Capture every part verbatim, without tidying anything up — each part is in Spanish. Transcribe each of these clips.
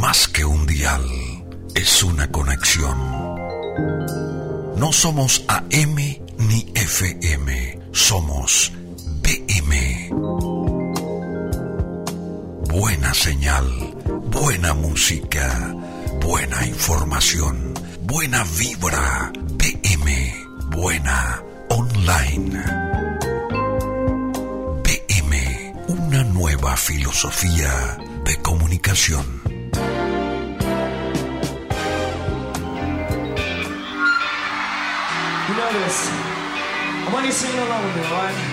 más que un dial, es una conexión. No somos A M ni F M, somos B M. Buena señal, buena música, buena información, buena vibra. B M, buena online. B M, una nueva filosofía de comunicación. You know this. I want you to sing along with me, all right?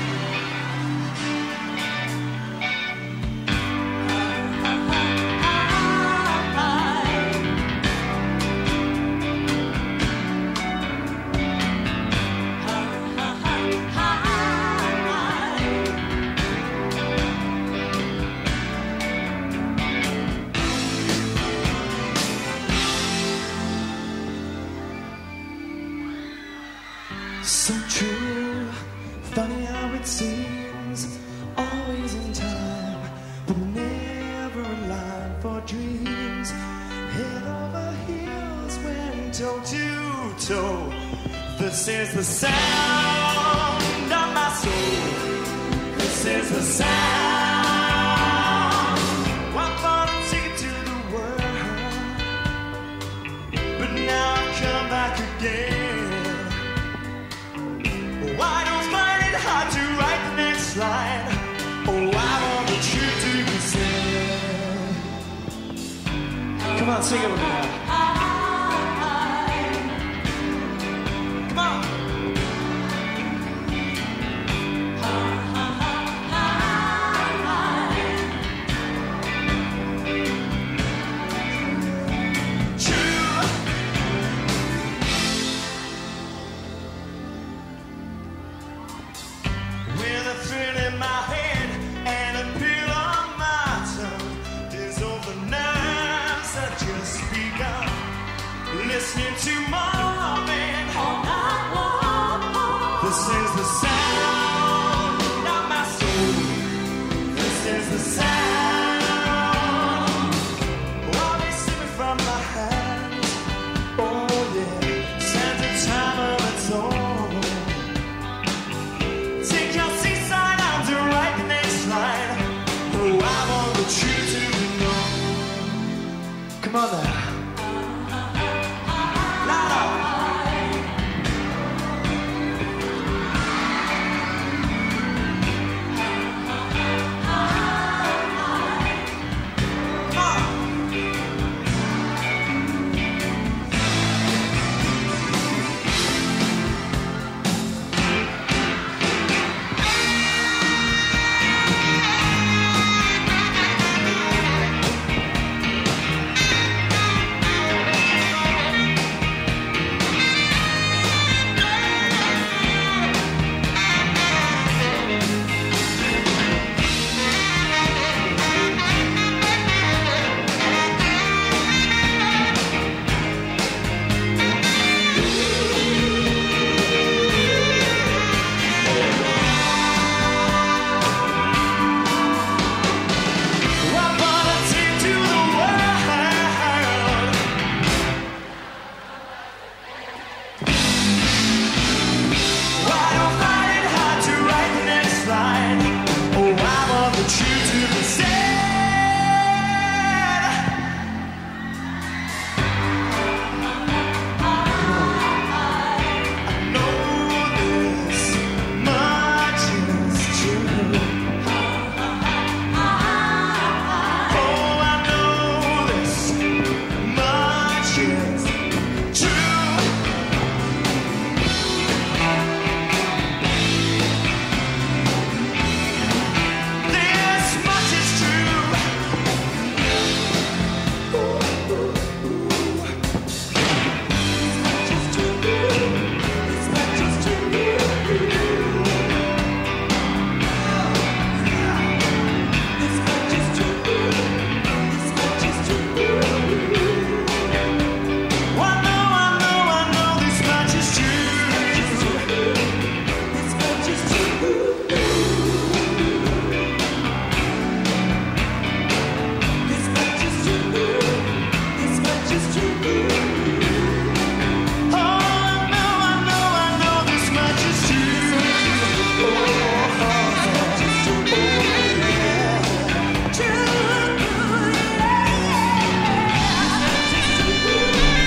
So true, funny how it seems, always in time, but never alive for dreams. Head over heels when toe to toe. This is the sound of my soul. This is the sound. I thought I'd take it to the world, but now I've come back again. I don't find it hard to write the next line. Oh, I want the truth to be said. Come on, sing it with me now. Come on. With a thrill in my head and a pill on my tongue, is all the nerves that just begun. Listening to Marvin all night long. This is the sound of my soul. This is the sound. While they slipping from my hands. Oh yeah, stands a time of its own. Take your seaside arms and write the next line. Oh, I want the truth to be known. Come on now. Louder. Come on.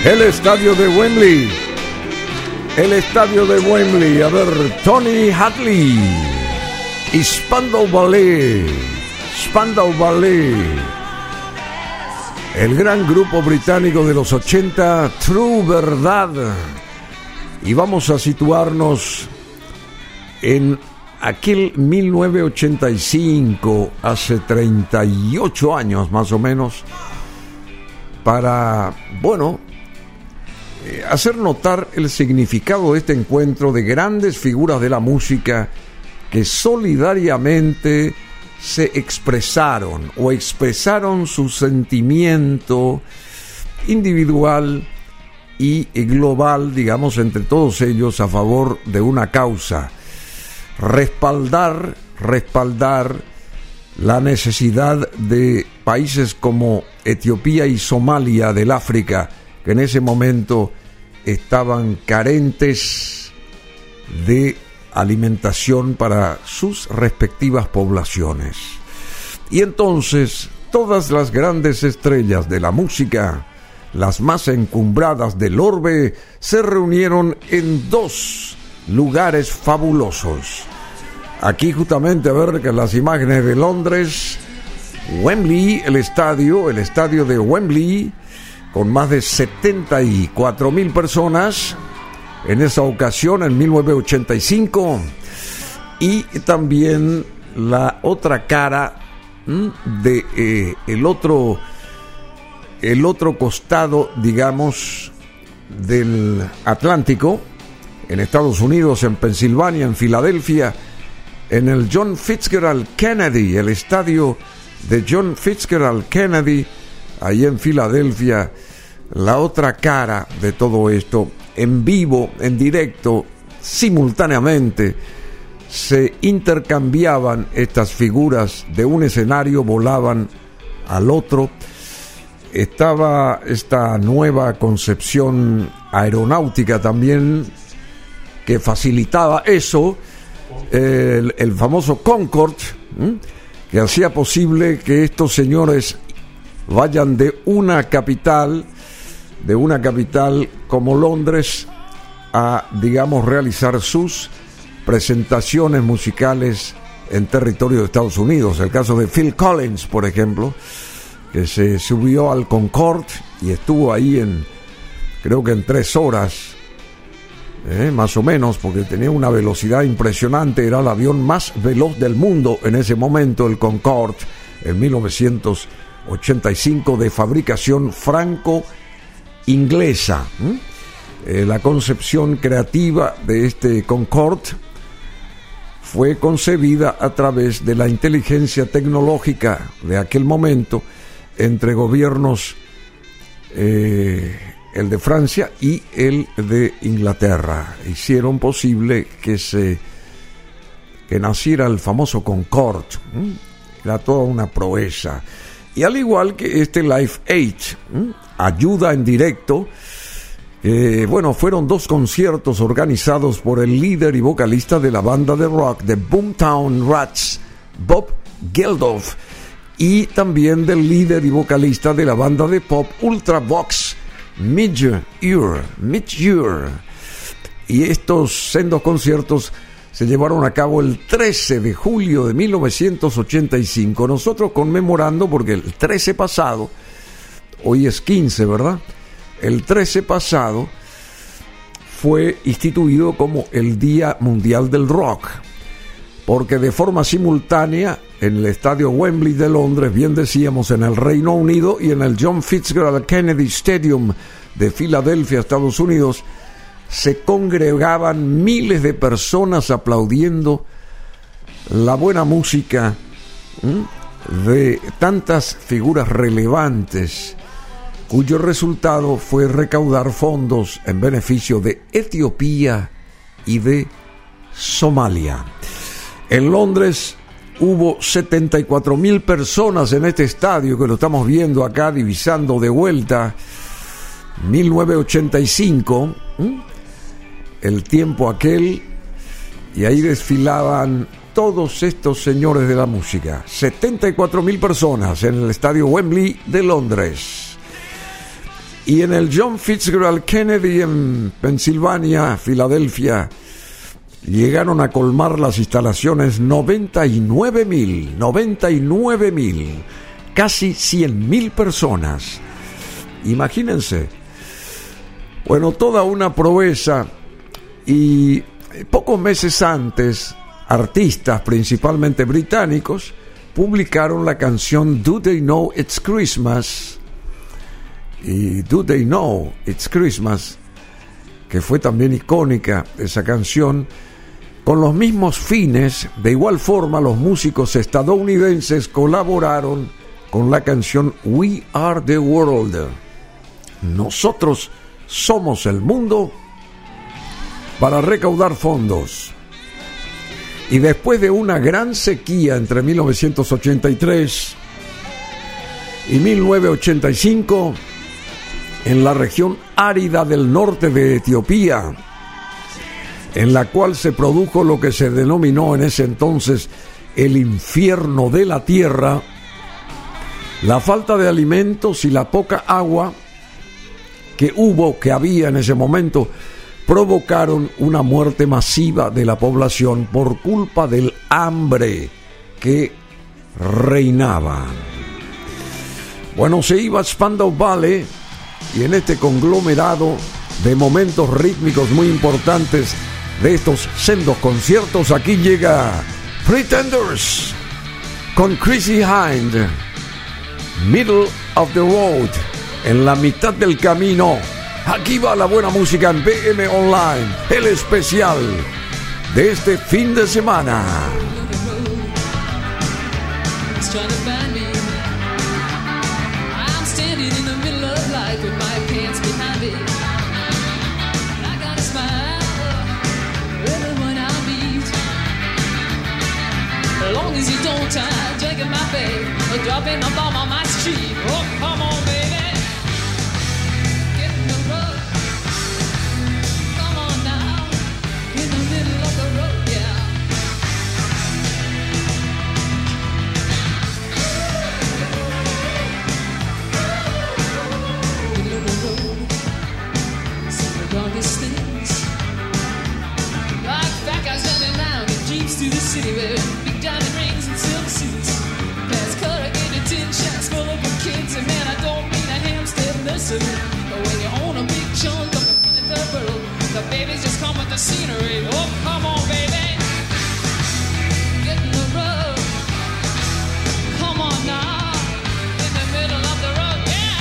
El estadio de Wembley. El estadio de Wembley. A ver, Tony Hadley y Spandau Ballet. Spandau Ballet. El gran grupo británico de los ochenta, True Verdad. Y vamos a situarnos en aquel mil novecientos ochenta y cinco, hace treinta y ocho años más o menos, para, bueno, hacer notar el significado de este encuentro de grandes figuras de la música que solidariamente se expresaron o expresaron su sentimiento individual y global, digamos, entre todos ellos a favor de una causa. Respaldar, respaldar la necesidad de países como Etiopía y Somalia del África, que en ese momento estaban carentes de alimentación para sus respectivas poblaciones. Y entonces todas las grandes estrellas de la música, las más encumbradas del orbe, se reunieron en dos lugares fabulosos. Aquí justamente, a ver, que las imágenes de Londres, Wembley, el estadio, el estadio de Wembley, con más de setenta y cuatro mil personas en esa ocasión, en mil novecientos ochenta y cinco, y también la otra cara de eh, el otro el otro costado, digamos, del Atlántico, en Estados Unidos, en Pensilvania, en Filadelfia, en el John Fitzgerald Kennedy, el estadio de John Fitzgerald Kennedy, ahí en Filadelfia. La otra cara de todo esto, en vivo, en directo, simultáneamente, se intercambiaban estas figuras de un escenario, volaban al otro. Estaba esta nueva concepción aeronáutica también que facilitaba eso, el, el famoso Concorde, ¿m? que hacía posible que estos señores vayan de una capital, de una capital como Londres, a, digamos, realizar sus presentaciones musicales en territorio de Estados Unidos. El caso de Phil Collins, por ejemplo, que se subió al Concorde y estuvo ahí en, creo que en tres horas, eh, más o menos, porque tenía una velocidad impresionante. Era el avión más veloz del mundo en ese momento, el Concorde, en mil novecientos ochenta y cinco, de fabricación franco-inglesa. ¿Mm? Eh, la concepción creativa de este Concorde fue concebida a través de la inteligencia tecnológica de aquel momento entre gobiernos, eh, el de Francia y el de Inglaterra. Hicieron posible que se que naciera el famoso Concorde. ¿Mm? Era toda una proeza. Y al igual que este Live Aid, ¿m? ayuda en directo, eh, bueno, fueron dos conciertos organizados por el líder y vocalista de la banda de rock de Boomtown Rats, Bob Geldof, y también del líder y vocalista de la banda de pop Ultravox, Midge Ure, Midge Ure. Y estos sendos conciertos se llevaron a cabo el trece de julio de mil novecientos ochenta y cinco. Nosotros conmemorando, porque el trece pasado, hoy es quince, ¿verdad? El trece pasado fue instituido como el Día Mundial del Rock, porque de forma simultánea en el estadio Wembley de Londres, bien decíamos, en el Reino Unido, y en el John Fitzgerald Kennedy Stadium de Filadelfia, Estados Unidos, se congregaban miles de personas aplaudiendo la buena música, ¿m? de tantas figuras relevantes, cuyo resultado fue recaudar fondos en beneficio de Etiopía y de Somalia. En Londres hubo setenta y cuatro mil personas en este estadio, que lo estamos viendo acá, divisando de vuelta, mil novecientos ochenta y cinco, ¿m? el tiempo aquel, y ahí desfilaban todos estos señores de la música. setenta y cuatro mil personas en el estadio Wembley de Londres. Y en el John Fitzgerald Kennedy en Pensilvania, Filadelfia, llegaron a colmar las instalaciones noventa y nueve mil, noventa y nueve mil, casi cien mil personas. Imagínense. Bueno, toda una proeza. Y pocos meses antes, artistas, principalmente británicos, publicaron la canción Do They Know It's Christmas, y Do They Know It's Christmas, que fue también icónica esa canción, con los mismos fines. De igual forma, los músicos estadounidenses colaboraron con la canción We Are the World, nosotros somos el mundo, para recaudar fondos. Y después de una gran sequía entre mil novecientos ochenta y tres y mil novecientos ochenta y cinco, en la región árida del norte de Etiopía, en la cual se produjo lo que se denominó en ese entonces el infierno de la tierra, la falta de alimentos y la poca agua que hubo, que había en ese momento, provocaron una muerte masiva de la población por culpa del hambre que reinaba. Bueno, se iba a Spandau Ballet, y en este conglomerado de momentos rítmicos muy importantes de estos sendos conciertos, aquí llega Pretenders con Chrissie Hynde, Middle of the Road, en la mitad del camino. Aquí va la buena música en B M Online, el especial de este fin de semana. To the city where big diamond rings and silver suits, past corrugated tin shacks full of kids, and man, I don't mean a Hampstead nursery, but when you own a big chunk of the third world, the babies just come with the scenery. Oh, come on, baby, get in the road, come on now, in the middle of the road, yeah.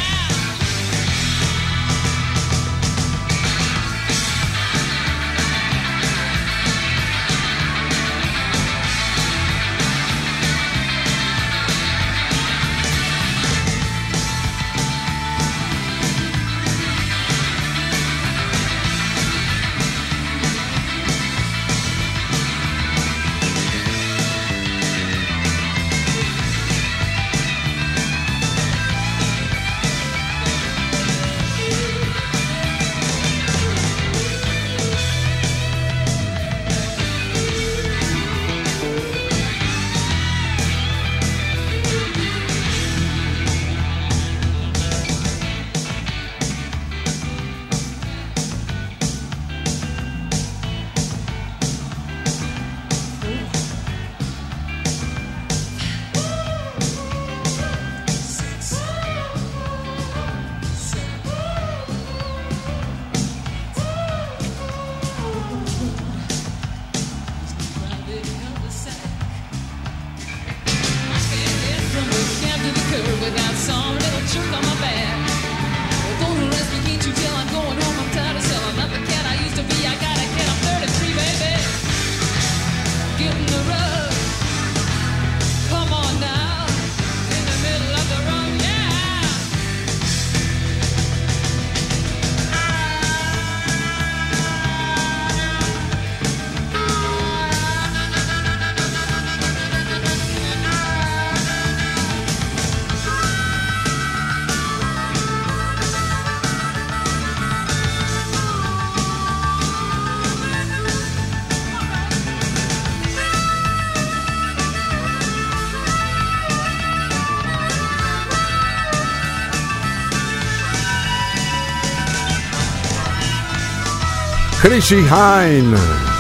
Chrissie Hynde.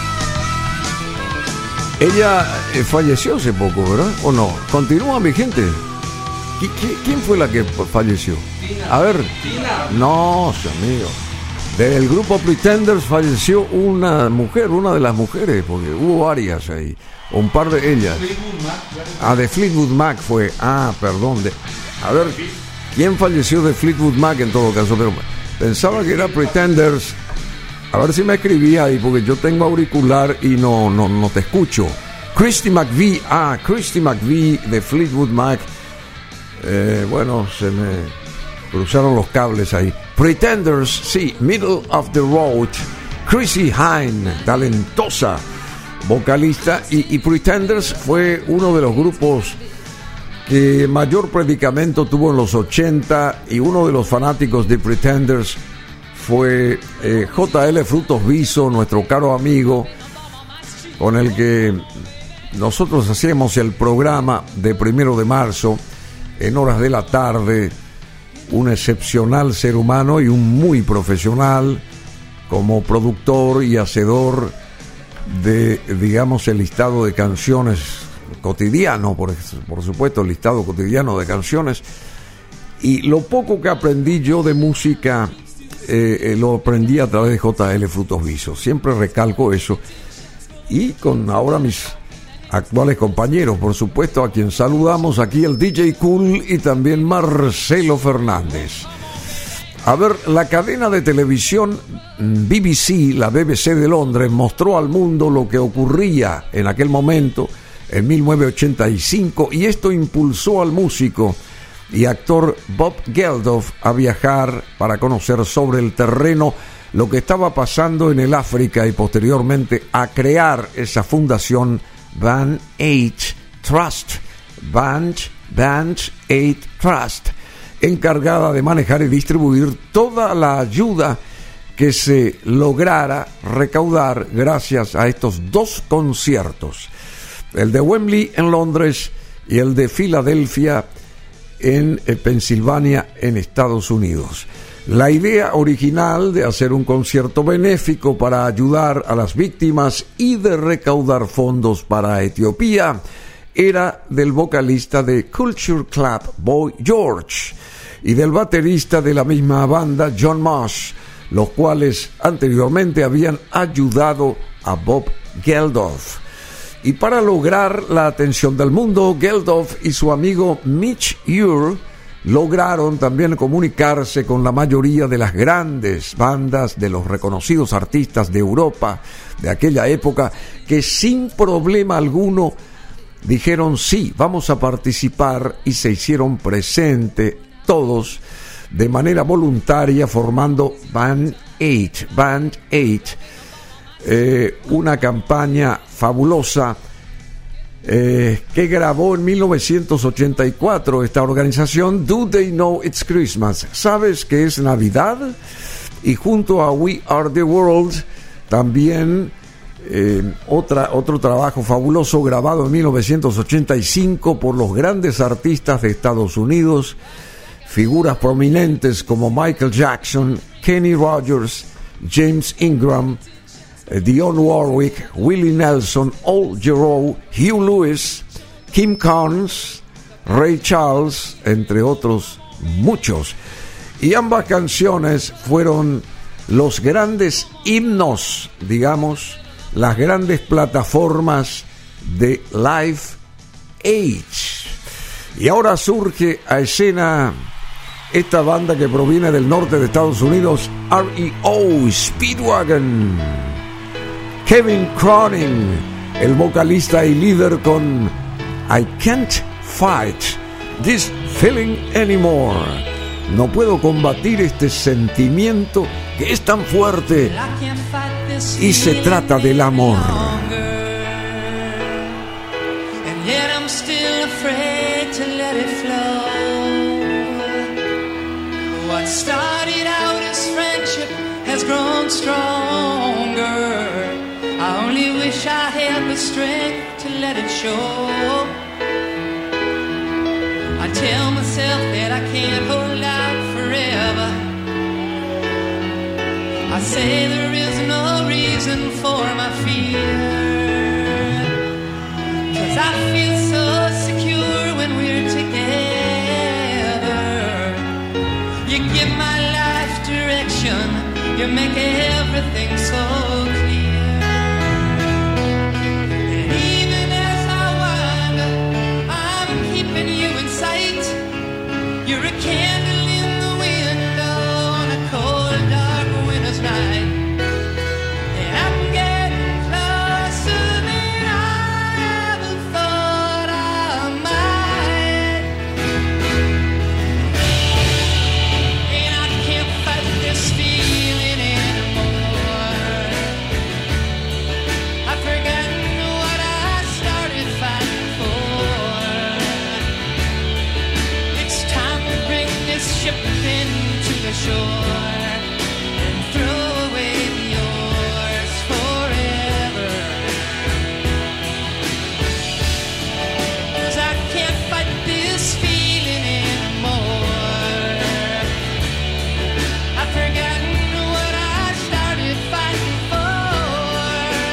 Ella eh, falleció hace poco, ¿verdad? ¿O no? ¿Continúa vigente? ¿Qui- qui- ¿Quién fue la que falleció? A ver. No, amigo. Del grupo Pretenders falleció una mujer, una de las mujeres, porque hubo varias ahí. Un par de ellas. Ah, de Fleetwood Mac fue. Ah, perdón. De, a ver, ¿quién falleció de Fleetwood Mac en todo caso? Pero pensaba que era Pretenders. A ver si me escribía ahí, porque yo tengo auricular y no, no, no te escucho. Christy McVie. Ah, Christy McVie de Fleetwood Mac. Eh, bueno, se me cruzaron los cables ahí. Pretenders, sí, Middle of the Road. Chrissie Hynde, talentosa vocalista, y, y Pretenders fue uno de los grupos que mayor predicamento tuvo en los ochenta, y uno de los fanáticos de Pretenders fue eh, J L Frutos Viso, nuestro caro amigo, con el que nosotros hacíamos el programa de Primero de Marzo en horas de la tarde. Un excepcional ser humano y un muy profesional como productor y hacedor de, digamos, el listado de canciones cotidiano, por, por supuesto, el listado cotidiano de canciones. Y lo poco que aprendí yo de música eh, eh, lo aprendí a través de J L Frutos Viso. Siempre recalco eso. Y con ahora mis actuales compañeros, por supuesto, a quien saludamos aquí, el D J Cool y también Marcelo Fernández. A ver, la cadena de televisión B B C, la B B C de Londres, mostró al mundo lo que ocurría en aquel momento, en mil novecientos ochenta y cinco, y esto impulsó al músico y actor Bob Geldof a viajar para conocer sobre el terreno lo que estaba pasando en el África, y posteriormente a crear esa fundación Band Aid Trust, Band, Band Aid Trust, encargada de manejar y distribuir toda la ayuda que se lograra recaudar gracias a estos dos conciertos, el de Wembley en Londres y el de Filadelfia en Pensilvania, en Estados Unidos. La idea original de hacer un concierto benéfico para ayudar a las víctimas y de recaudar fondos para Etiopía era del vocalista de Culture Club, Boy George, y del baterista de la misma banda, John Marsh, los cuales anteriormente habían ayudado a Bob Geldof. Y para lograr la atención del mundo, Geldof y su amigo Mitch Ure lograron también comunicarse con la mayoría de las grandes bandas de los reconocidos artistas de Europa de aquella época, que sin problema alguno dijeron sí, vamos a participar, y se hicieron presente todos de manera voluntaria formando Band Aid, Band Aid, eh, una campaña fabulosa Eh, que grabó en mil novecientos ochenta y cuatro esta organización, Do They Know It's Christmas? ¿Sabes que es Navidad? Y junto a We Are the World también eh, otra, otro trabajo fabuloso grabado en mil novecientos ochenta y cinco por los grandes artistas de Estados Unidos, figuras prominentes como Michael Jackson, Kenny Rogers, James Ingram, Dionne Warwick, Willie Nelson, Al Jarreau, Hugh Lewis, Kim Carnes, Ray Charles, entre otros muchos. Y ambas canciones fueron los grandes himnos, digamos, las grandes plataformas de Live Aid. Y ahora surge a escena esta banda que proviene del norte de Estados Unidos, R E O Speedwagon. Kevin Cronin, el vocalista y líder, con I Can't Fight This Feeling Anymore. No puedo combatir este sentimiento que es tan fuerte, y se trata del amor. And yet I'm still afraid to let it flow. What started out as friendship has grown stronger. I only wish I had the strength to let it show. I tell myself that I can't hold out forever. I say there is no reason reason for my fear. 'Cause I feel so secure when we're together. You give my life direction, you make everything so clear. And even as I wander, I'm keeping you in sight. You're a candle in the window on a cold, dark winter's night. And I'm getting closer than I ever thought I might. And I can't fight this feeling anymore. I've forgotten what I started fighting for. It's time to bring this ship into the shore and throw away the oars forever. 'Cause I can't fight this feeling anymore. I've forgotten what I started fighting for.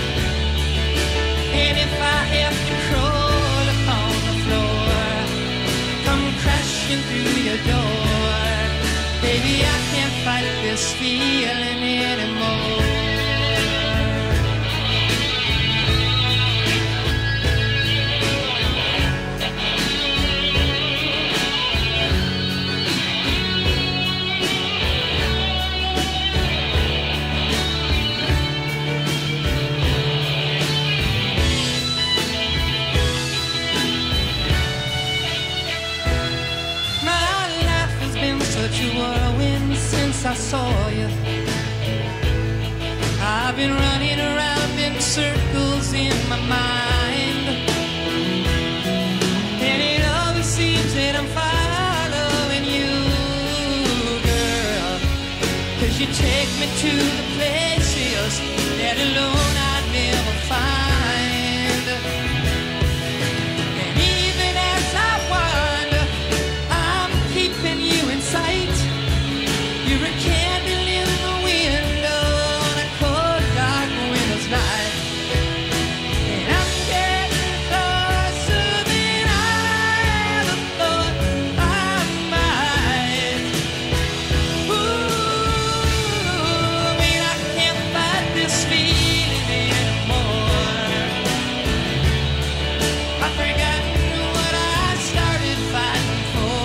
And if I have to crawl upon the floor, come crashing through your door, baby, I can't fight this feeling anymore. My life has been such a whirlwind since I saw you. I've been running around in circles in my mind. And it always seems that I'm following you, girl. 'Cause you take me to the places that alone I'd never find. And even as I wander, I'm keeping you in sight. You're a candle in the window on a cold, dark winter's night. And I'm getting closer than I ever thought I might. Ooh, and I can't fight this feeling anymore. I've forgotten what I started fighting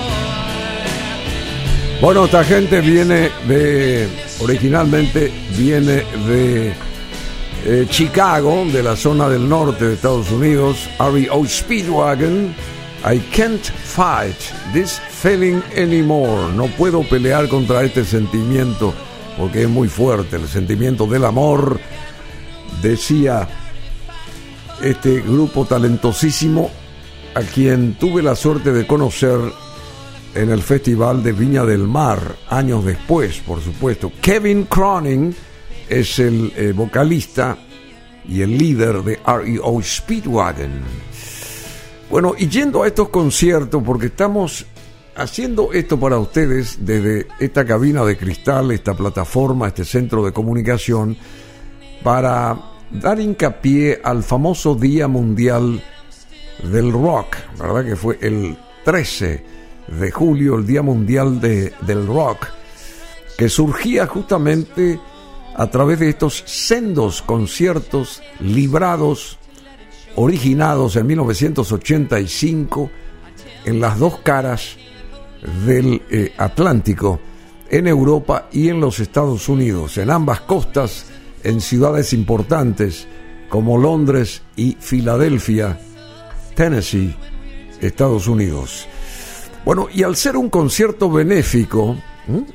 for. Bueno, esta gente viene de, originalmente viene de eh, Chicago, de la zona del norte de Estados Unidos. R E O Speedwagon, I can't fight this feeling anymore. No puedo pelear contra este sentimiento porque es muy fuerte, el sentimiento del amor, decía este grupo talentosísimo a quien tuve la suerte de conocer en el Festival de Viña del Mar, años después, por supuesto. Kevin Cronin es el eh, vocalista y el líder de R E O Speedwagon. Bueno, y yendo a estos conciertos, porque estamos haciendo esto para ustedes desde esta cabina de cristal, esta plataforma, este centro de comunicación, para dar hincapié al famoso Día Mundial del Rock, ¿verdad? Que fue el trece de julio, el Día Mundial de, del Rock, que surgía justamente a través de estos sendos conciertos librados, originados en mil novecientos ochenta y cinco en las dos caras del eh, Atlántico, en Europa y en los Estados Unidos, en ambas costas, en ciudades importantes como Londres y Filadelfia, Tennessee, Estados Unidos. Bueno, y al ser un concierto benéfico, ¿eh?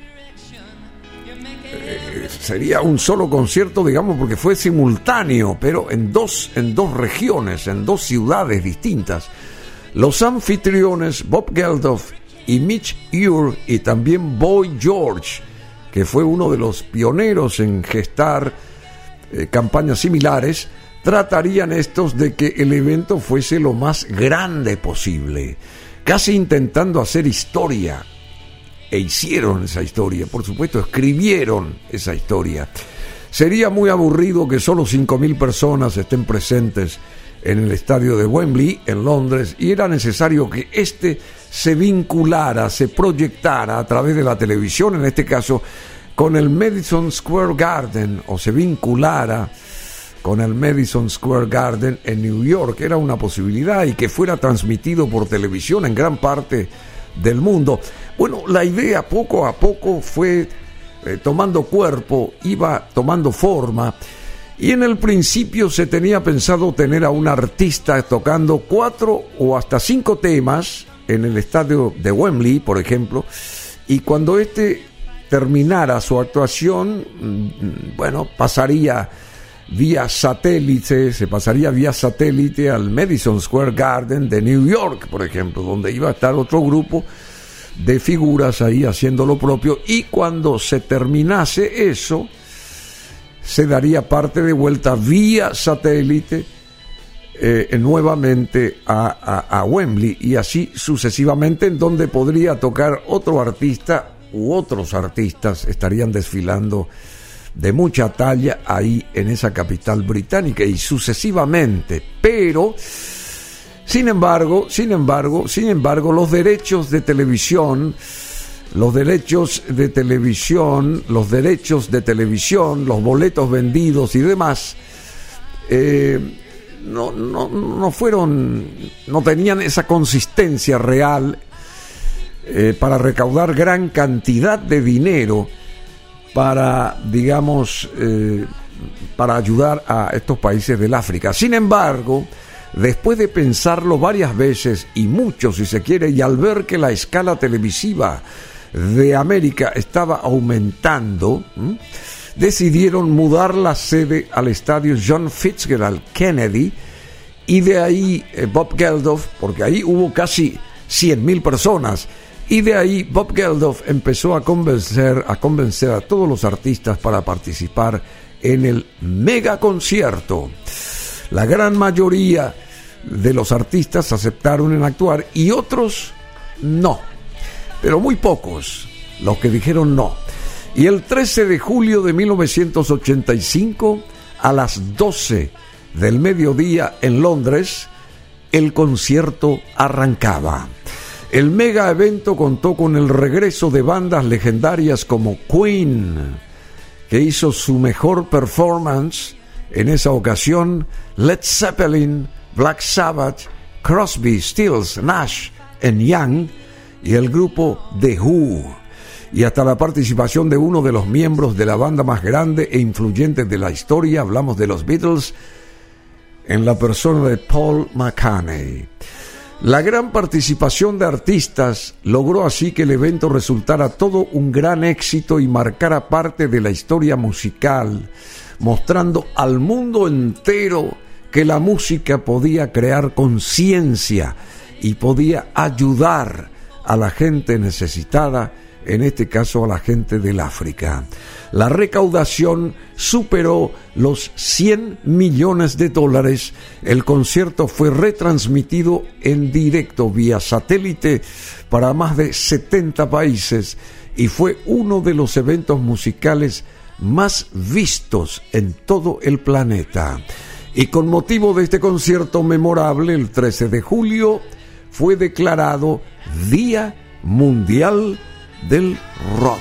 Eh, sería un solo concierto, digamos, porque fue simultáneo, pero en dos, en dos regiones, en dos ciudades distintas. Los anfitriones Bob Geldof y Mitch Ure, y también Boy George, que fue uno de los pioneros en gestar eh, campañas similares, tratarían estos de que el evento fuese lo más grande posible, casi intentando hacer historia. E hicieron esa historia, por supuesto, escribieron esa historia. Sería muy aburrido que solo cinco mil personas estén presentes en el estadio de Wembley, en Londres, y era necesario que este se vinculara, se proyectara a través de la televisión, en este caso con el Madison Square Garden, o se vinculara con el Madison Square Garden en New York. Era una posibilidad, y que fuera transmitido por televisión en gran parte del mundo. Bueno, la idea poco a poco fue eh, tomando cuerpo, iba tomando forma, y en el principio se tenía pensado tener a un artista tocando cuatro o hasta cinco temas en el estadio de Wembley, por ejemplo, y cuando este terminara su actuación, bueno, pasaría vía satélite, se pasaría vía satélite al Madison Square Garden de New York, por ejemplo, donde iba a estar otro grupo de figuras ahí haciendo lo propio, y cuando se terminase eso, se daría parte de vuelta vía satélite eh, nuevamente a, a, a Wembley, y así sucesivamente, en donde podría tocar otro artista u otros artistas estarían desfilando de mucha talla ahí en esa capital británica, y sucesivamente. Pero sin embargo, sin embargo, sin embargo, los derechos de televisión, los derechos de televisión, los derechos de televisión, los boletos vendidos y demás, eh, no, no, no fueron, no tenían esa consistencia real eh, para recaudar gran cantidad de dinero para, digamos, eh, para ayudar a estos países del África. Sin embargo, después de pensarlo varias veces, y mucho si se quiere, y al ver que la escala televisiva de América estaba aumentando, ¿m? decidieron mudar la sede al estadio John Fitzgerald Kennedy, y de ahí eh, Bob Geldof, porque ahí hubo casi cien mil personas, y de ahí Bob Geldof empezó a convencer, a convencer a todos los artistas para participar en el mega concierto. La gran mayoría de los artistas aceptaron en actuar, y otros no, pero muy pocos los que dijeron no. Y el trece de julio de mil novecientos ochenta y cinco, a las doce del mediodía en Londres, el concierto arrancaba. El mega evento contó con el regreso de bandas legendarias como Queen, que hizo su mejor performance en esa ocasión, Led Zeppelin, Black Sabbath, Crosby, Stills, Nash and Young, y el grupo The Who, y hasta la participación de uno de los miembros de la banda más grande e influyente de la historia, hablamos de los Beatles, en la persona de Paul McCartney. La gran participación de artistas logró así que el evento resultara todo un gran éxito y marcara parte de la historia musical, mostrando al mundo entero que la música podía crear conciencia y podía ayudar a la gente necesitada, en este caso a la gente del África. La recaudación superó los cien millones de dólares. El concierto fue retransmitido en directo vía satélite para más de setenta países y fue uno de los eventos musicales más vistos en todo el planeta. Y con motivo de este concierto memorable, el trece de julio, fue declarado Día Mundial del Rock.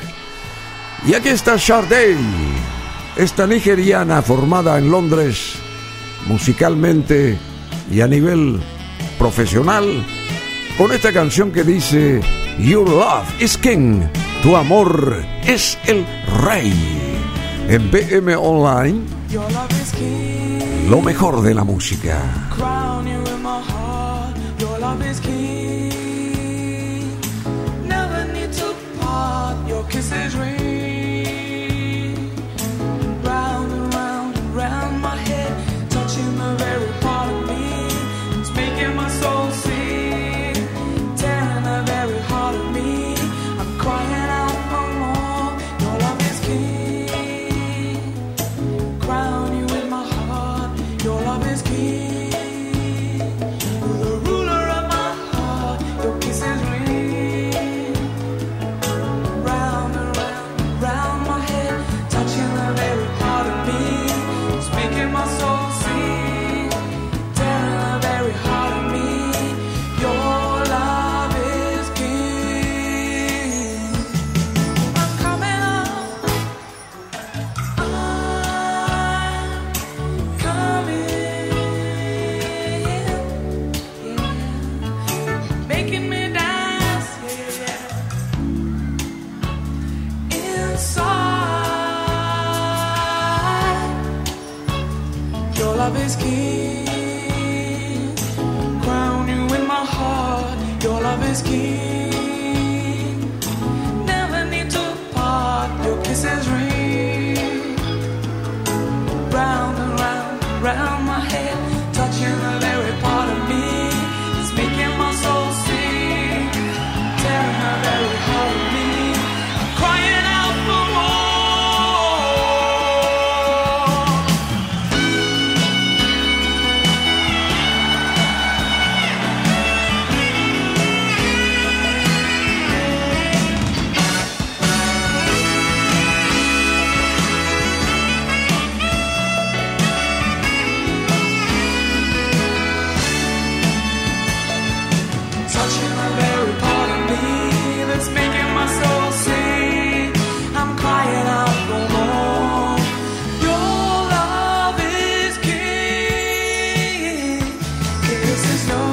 Y aquí está Sade, esta nigeriana formada en Londres musicalmente y a nivel profesional, con esta canción que dice Your Love is King, tu amor es el rey. En B M Online, lo mejor de la música. Crown you in my heart, your love is king. Never need to part, your kisses ring. Round and round and round my head, touching the very part of me. It's making my soul sing, tearing the very heart of me. I'm crying out for more, your love is king. Crown you in my heart, your love is king. Round and round love is king. Crown you in my heart, your love is king. Never need to part, your kisses ring. Round and round, round my head, touching the very part of me. It's making my soul sing, tearing the very heart of me. I'm crying out for more. Touching the very part of me that's making my soul sing. I'm crying out for more. Your love is king. This is no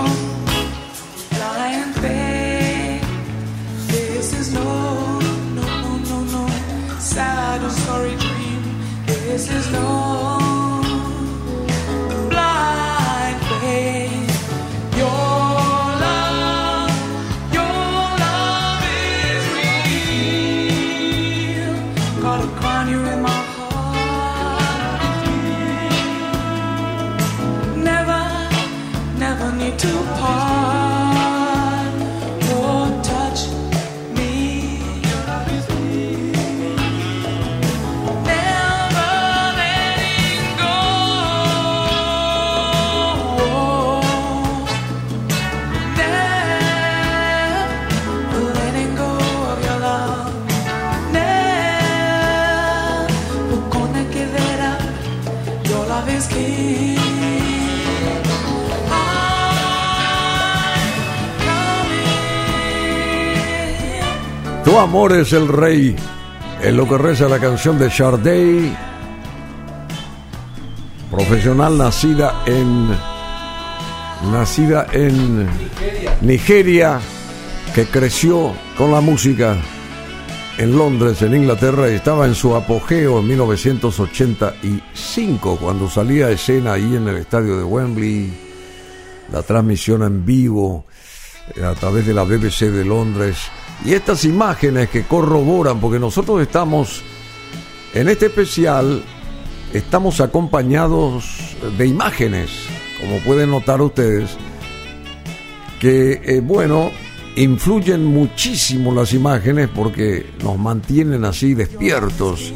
lying thing. This is no, no, no, no, no sad or sorry dream. This is no blind faith. Your gotta crown you in my heart. Never, never need to part or touch me. Never letting go. Never letting go of your love. Love is king. Tu amor es el rey, es lo que reza la canción de Sade, profesional nacida en nacida en Nigeria, que creció con la música en Londres, en Inglaterra, y estaba en su apogeo en mil novecientos ochenta y cinco, cuando salía a escena ahí en el estadio de Wembley, la transmisión en vivo a través de la B B C de Londres, y estas imágenes que corroboran, porque nosotros estamos en este especial, estamos acompañados de imágenes, como pueden notar ustedes, que eh, bueno, influyen muchísimo las imágenes porque nos mantienen así despiertos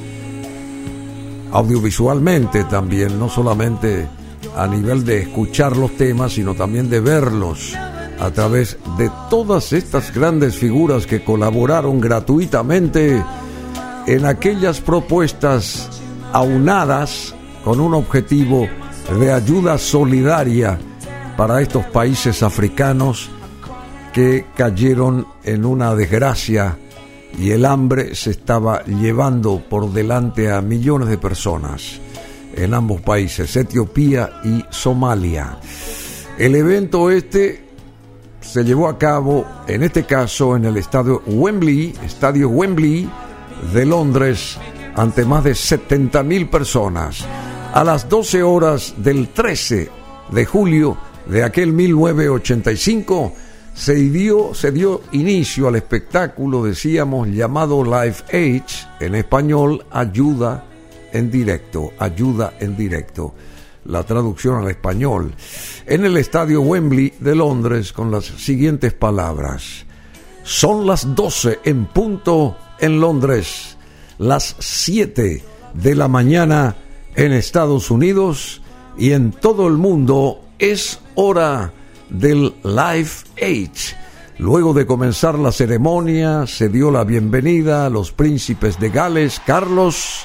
audiovisualmente también, no solamente a nivel de escuchar los temas, sino también de verlos a través de todas estas grandes figuras que colaboraron gratuitamente en aquellas propuestas aunadas con un objetivo de ayuda solidaria para estos países africanos que cayeron en una desgracia y el hambre se estaba llevando por delante a millones de personas en ambos países, Etiopía y Somalia. El evento este se llevó a cabo, en este caso, en el estadio Wembley, estadio Wembley de Londres, ante más de setenta mil personas. A las doce horas del trece de julio de aquel mil novecientos ochenta y cinco, Se dio, se dio inicio al espectáculo, decíamos, llamado Live Aid, en español, ayuda en directo, ayuda en directo, la traducción al español, en el estadio Wembley de Londres, con las siguientes palabras: son las doce en punto en Londres, las siete de la mañana en Estados Unidos, y en todo el mundo es hora del Live Aid. Luego de comenzar la ceremonia, se dio la bienvenida a los príncipes de Gales, Carlos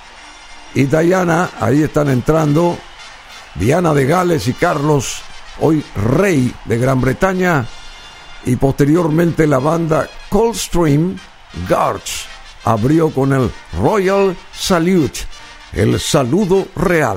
y Diana. Ahí están entrando Diana de Gales y Carlos, hoy rey de Gran Bretaña, y posteriormente la banda Coldstream Guards abrió con el Royal Salute, el saludo real.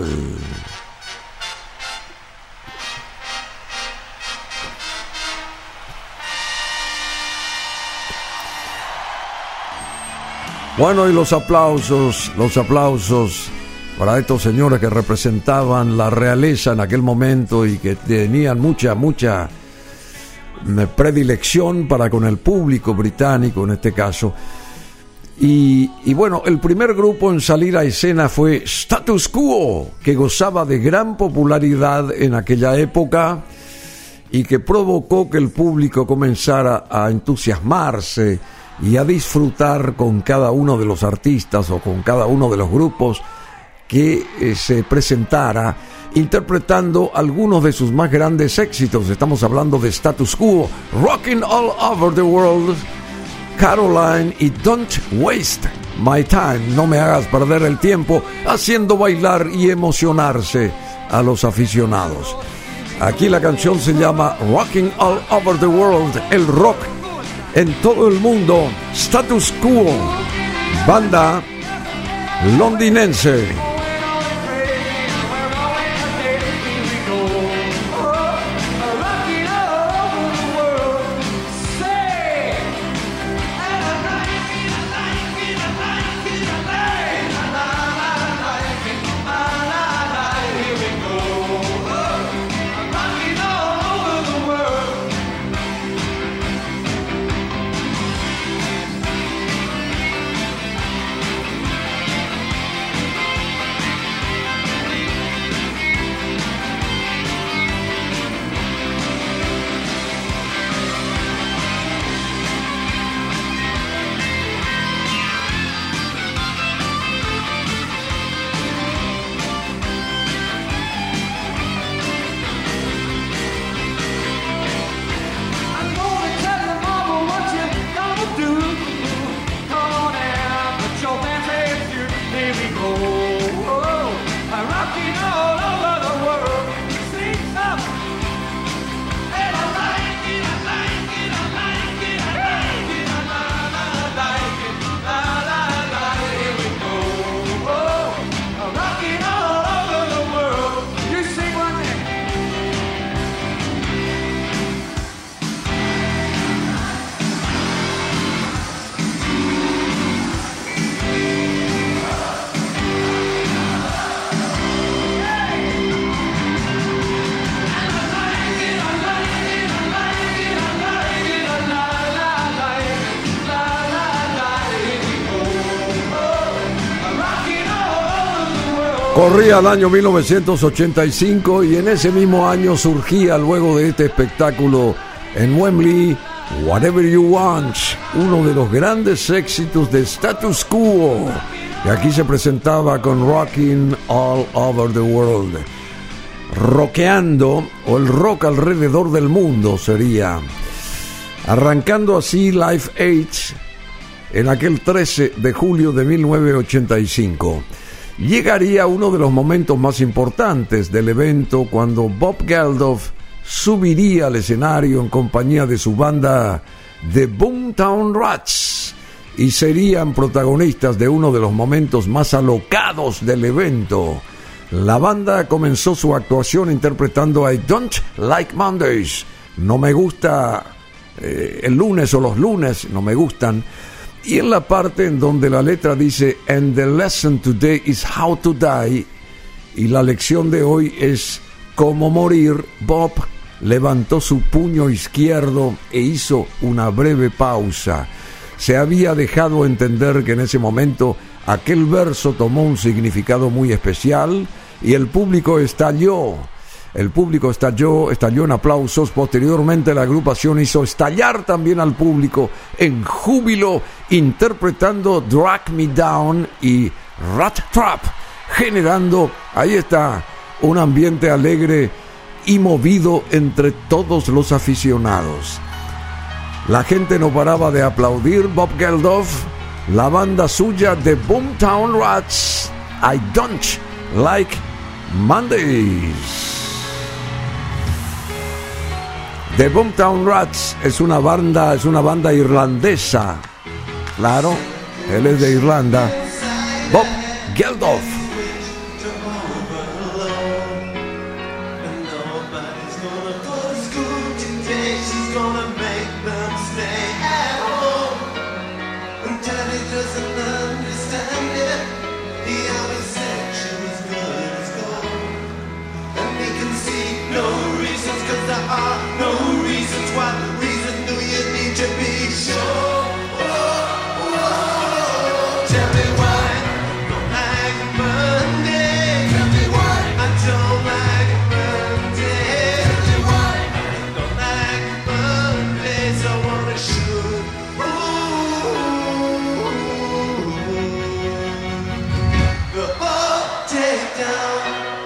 Bueno, y los aplausos, los aplausos para estos señores que representaban la realeza en aquel momento y que tenían mucha, mucha predilección para con el público británico en este caso. Y, y bueno, el primer grupo en salir a escena fue Status Quo, que gozaba de gran popularidad en aquella época y que provocó que el público comenzara a entusiasmarse y a disfrutar con cada uno de los artistas o con cada uno de los grupos que eh, se presentara, interpretando algunos de sus más grandes éxitos. Estamos hablando de Status Quo, Rocking All Over the World, Caroline y Don't Waste My Time, no me hagas perder el tiempo, haciendo bailar y emocionarse a los aficionados. Aquí la canción se llama Rocking All Over the World, el rock en todo el mundo. Status Quo, banda londinense. Corría el año mil novecientos ochenta y cinco y en ese mismo año surgía, luego de este espectáculo en Wembley, Whatever You Want, uno de los grandes éxitos de Status Quo, que aquí se presentaba con Rocking All Over the World. Rockeando, o el rock alrededor del mundo sería. Arrancando así Live Aid en aquel trece de julio de mil novecientos ochenta y cinco. Llegaría uno de los momentos más importantes del evento, cuando Bob Geldof subiría al escenario en compañía de su banda The Boomtown Rats y serían protagonistas de uno de los momentos más alocados del evento. La banda comenzó su actuación interpretando I Don't Like Mondays, no me gusta eh, el lunes o los lunes, no me gustan. Y en la parte en donde la letra dice And the lesson today is how to die, y la lección de hoy es cómo morir, Bob levantó su puño izquierdo e hizo una breve pausa. Se había dejado entender que en ese momento aquel verso tomó un significado muy especial y el público estalló. El público estalló, estalló en aplausos. Posteriormente la agrupación hizo estallar también al público en júbilo, interpretando Drag Me Down y Rat Trap, generando, ahí está, un ambiente alegre y movido entre todos los aficionados. La gente no paraba de aplaudir. Bob Geldof, la banda suya de Boomtown Rats, I Don't Like Mondays. The Boomtown Rats es una banda, es una banda irlandesa. Claro, él es de Irlanda. Bob Geldof. Doesn't understand it. The other said she was sure. Whoa, whoa. Tell me why I don't like Monday. Tell me why I don't like Monday. Tell me why I don't like Mondays. I wanna shoot. Ooh, the whole day down.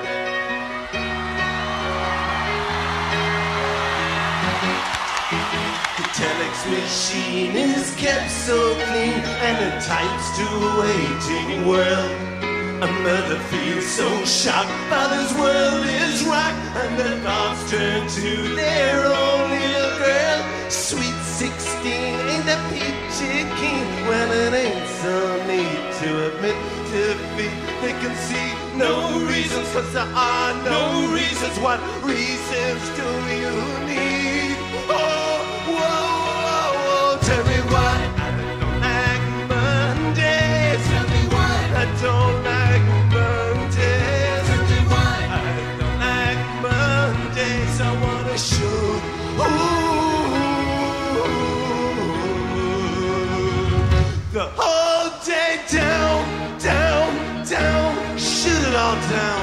Telex machine is kept so clean, and it types to a waiting world. A mother feels so shocked, father's world is rocked, and the thoughts turn to their own little girl. Sweet sixteen ain't that peachy keen? Well, it ain't so neat to admit defeat. They can see no reasons, cause there are no reasons. What reasons do you need? Oh, whoa, whoa, whoa. Tell me why I don't like Mondays. Tell me why I don't like Mondays. Tell me why I don't like Mondays. I wanna shoot. Ooh, the whole day down, down, down. Shoot it all down.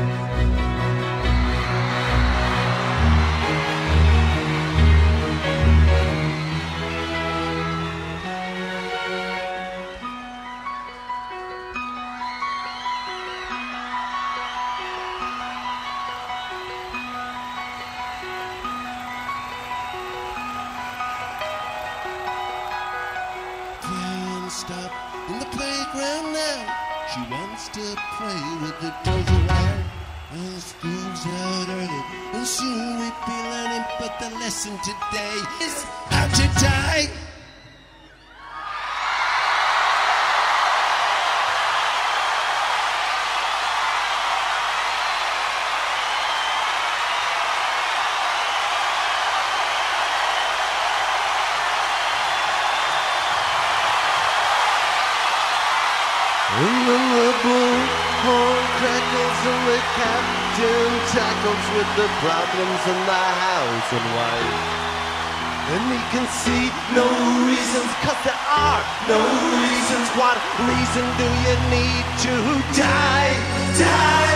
Stop in the playground now. She wants to play with the toys around. And school's out early, and soon we'll be learning. But the lesson today is how to die. Bullhorn crackles and the captain tackles with the problems in the house and wife. And he can see no reasons, cause there are no reasons. What reason do you need to die? Die!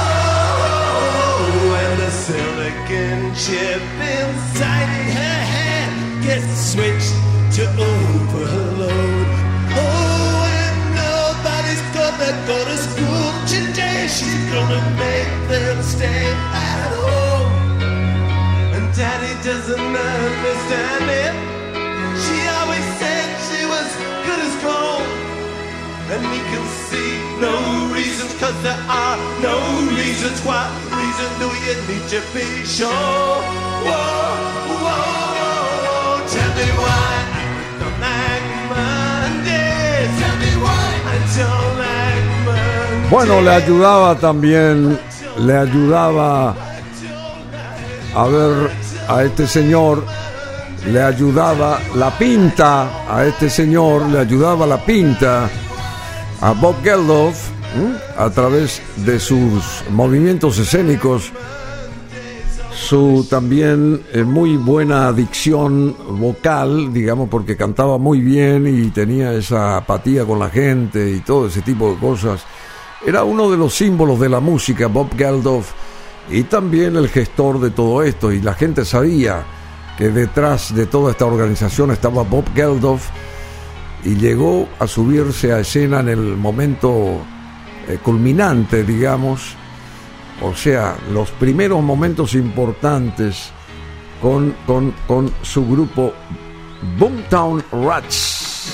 Oh, and the silicon chip inside her head gets switched to overload. Oh, and nobody's gonna go to school today. She's gonna make them stay at home. And Daddy doesn't understand it. She always said she was good as gold. And he can see no reasons, cause there are no reasons. What reason do you need to be sure? Whoa, whoa, whoa. Tell me why I don't like Mondays. Tell me why I don't like Mondays. Bueno, le ayudaba también, le ayudaba a ver a este señor, le ayudaba la pinta, a este señor le ayudaba la pinta a Bob Geldof, ¿eh? A través de sus movimientos escénicos, su también eh, muy buena dicción vocal, digamos, porque cantaba muy bien y tenía esa apatía con la gente y todo ese tipo de cosas. Era uno de los símbolos de la música, Bob Geldof, y también el gestor de todo esto, y la gente sabía que detrás de toda esta organización estaba Bob Geldof, y llegó a subirse a escena en el momento eh, culminante, digamos, o sea, los primeros momentos importantes con, con, con su grupo Boomtown Rats.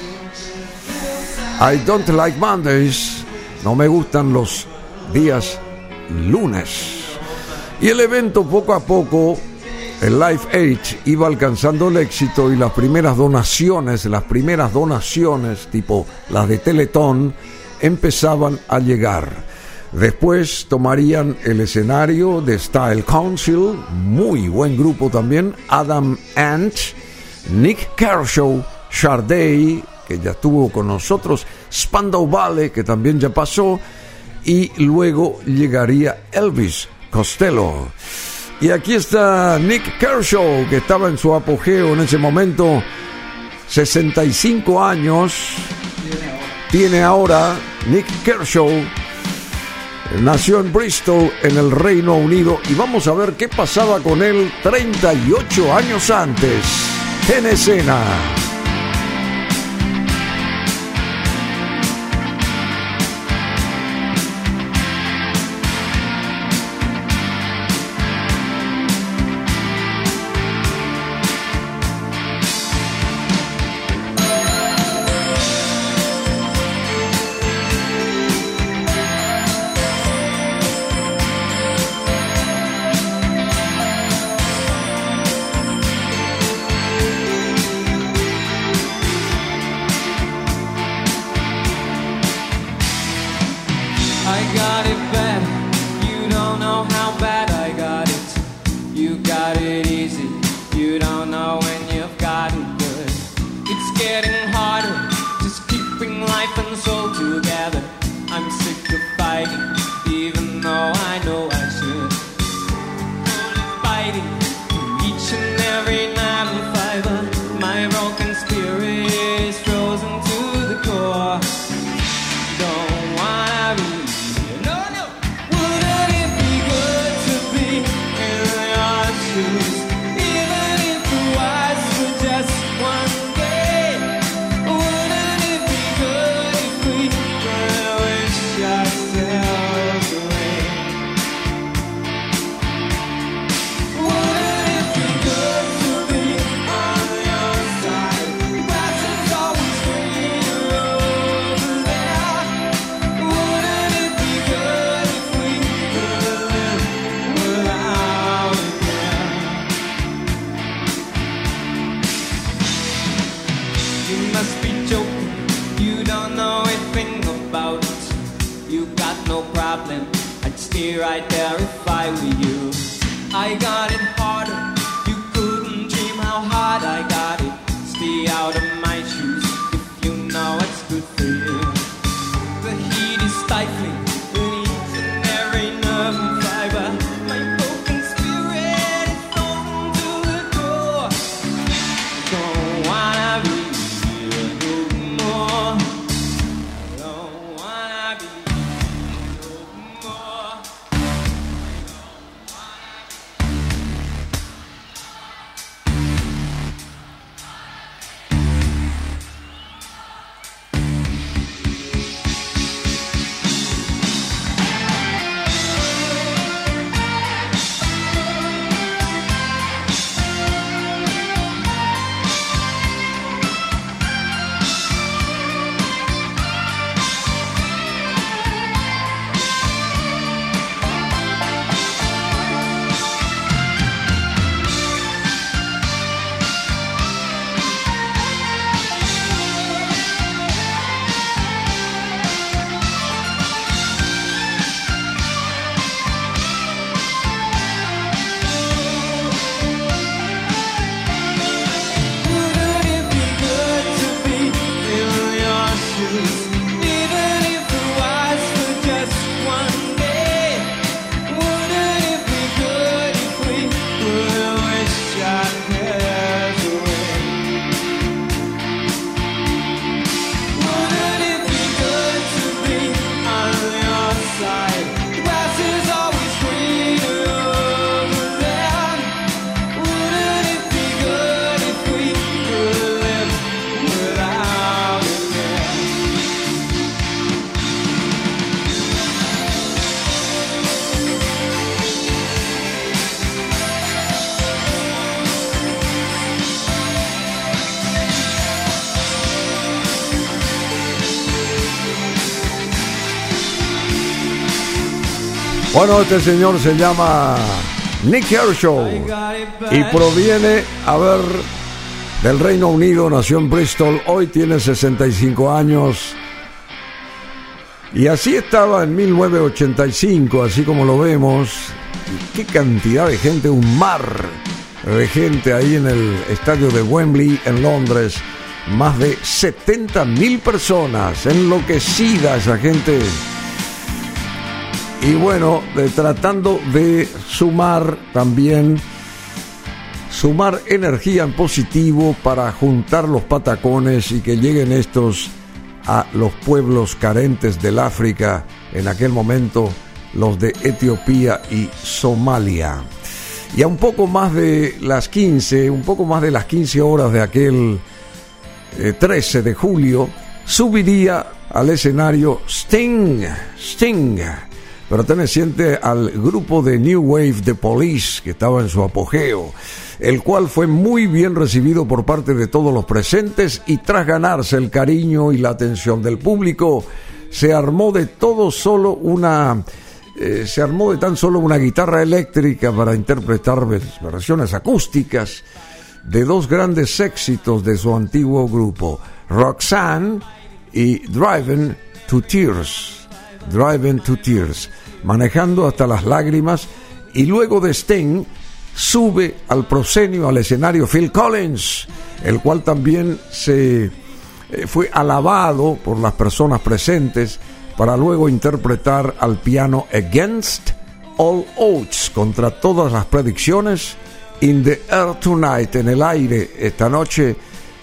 I don't like Mondays. No me gustan los días lunes. Y el evento poco a poco, el Live Aid, iba alcanzando el éxito y las primeras donaciones, las primeras donaciones, tipo las de Teletón, empezaban a llegar. Después tomarían el escenario de Style Council, muy buen grupo también, Adam Ant, Nick Kershaw, Sade, que ya estuvo con nosotros, Spandau Ballet, que también ya pasó, y luego llegaría Elvis Costello. Y aquí está Nick Kershaw, que estaba en su apogeo en ese momento, sesenta y cinco años tiene ahora Nick Kershaw. Nació en Bristol, en el Reino Unido, y vamos a ver qué pasaba con él treinta y ocho años antes. En escena. Bueno, este señor se llama Nick Kershaw y proviene, a ver, del Reino Unido, nació en Bristol, hoy tiene sesenta y cinco años. Y así estaba en mil novecientos ochenta y cinco, así como lo vemos. Y qué cantidad de gente, un mar de gente ahí en el estadio de Wembley en Londres. Más de setenta mil personas, enloquecida esa gente. Y bueno, de, tratando de sumar también sumar energía en positivo para juntar los patacones y que lleguen estos a los pueblos carentes del África, en aquel momento los de Etiopía y Somalia. Y a un poco más de las quince, un poco más de las quince horas de aquel eh, trece de julio, subiría al escenario Sting, Sting, perteneciente al grupo de New Wave The Police, que estaba en su apogeo, el cual fue muy bien recibido por parte de todos los presentes, y tras ganarse el cariño y la atención del público, se armó de todo solo una eh, se armó de tan solo una guitarra eléctrica para interpretar versiones acústicas de dos grandes éxitos de su antiguo grupo, Roxanne y Driving to Tears, Driving to Tears, manejando hasta las lágrimas. Y luego de Sting sube al proscenio, al escenario, Phil Collins, el cual también se eh, fue alabado por las personas presentes, para luego interpretar al piano Against All Odds, contra todas las predicciones, In the Air Tonight, en el aire esta noche,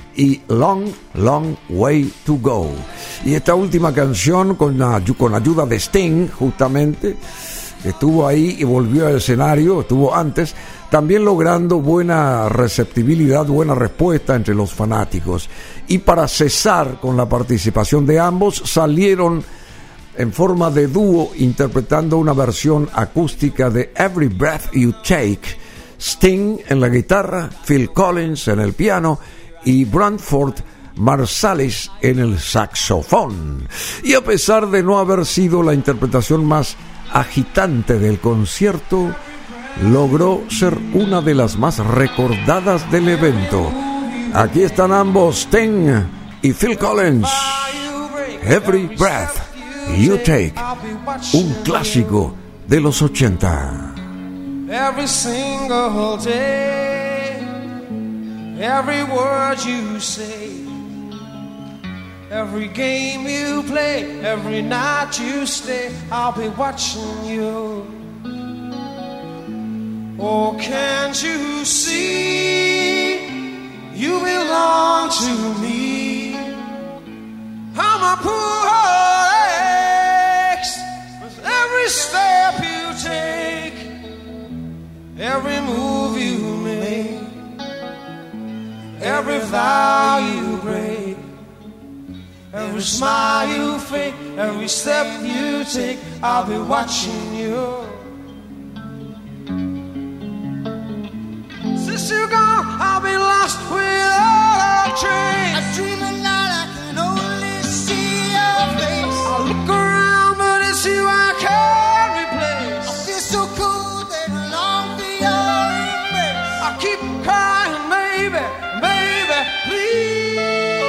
y Long, Long Way to Go. Y esta última canción con, la, con ayuda de Sting, justamente, que estuvo ahí y volvió al escenario, estuvo antes, también logrando buena receptibilidad, buena respuesta entre los fanáticos. Y para cesar con la participación de ambos, salieron en forma de dúo interpretando una versión acústica de Every Breath You Take, Sting en la guitarra, Phil Collins en el piano y Branford Marsalis en el saxofón. Y a pesar de no haber sido la interpretación más agitante del concierto, logró ser una de las más recordadas del evento. Aquí están ambos, Sting y Phil Collins, Every Breath You Take, un clásico de los ochenta. Every single day, every word you say, every game you play, every night you stay, I'll be watching you. Oh, can't you see you belong to me? I'm a poor aches with every step you take, every move you make, every vow you break, every smile you fake, every step you take, I'll be watching you. Since you're gone, I'll be lost without a trace. I dream a night I can only see your face. I look around, but it's you I can't replace. I feel so cold that I long for your embrace. I keep crying, baby, baby, please.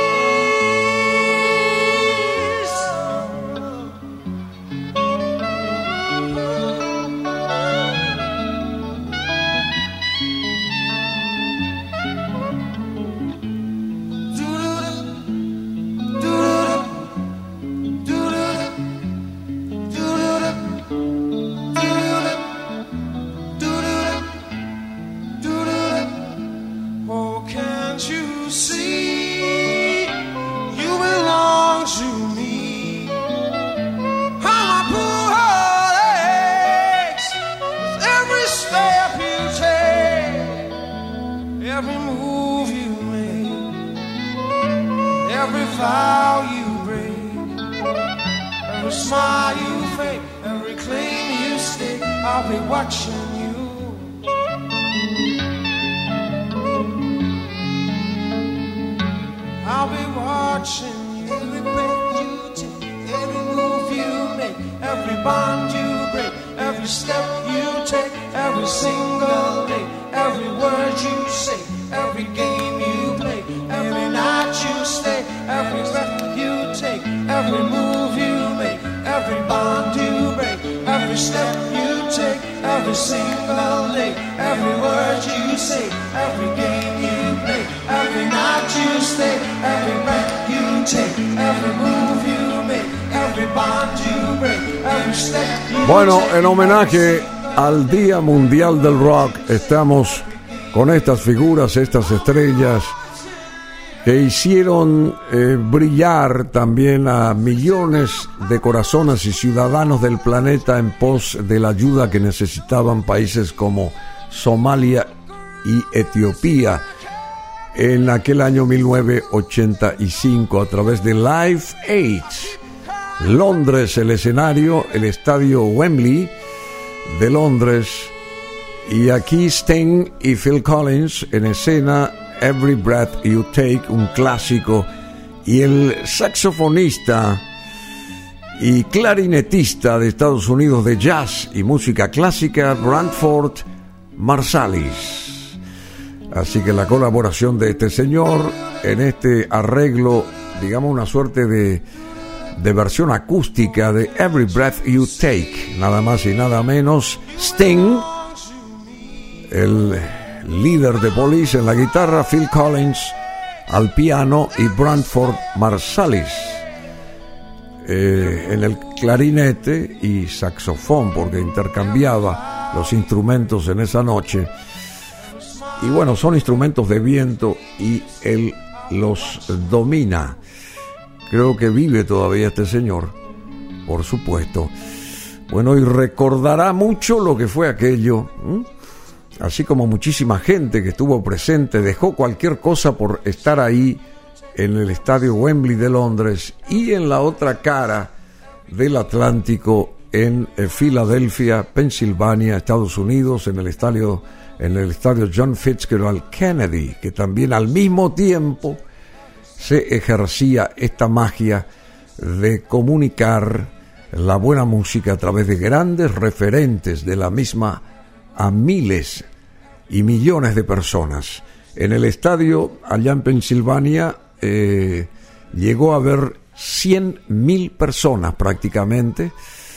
Vow you break, every smile you fake, every claim you stake, I'll be watching you. I'll be watching you. Every breath you take, every move you make, every bond you break, every step you take, every single day, every word you say, every game you play, every night you stay, every breath you take, every move you make, every bond you break, every step you take, every single day, every word you say, every game you play, every night you stay, every breath you take, every move you make, every bond you break, every step you Bueno, take. en homenaje al Día Mundial del Rock, estamos con estas figuras, estas estrellas que hicieron eh, brillar también a millones de corazones y ciudadanos del planeta en pos de la ayuda que necesitaban países como Somalia y Etiopía en aquel año mil novecientos ochenta y cinco a través de Live Aid. Londres, el escenario, el estadio Wembley de Londres, y aquí Sting y Phil Collins en escena, Every Breath You Take, un clásico, y el saxofonista y clarinetista de Estados Unidos de jazz y música clásica, Branford Marsalis. Así que la colaboración de este señor en este arreglo, digamos una suerte de, de versión acústica de Every Breath You Take, nada más y nada menos, Sting, el líder de Police en la guitarra, Phil Collins al piano y Branford Marsalis eh, en el clarinete y saxofón, porque intercambiaba los instrumentos en esa noche. Y bueno, son instrumentos de viento y él los domina. Creo que vive todavía este señor, por supuesto. Bueno, y recordará mucho lo que fue aquello, ¿m? Así como muchísima gente que estuvo presente, dejó cualquier cosa por estar ahí en el estadio Wembley de Londres y en la otra cara del Atlántico en Filadelfia, Pensilvania, Estados Unidos, en el estadio en el estadio John Fitzgerald Kennedy, que también al mismo tiempo se ejercía esta magia de comunicar la buena música a través de grandes referentes de la misma a miles y millones de personas. En el estadio allá en Pensilvania eh, llegó a haber cien mil personas prácticamente,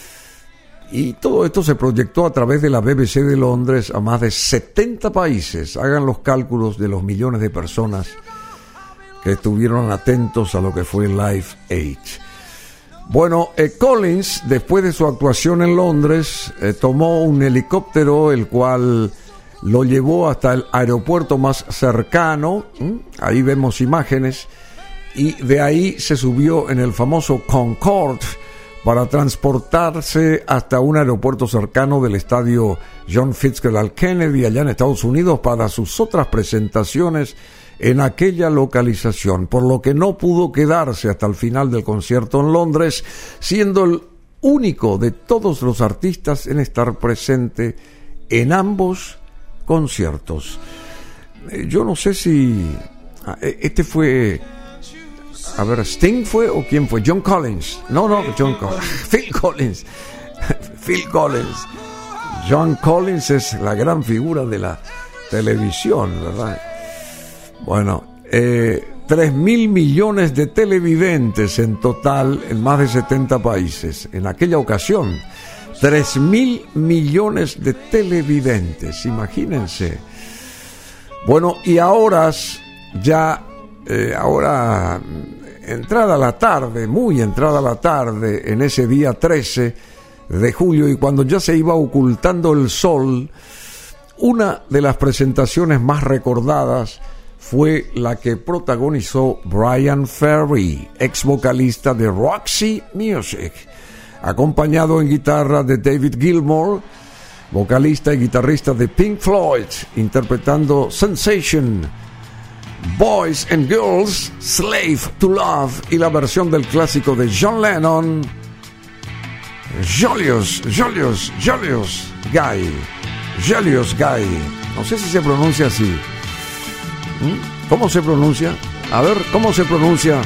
y todo esto se proyectó a través de la B B C de Londres a más de setenta países. Hagan los cálculos de los millones de personas que estuvieron atentos a lo que fue Live Aid. Bueno, eh, Collins, después de su actuación en Londres, eh, tomó un helicóptero, el cual lo llevó hasta el aeropuerto más cercano. ¿Mm? Ahí vemos imágenes, y de ahí se subió en el famoso Concorde para transportarse hasta un aeropuerto cercano del estadio John Fitzgerald Kennedy allá en Estados Unidos para sus otras presentaciones en aquella localización, por lo que no pudo quedarse hasta el final del concierto en Londres, siendo el único de todos los artistas en estar presente en ambos conciertos. Eh, yo no sé si este fue, a ver, Sting fue o quién fue, John Collins, no, no, John Collins, Phil Collins, Phil Collins, John Collins es la gran figura de la televisión, ¿verdad? Bueno, eh, tres mil millones de televidentes en total en más de setenta países. En aquella ocasión, tres mil millones de televidentes, imagínense. Bueno, y ahora, ya, eh, ahora, entrada la tarde, muy entrada la tarde, en ese día trece de julio, y cuando ya se iba ocultando el sol, una de las presentaciones más recordadas fue la que protagonizó Bryan Ferry, ex vocalista de Roxy Music, acompañado en guitarra de David Gilmour, vocalista y guitarrista de Pink Floyd, interpretando Sensation, Boys and Girls, Slave to Love, y la versión del clásico de John Lennon, Julius, Julius, Julius Guy, Julius Guy, no sé si se pronuncia así. ¿Cómo se pronuncia? A ver, ¿cómo se pronuncia?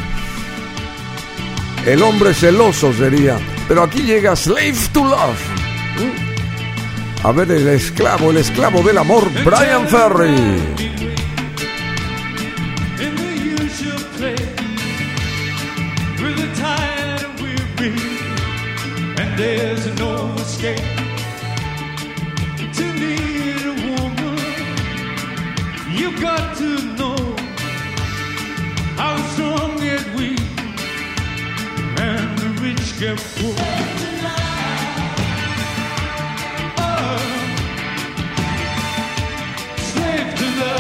El hombre celoso sería. Pero aquí llega Slave to Love. A ver, el esclavo, el esclavo del amor, Bryan Ferry. You got to know how strong get weak and the rich get poor. Oh, slave to love.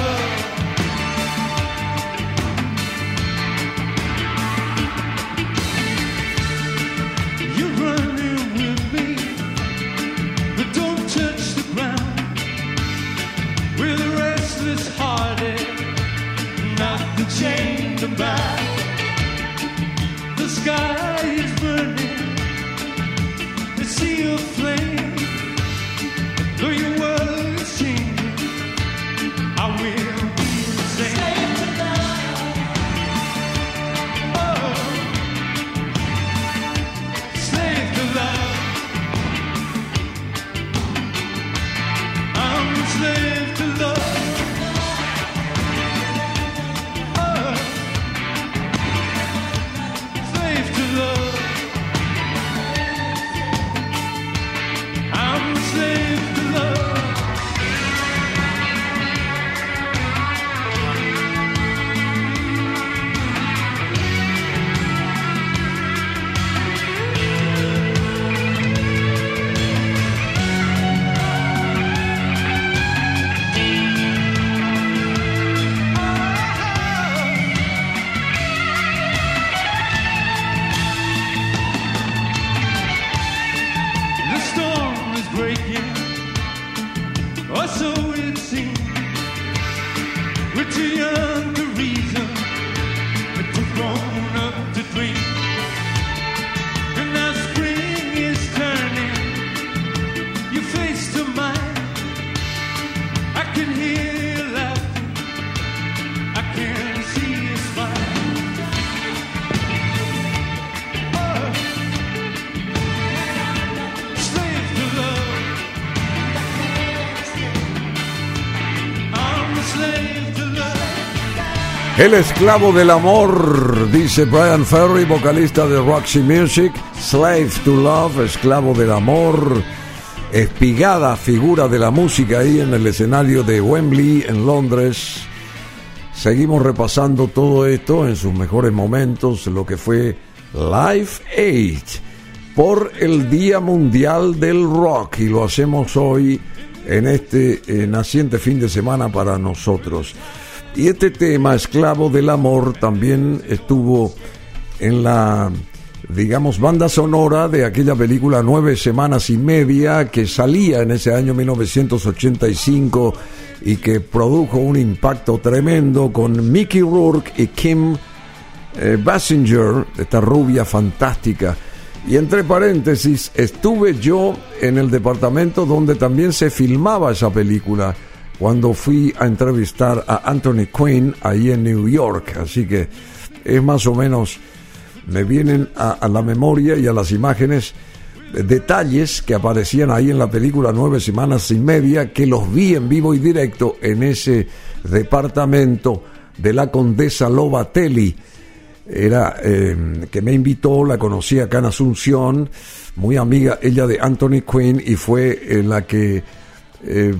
El esclavo del amor, dice Brian Ferry, vocalista de Roxy Music. Slave to Love, esclavo del amor. Espigada figura de la música ahí en el escenario de Wembley, en Londres. Seguimos repasando todo esto en sus mejores momentos, lo que fue Live Aid por el Día Mundial del Rock, y lo hacemos hoy en este eh, naciente fin de semana para nosotros. Y este tema, esclavo del amor, también estuvo en la, digamos, banda sonora de aquella película Nueve Semanas y Media, que salía en ese año mil novecientos ochenta y cinco y que produjo un impacto tremendo con Mickey Rourke y Kim eh, Basinger, esta rubia fantástica. Y entre paréntesis, estuve yo en el departamento donde también se filmaba esa película, cuando fui a entrevistar a Anthony Quinn ahí en New York. Así que es más o menos, me vienen a, a la memoria y a las imágenes detalles que aparecían ahí en la película Nueve Semanas y Media, que los vi en vivo y directo en ese departamento de la condesa Lobatelli. Era eh, que me invitó, la conocí acá en Asunción, muy amiga ella de Anthony Quinn, y fue eh, la que eh,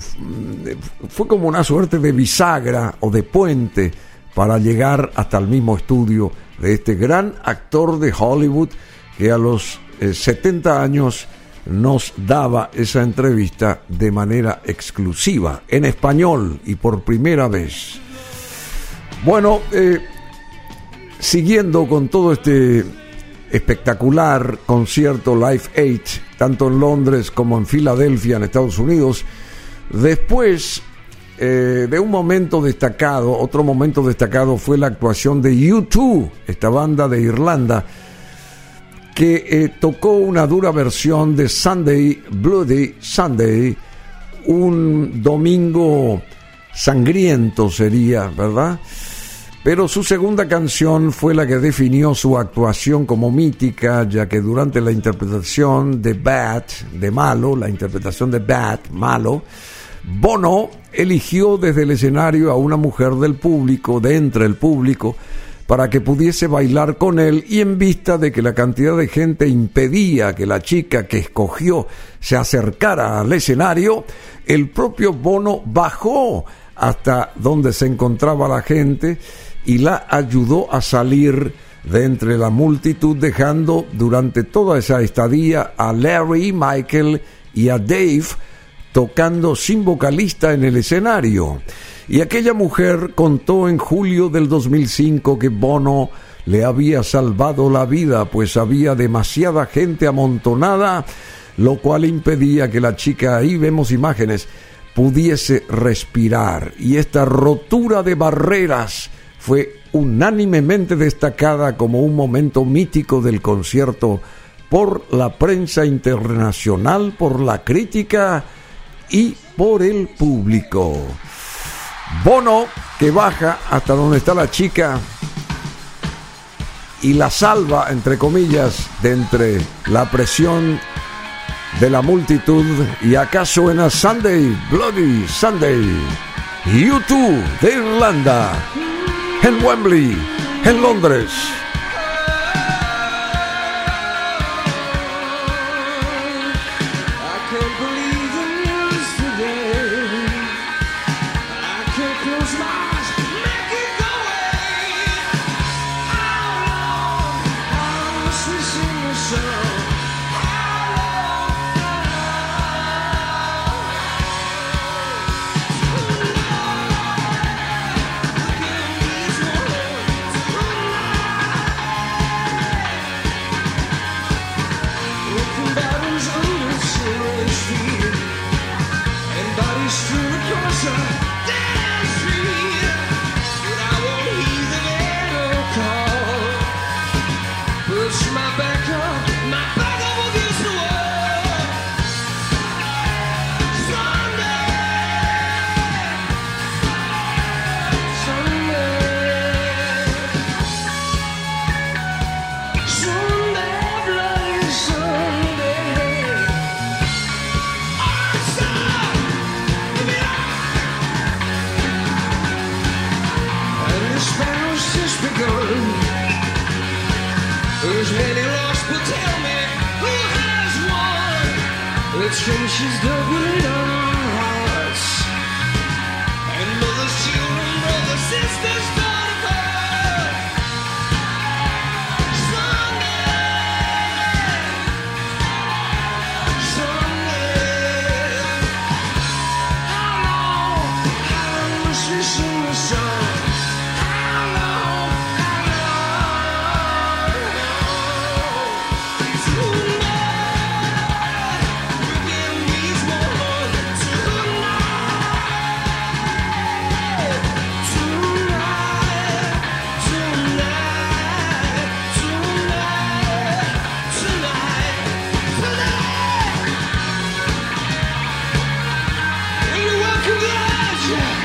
fue como una suerte de bisagra o de puente para llegar hasta el mismo estudio de este gran actor de Hollywood, que a los eh, setenta años nos daba esa entrevista de manera exclusiva, en español y por primera vez. Bueno, eh, siguiendo con todo este espectacular concierto Live Aid, tanto en Londres como en Filadelfia, en Estados Unidos, después eh, de un momento destacado, otro momento destacado fue la actuación de U dos, esta banda de Irlanda, que eh, tocó una dura versión de Sunday, Bloody Sunday, un domingo sangriento sería, ¿verdad? Pero su segunda canción fue la que definió su actuación como mítica, ya que durante la interpretación de Bad, de Malo, la interpretación de Bad, Malo, Bono eligió desde el escenario a una mujer del público, de entre el público, para que pudiese bailar con él, y en vista de que la cantidad de gente impedía que la chica que escogió se acercara al escenario, el propio Bono bajó hasta donde se encontraba la gente y la ayudó a salir de entre la multitud, dejando durante toda esa estadía a Larry, Michael y a Dave tocando sin vocalista en el escenario. Y aquella mujer contó en julio del dos mil cinco que Bono le había salvado la vida, pues había demasiada gente amontonada, lo cual impedía que la chica, ahí vemos imágenes, pudiese respirar. Y esta rotura de barreras fue unánimemente destacada como un momento mítico del concierto por la prensa internacional, por la crítica y por el público. Bono, que baja hasta donde está la chica y la salva, entre comillas, de entre la presión de la multitud, y acá suena Sunday, Bloody Sunday, U dos de Irlanda, en Wembley, en Londres. Thank you. trenches dug with our hearts, and mothers, children, brothers, sisters torn apart. Someday, someday, how long, how long must we sing the song? How long, how long? Tonight, we're getting these more. Tonight, tonight, tonight, tonight, tonight, tonight. And you're welcome, guys.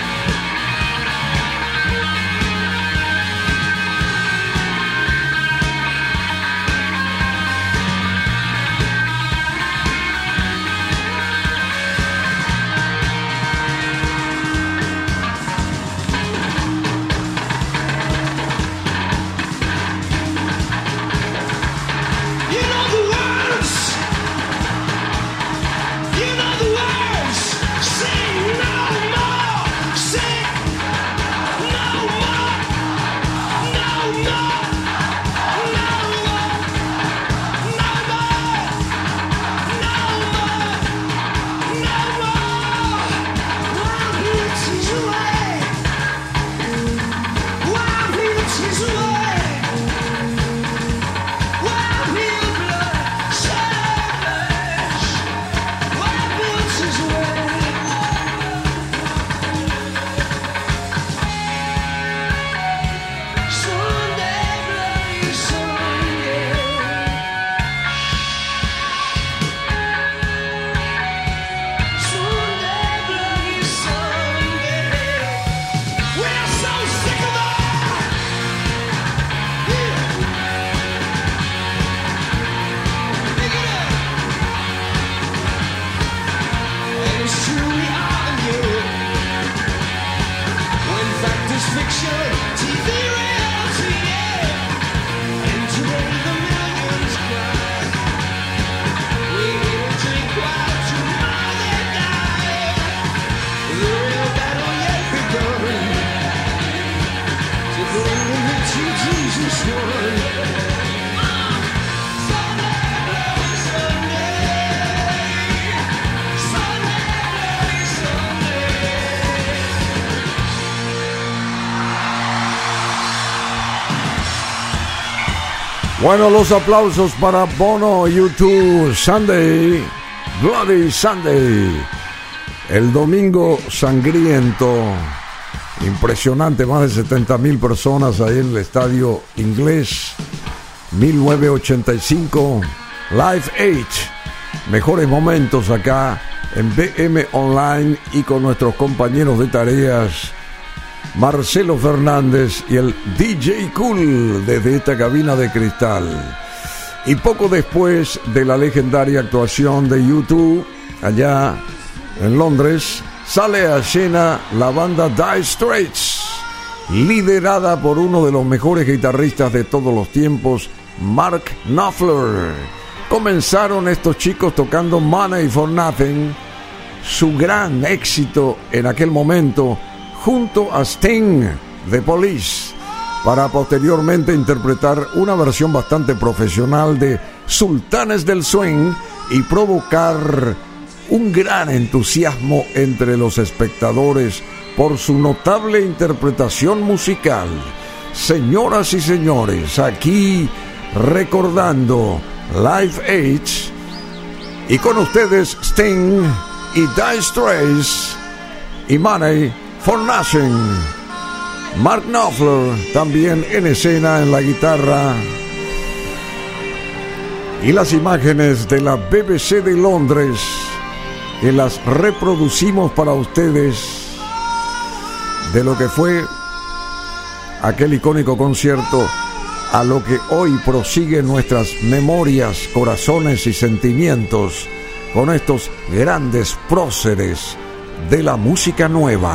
You know the words. You know the words. Sing no more. Sing no more. No more. No more. No more. No more. No more. Wild beauty's away. Wild beauty's away. Wild beauty blood, savage. Wild beauty's away. Sunday, bloody Sunday. Sunday, bloody Sunday. We're so sick of that. Yeah. Pick it up. And it's true we are here. When fact is fiction, T V reality, yeah. And today the millions cry. We need to drink while tomorrow they die. The real battle yet begun. To bring the to Jesus one. Sunday, bloody Sunday. Sunday, bloody Sunday. Bueno, los aplausos para Bono, U dos, Sunday, Bloody Sunday. El domingo sangriento, impresionante, más de setenta mil personas ahí en el estadio inglés, mil novecientos ochenta y cinco, Live Age. Mejores momentos acá en B M Online y con nuestros compañeros de tareas, Marcelo Fernández y el D J Cool desde esta cabina de cristal. Y poco después de la legendaria actuación de U dos allá en Londres, sale a escena la banda Dire Straits, liderada por uno de los mejores guitarristas de todos los tiempos, Mark Knopfler. Comenzaron estos chicos tocando Money for Nothing, su gran éxito en aquel momento, junto a Sting de Police, para posteriormente interpretar una versión bastante profesional de Sultanes del Swing y provocar un gran entusiasmo entre los espectadores por su notable interpretación musical. Señoras y señores, aquí recordando Live Age, y con ustedes Sting y Dire Straits y Money for Nothing. Mark Knopfler también en escena en la guitarra. Y las imágenes de la B B C de Londres, que las reproducimos para ustedes, de lo que fue aquel icónico concierto, a lo que hoy prosigue nuestras memorias, corazones y sentimientos con estos grandes próceres de la música nueva.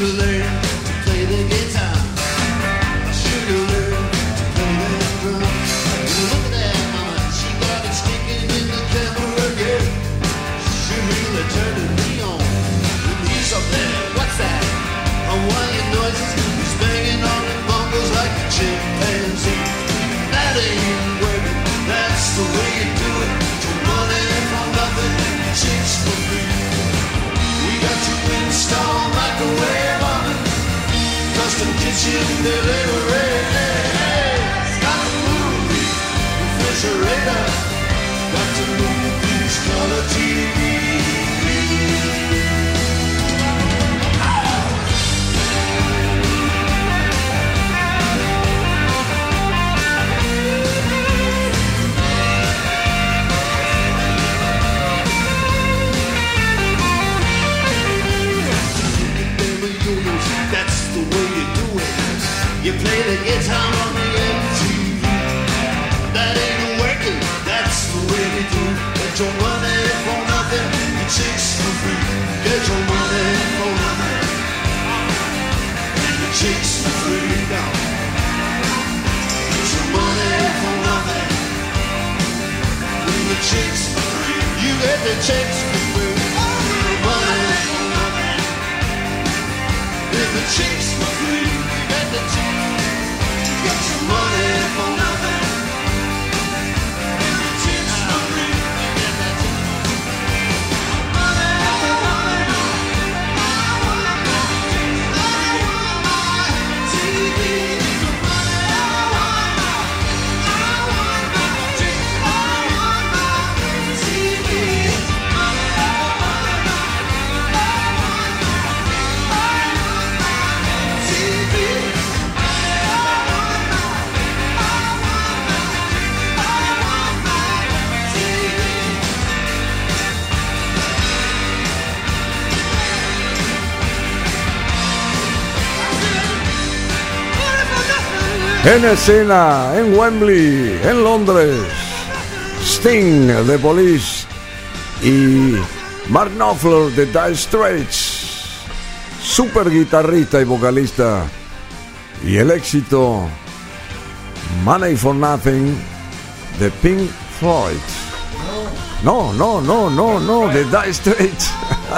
have learned to play the guitar. I should have learned to play the drum. Look at that mama, she got it sticking in the camera again. She really turning me on. And he's up there, what's that? Hawaiian noises, he's banging on the bongos like a chimpanzee. That ain't working, that's the way you do it. For money for nothing, chicks for free. We got to install microwave oven, custom kitchen delivery. Got the movie refrigerator, got to move these color T V. That's the way you do it. You play the guitar on the M T V. That ain't working. That's the way you do it. Get your money for nothing. Your chicks for free. Get your money for nothing. Your chicks for free now. Get your money for nothing. The chicks for free. You get the chicks for free. Your money for nothing. If the chicks for free, you get the chicks. You get your money for nothing. If the chicks for free, you get the chicks. Money for nothing. I wanna go to T V. Money I want my, I want my chicks. I want my T V. Money I want my, I want my. En escena, en Wembley, en Londres, Sting de Police y Mark Knopfler de Dire Straits, super guitarrista y vocalista, y el éxito Money for Nothing de Pink Floyd. No, no, no, no, no, de Dire Straits.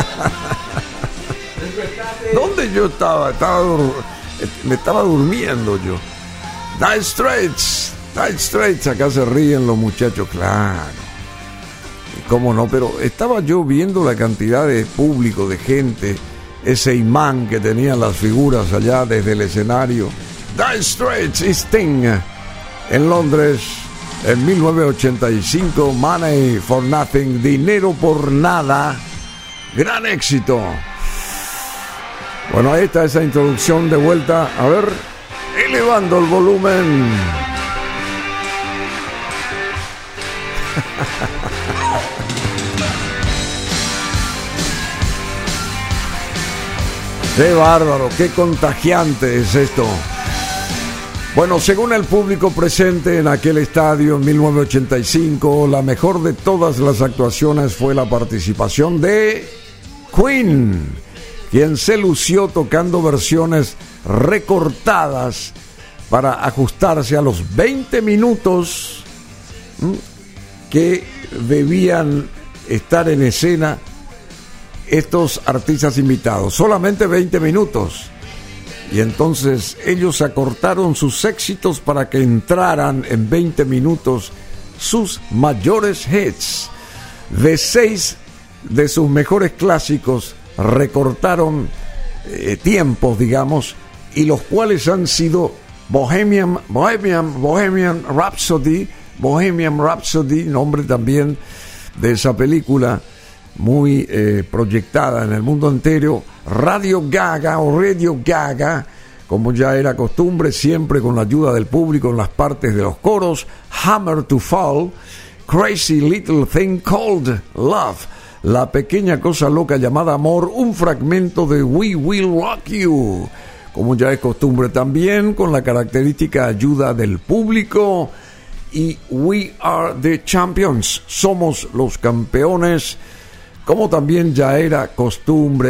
¿Dónde yo estaba? Estaba dur- me estaba durmiendo yo. Dire Straits, Dire Straits, acá se ríen los muchachos, claro. ¿Cómo no? Pero estaba yo viendo la cantidad de público, de gente, ese imán que tenían las figuras allá desde el escenario. Dire Straits y Sting en Londres en mil novecientos ochenta y cinco, Money for Nothing, dinero por nada, gran éxito. Bueno, ahí está esa introducción de vuelta, a ver, elevando el volumen. Qué bárbaro, qué contagiante es esto. Bueno, según el público presente en aquel estadio en mil novecientos ochenta y cinco, la mejor de todas las actuaciones fue la participación de Queen, quien se lució tocando versiones recortadas para ajustarse a los veinte minutos ¿m? que debían estar en escena estos artistas invitados. Solamente veinte minutos. Y entonces ellos acortaron sus éxitos para que entraran en veinte minutos sus mayores hits. De seis de sus mejores clásicos recortaron eh, tiempos, digamos, y los cuales han sido Bohemian, Bohemian, Bohemian Rhapsody, Bohemian Rhapsody, nombre también de esa película muy eh, proyectada en el mundo entero, Radio Gaga o Radio Gaga, como ya era costumbre, siempre con la ayuda del público en las partes de los coros, Hammer to Fall, Crazy Little Thing Called Love, la pequeña cosa loca llamada amor, un fragmento de We Will Rock You, como ya es costumbre también, con la característica ayuda del público, y We Are the Champions, somos los campeones, como también ya era costumbre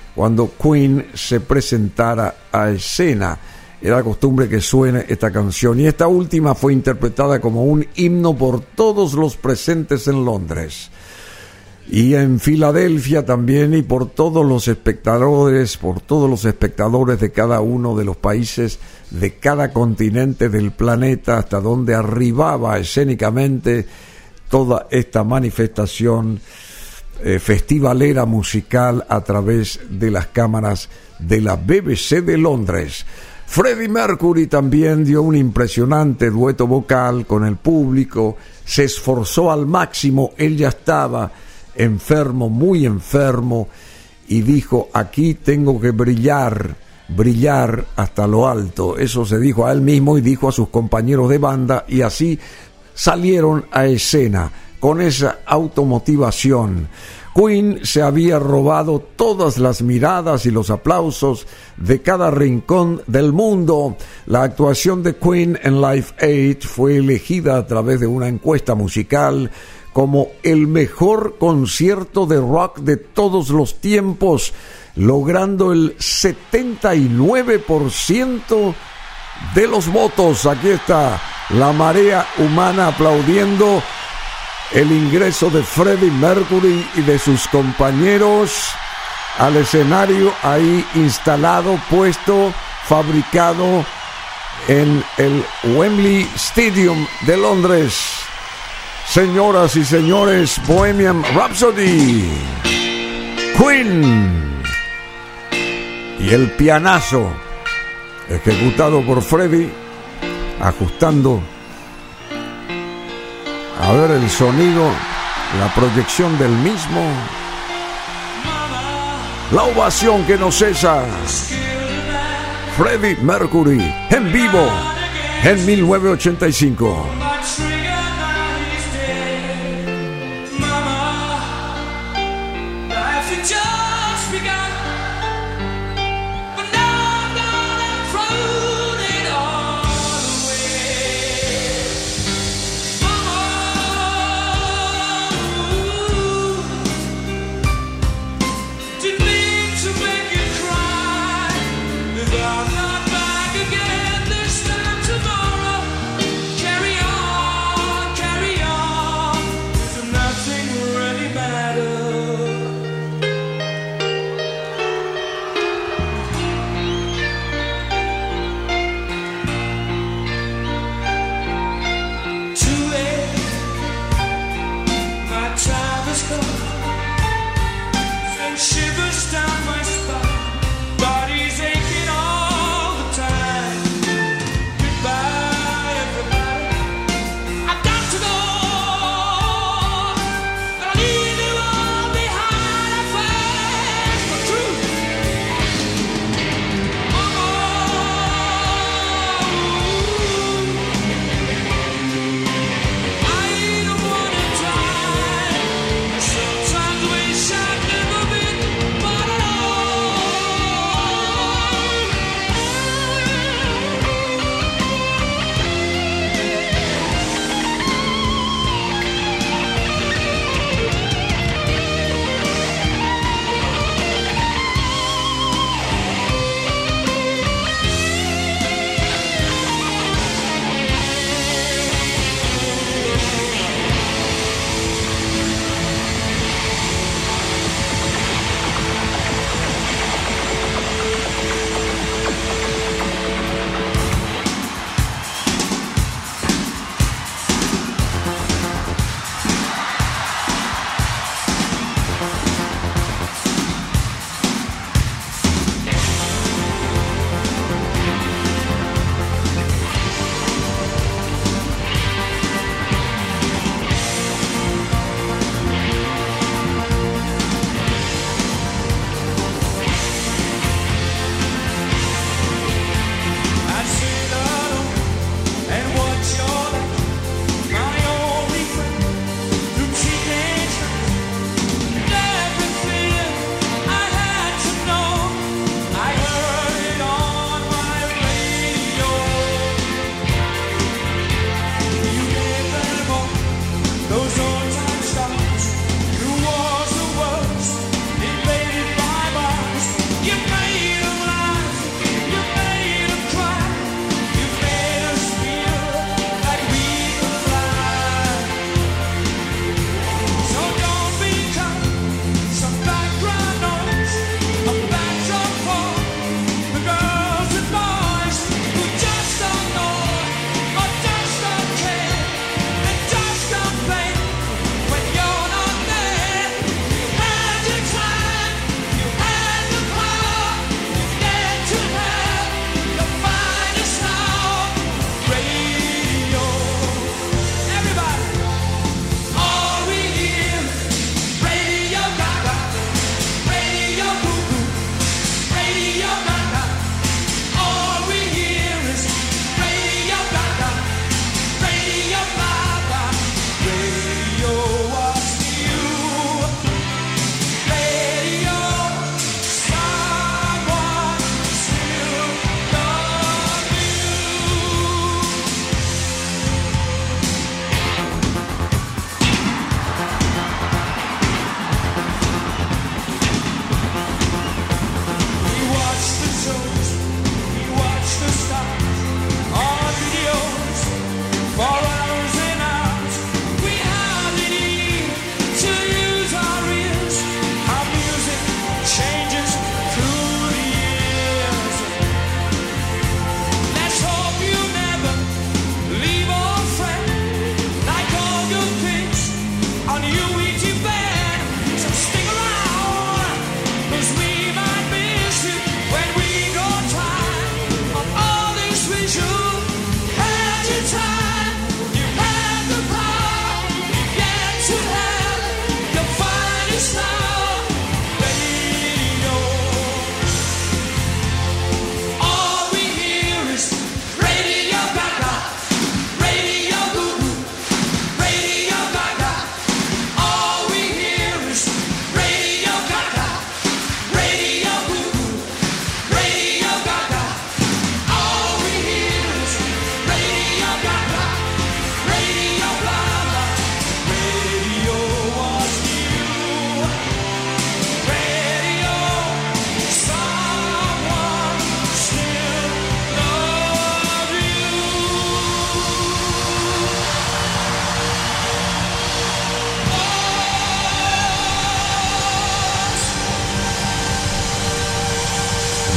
cuando Queen se presentara a escena. Era costumbre que suene esta canción, y esta última fue interpretada como un himno por todos los presentes en Londres y en Filadelfia también, y por todos los espectadores, por todos los espectadores de cada uno de los países, de cada continente del planeta, hasta donde arribaba escénicamente toda esta manifestación eh, festivalera musical a través de las cámaras de la B B C de Londres. Freddie Mercury también dio un impresionante dueto vocal con el público, se esforzó al máximo, él ya estaba enfermo, muy enfermo, y dijo: aquí tengo que brillar, brillar hasta lo alto. Eso se dijo a él mismo y dijo a sus compañeros de banda, y así salieron a escena con esa automotivación. Queen se había robado todas las miradas y los aplausos de cada rincón del mundo. La actuación de Queen en Live Aid fue elegida a través de una encuesta musical como el mejor concierto de rock de todos los tiempos, logrando el setenta y nueve por ciento de los votos. Aquí está la marea humana aplaudiendo el ingreso de Freddie Mercury y de sus compañeros al escenario, ahí instalado, puesto, fabricado en el Wembley Stadium de Londres. Señoras y señores, Bohemian Rhapsody, Queen, y el pianazo ejecutado por Freddie, ajustando a ver el sonido, la proyección del mismo, la ovación que no cesa. Freddie Mercury en vivo en mil novecientos ochenta y cinco. Carry on.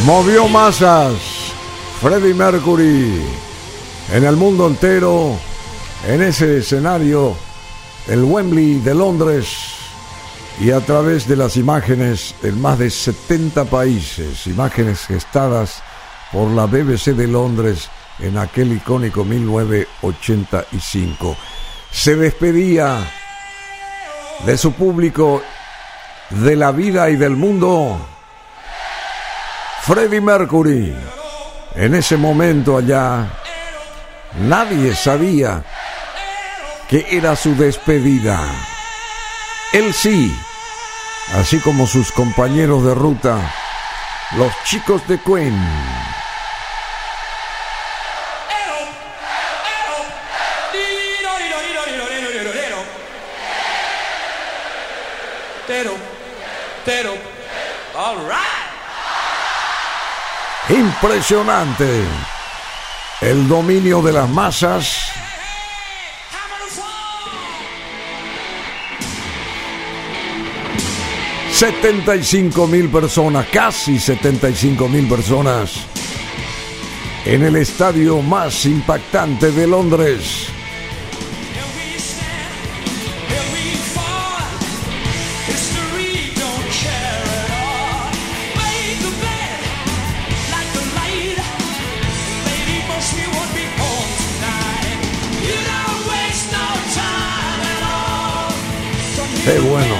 Movió masas. Freddie Mercury en el mundo entero, en ese escenario, el Wembley de Londres, y a través de las imágenes en más de setenta países, imágenes gestadas por la B B C de Londres en aquel icónico mil novecientos ochenta y cinco. Se despedía de su público, de la vida y del mundo, Freddie Mercury. En ese momento allá, nadie sabía que era su despedida. Él sí, así como sus compañeros de ruta, los chicos de Queen. All right. Impresionante el dominio de las masas. setenta y cinco mil personas, casi setenta y cinco mil personas en el estadio más impactante de Londres. ¡Qué bueno!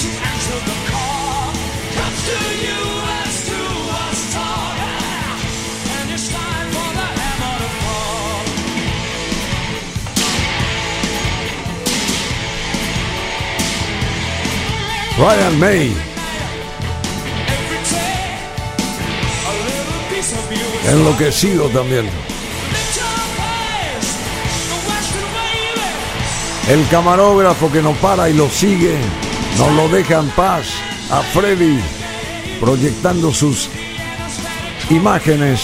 Brian May, enloquecido también. El camarógrafo que no para y lo sigue, no lo deja en paz a Freddie, proyectando sus imágenes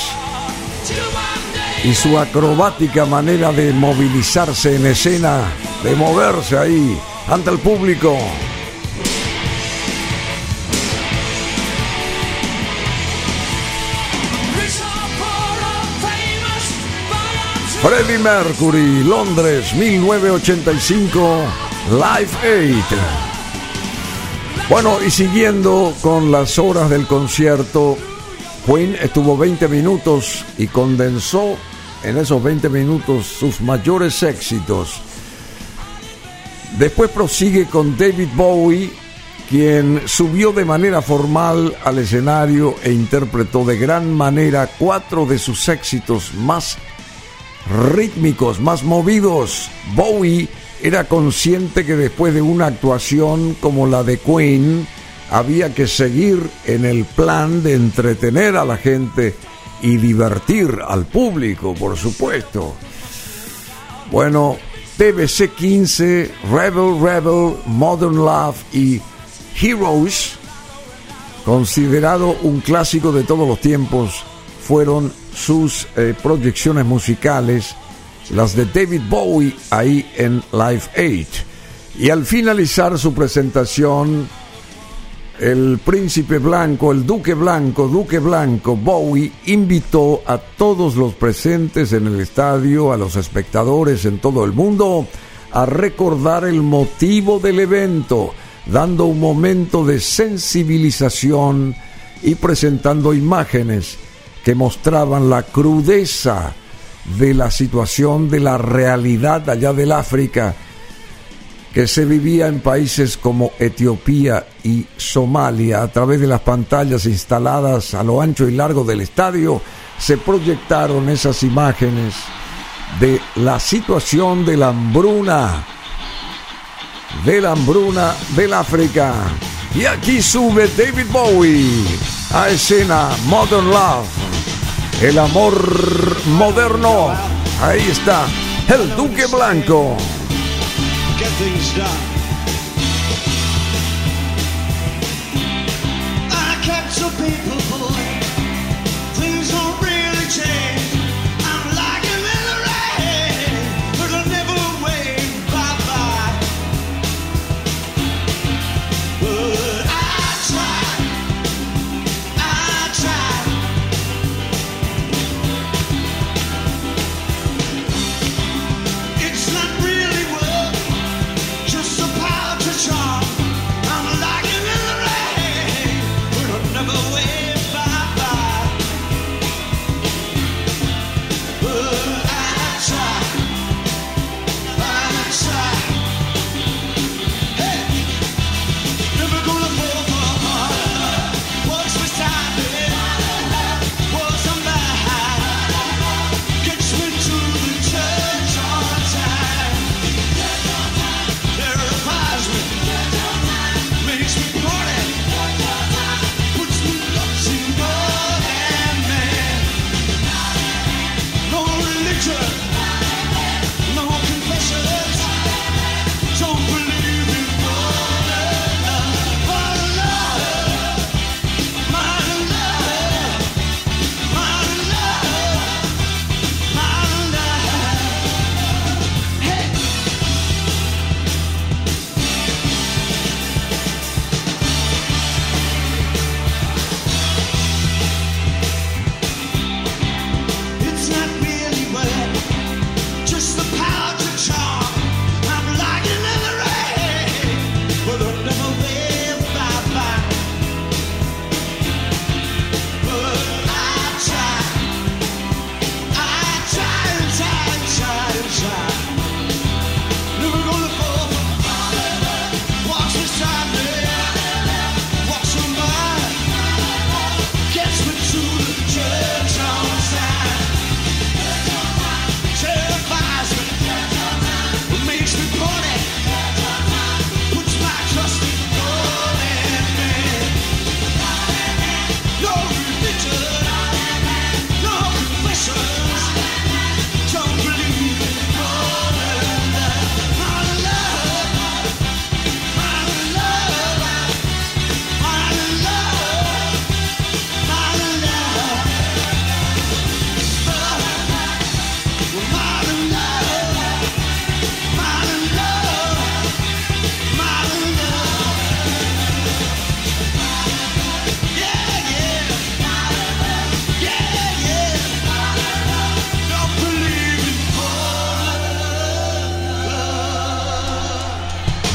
y su acrobática manera de movilizarse en escena, de moverse ahí ante el público. Freddie Mercury, Londres, mil novecientos ochenta y cinco, Live Aid. Bueno, y siguiendo con las horas del concierto, Queen estuvo veinte minutos y condensó en esos veinte minutos sus mayores éxitos. Después prosigue con David Bowie, quien subió de manera formal al escenario e interpretó de gran manera cuatro de sus éxitos más rítmicos, más movidos. Bowie era consciente que después de una actuación como la de Queen había que seguir en el plan de entretener a la gente y divertir al público, por supuesto. Bueno, T B C quince, Rebel Rebel, Modern Love y Heroes, considerado un clásico de todos los tiempos, fueron sus eh, proyecciones musicales, las de David Bowie ahí en Live Aid. Y al finalizar su presentación, el príncipe blanco, el duque blanco, duque blanco, Bowie, invitó a todos los presentes en el estadio, a los espectadores en todo el mundo, a recordar el motivo del evento, dando un momento de sensibilización y presentando imágenes que mostraban la crudeza de la situación, de la realidad allá del África, que se vivía en países como Etiopía y Somalia. A través de las pantallas instaladas a lo ancho y largo del estadio, se proyectaron esas imágenes de la situación de la hambruna, de la hambruna del África. Y aquí sube David Bowie a escena, Modern Love, el amor moderno. Ahí está el Duque Blanco. Get things done. I catch some people, boy. Things don't really change. I'm like him in the rain, but I'll never wave bye-bye. But I try, I try.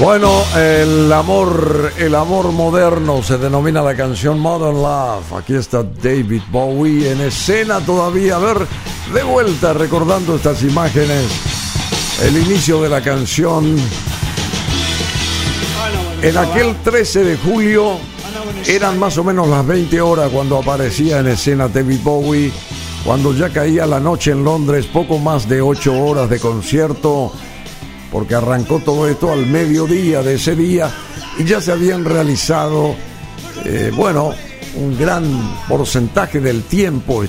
Bueno, el amor, el amor moderno se denomina la canción Modern Love. Aquí está David Bowie en escena todavía. A ver, de vuelta recordando estas imágenes. El inicio de la canción. En aquel trece de julio eran más o menos las veinte horas cuando aparecía en escena David Bowie. Cuando ya caía la noche en Londres, poco más de ocho horas de concierto, porque arrancó todo esto al mediodía de ese día y ya se habían realizado, eh, bueno, un gran porcentaje del tiempo, eh,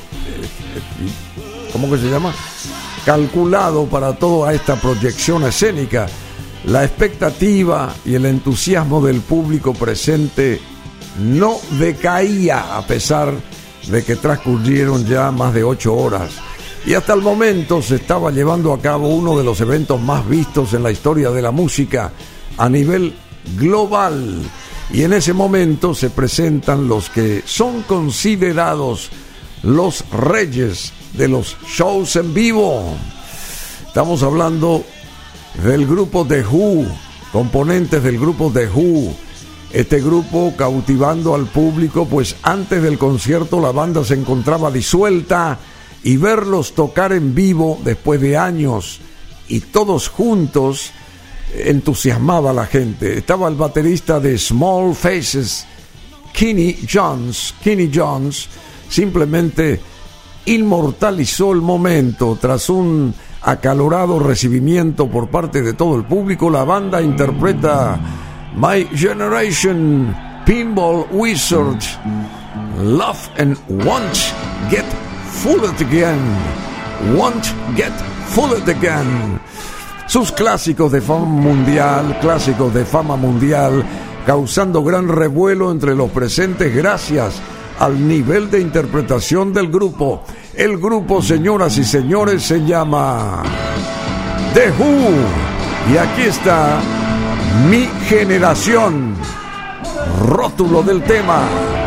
eh, ¿cómo que se llama? Calculado para toda esta proyección escénica. La expectativa y el entusiasmo del público presente no decaía a pesar de que transcurrieron ya más de ocho horas. Y hasta el momento se estaba llevando a cabo uno de los eventos más vistos en la historia de la música a nivel global. Y en ese momento se presentan los que son considerados los reyes de los shows en vivo. Estamos hablando del grupo The Who, componentes del grupo The Who. Este grupo cautivando al público, pues antes del concierto la banda se encontraba disuelta, y verlos tocar en vivo después de años y todos juntos entusiasmaba a la gente. Estaba el baterista de Small Faces, Kenny Jones. Kenny Jones simplemente inmortalizó el momento. Tras un acalorado recibimiento por parte de todo el público, la banda interpreta My Generation, Pinball Wizard, Love and Won't Get Fooled Again, Won't Get Fooled Again. Sus clásicos de fama mundial, clásicos de fama mundial, causando gran revuelo entre los presentes gracias al nivel de interpretación del grupo. El grupo, señoras y señores, se llama The Who. Y aquí está Mi Generación, rótulo del tema.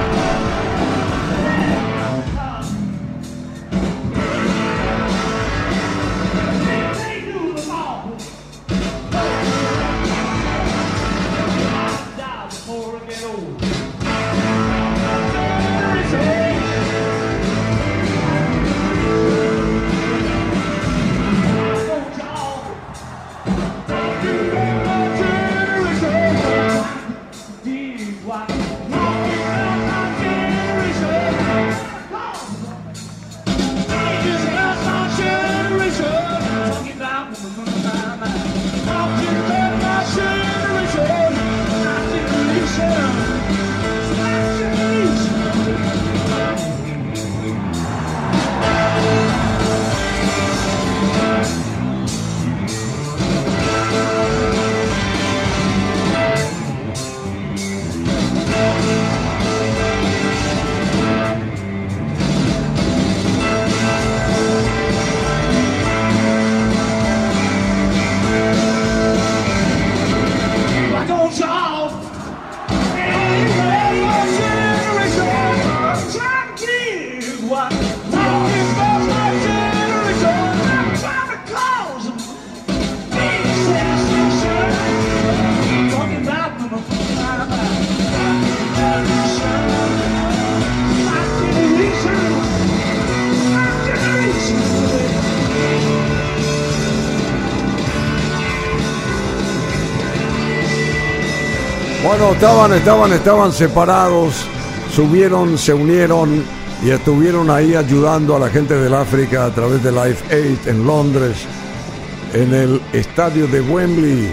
Bueno, estaban, estaban, estaban separados, subieron, se unieron y estuvieron ahí ayudando a la gente del África a través de Live Aid en Londres, en el estadio de Wembley.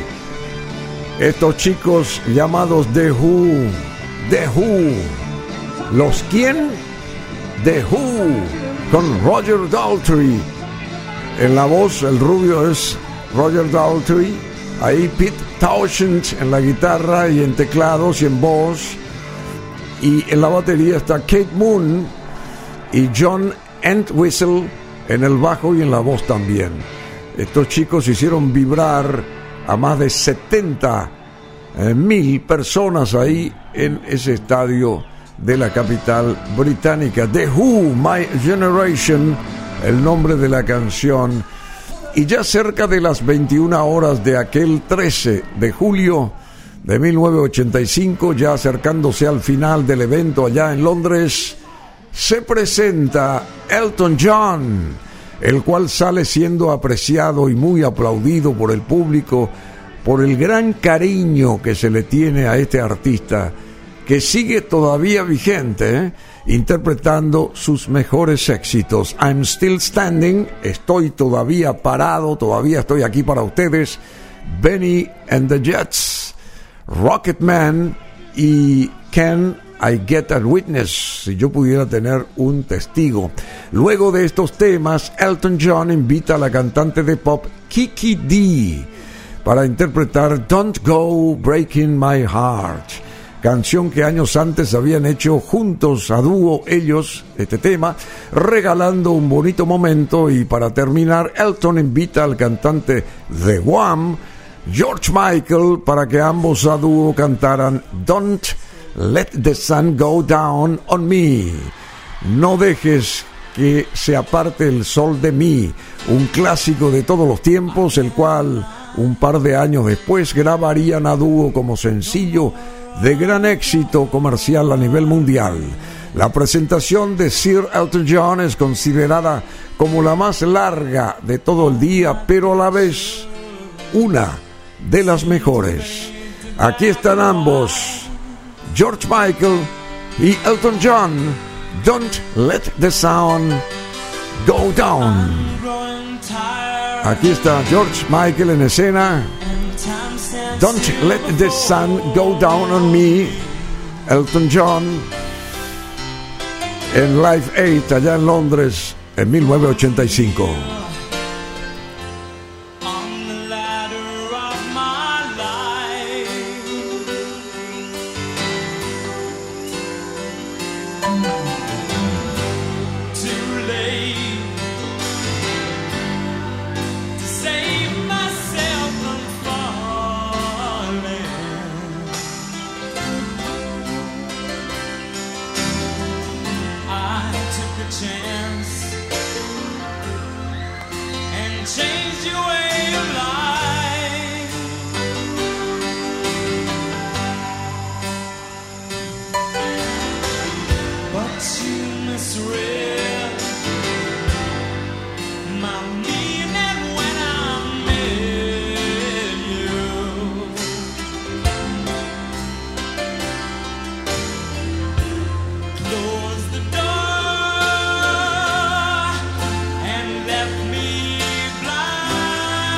Estos chicos llamados The Who, The Who, ¿los quién? The Who, con Roger Daltrey. En la voz, el rubio es Roger Daltrey. Ahí Pete Townshend en la guitarra y en teclados y en voz. Y en la batería está Kate Moon y John Entwistle en el bajo y en la voz también. Estos chicos hicieron vibrar a más de setenta mil personas ahí en ese estadio de la capital británica. The Who, My Generation, el nombre de la canción. Y ya cerca de las veintiuna horas de aquel trece de julio, de mil novecientos ochenta y cinco, ya acercándose al final del evento allá en Londres, se presenta Elton John, el cual sale siendo apreciado y muy aplaudido por el público por el gran cariño que se le tiene a este artista, que sigue todavía vigente, ¿eh? interpretando sus mejores éxitos. I'm Still Standing, estoy todavía parado, todavía estoy aquí para ustedes. Benny and the Jets, Rocketman y Can I Get a Witness, si yo pudiera tener un testigo. Luego de estos temas, Elton John invita a la cantante de pop Kiki Dee para interpretar Don't Go Breaking My Heart, canción que años antes habían hecho juntos a dúo ellos, este tema, regalando un bonito momento. Y para terminar, Elton invita al cantante de Wham, George Michael, para que ambos a dúo cantaran Don't Let the Sun Go Down on Me, no dejes que se aparte el sol de mí, un clásico de todos los tiempos, el cual un par de años después grabarían a dúo como sencillo de gran éxito comercial a nivel mundial. La presentación de Sir Elton John es considerada como la más larga de todo el día, pero a la vez una de las mejores. Aquí están ambos, George Michael y Elton John. Don't Let the Sun Go Down. Aquí está George Michael en escena. Don't Let the Sun Go Down on Me. Elton John en Live Aid allá en Londres en mil novecientos ochenta y cinco. Blind.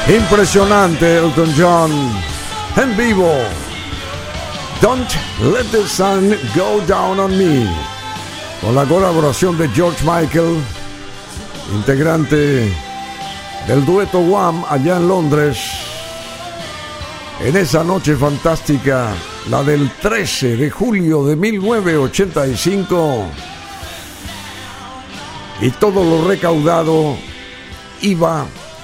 Impresionante Elton John en vivo. Don't Let the Sun Go Down on Me, con la colaboración de George Michael, integrante del dueto Wham allá en Londres, en esa noche fantástica, la del trece de julio de mil novecientos ochenta y cinco, y todo lo recaudado iba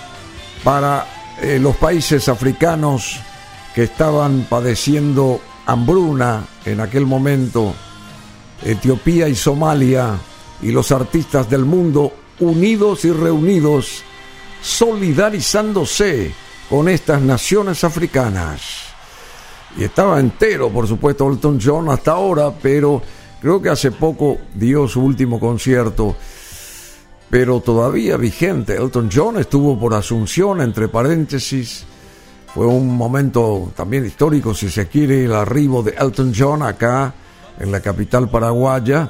para eh, los países africanos que estaban padeciendo hambruna en aquel momento, Etiopía y Somalia, y los artistas del mundo unidos y reunidos, solidarizándose con estas naciones africanas. Y estaba entero, por supuesto, Elton John hasta ahora, pero creo que hace poco dio su último concierto, pero todavía vigente. Elton John estuvo por Asunción, entre paréntesis. Fue un momento también histórico, si se quiere, el arribo de Elton John acá en la capital paraguaya.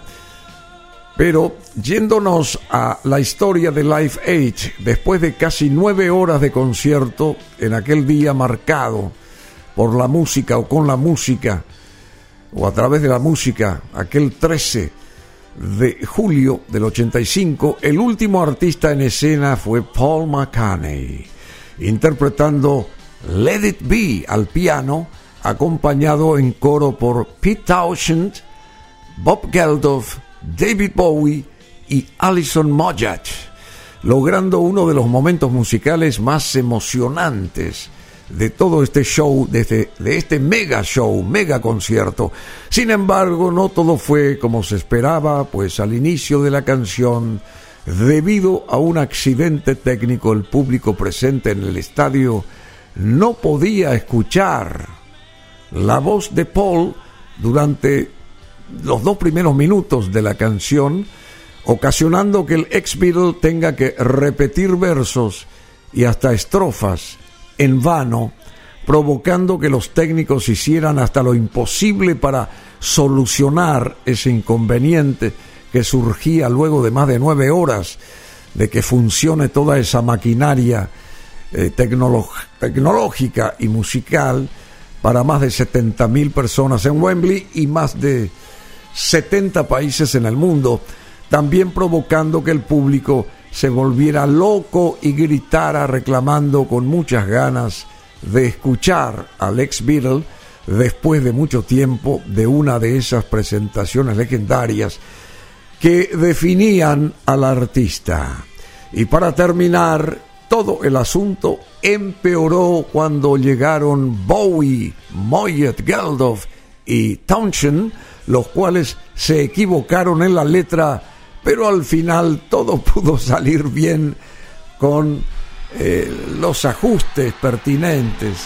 Pero yéndonos a la historia de Live Aid, después de casi nueve horas de concierto, en aquel día marcado por la música o con la música, o a través de la música, aquel trece de julio del ochenta y cinco, el último artista en escena fue Paul McCartney, interpretando Let It Be al piano, acompañado en coro por Pete Townshend, Bob Geldof, David Bowie y Alison Moyet, logrando uno de los momentos musicales más emocionantes de todo este show, de este, de este mega show, mega concierto. Sin embargo, no todo fue como se esperaba, pues al inicio de la canción, debido a un accidente técnico, el público presente en el estadio no podía escuchar la voz de Paul durante los dos primeros minutos de la canción, ocasionando que el ex Beatle tenga que repetir versos y hasta estrofas en vano, provocando que los técnicos hicieran hasta lo imposible para solucionar ese inconveniente que surgía luego de más de nueve horas de que funcione toda esa maquinaria eh, tecnolo- tecnológica y musical para más de setenta mil personas en Wembley y más de setenta países en el mundo, también provocando que el público se volviera loco y gritara reclamando con muchas ganas de escuchar al ex Beatle después de mucho tiempo de una de esas presentaciones legendarias que definían al artista. Y para terminar, todo el asunto empeoró cuando llegaron Bowie, Moyet, Geldof y Townshend, los cuales se equivocaron en la letra, pero al final todo pudo salir bien con eh, los ajustes pertinentes.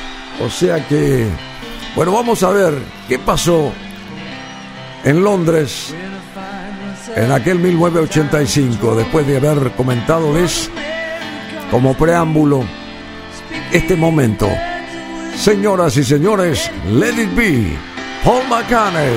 O sea que, bueno, vamos a ver qué pasó en Londres en aquel mil novecientos ochenta y cinco, después de haber comentado-les como preámbulo este momento. Señoras y señores, Let It Be, Paul McCartney.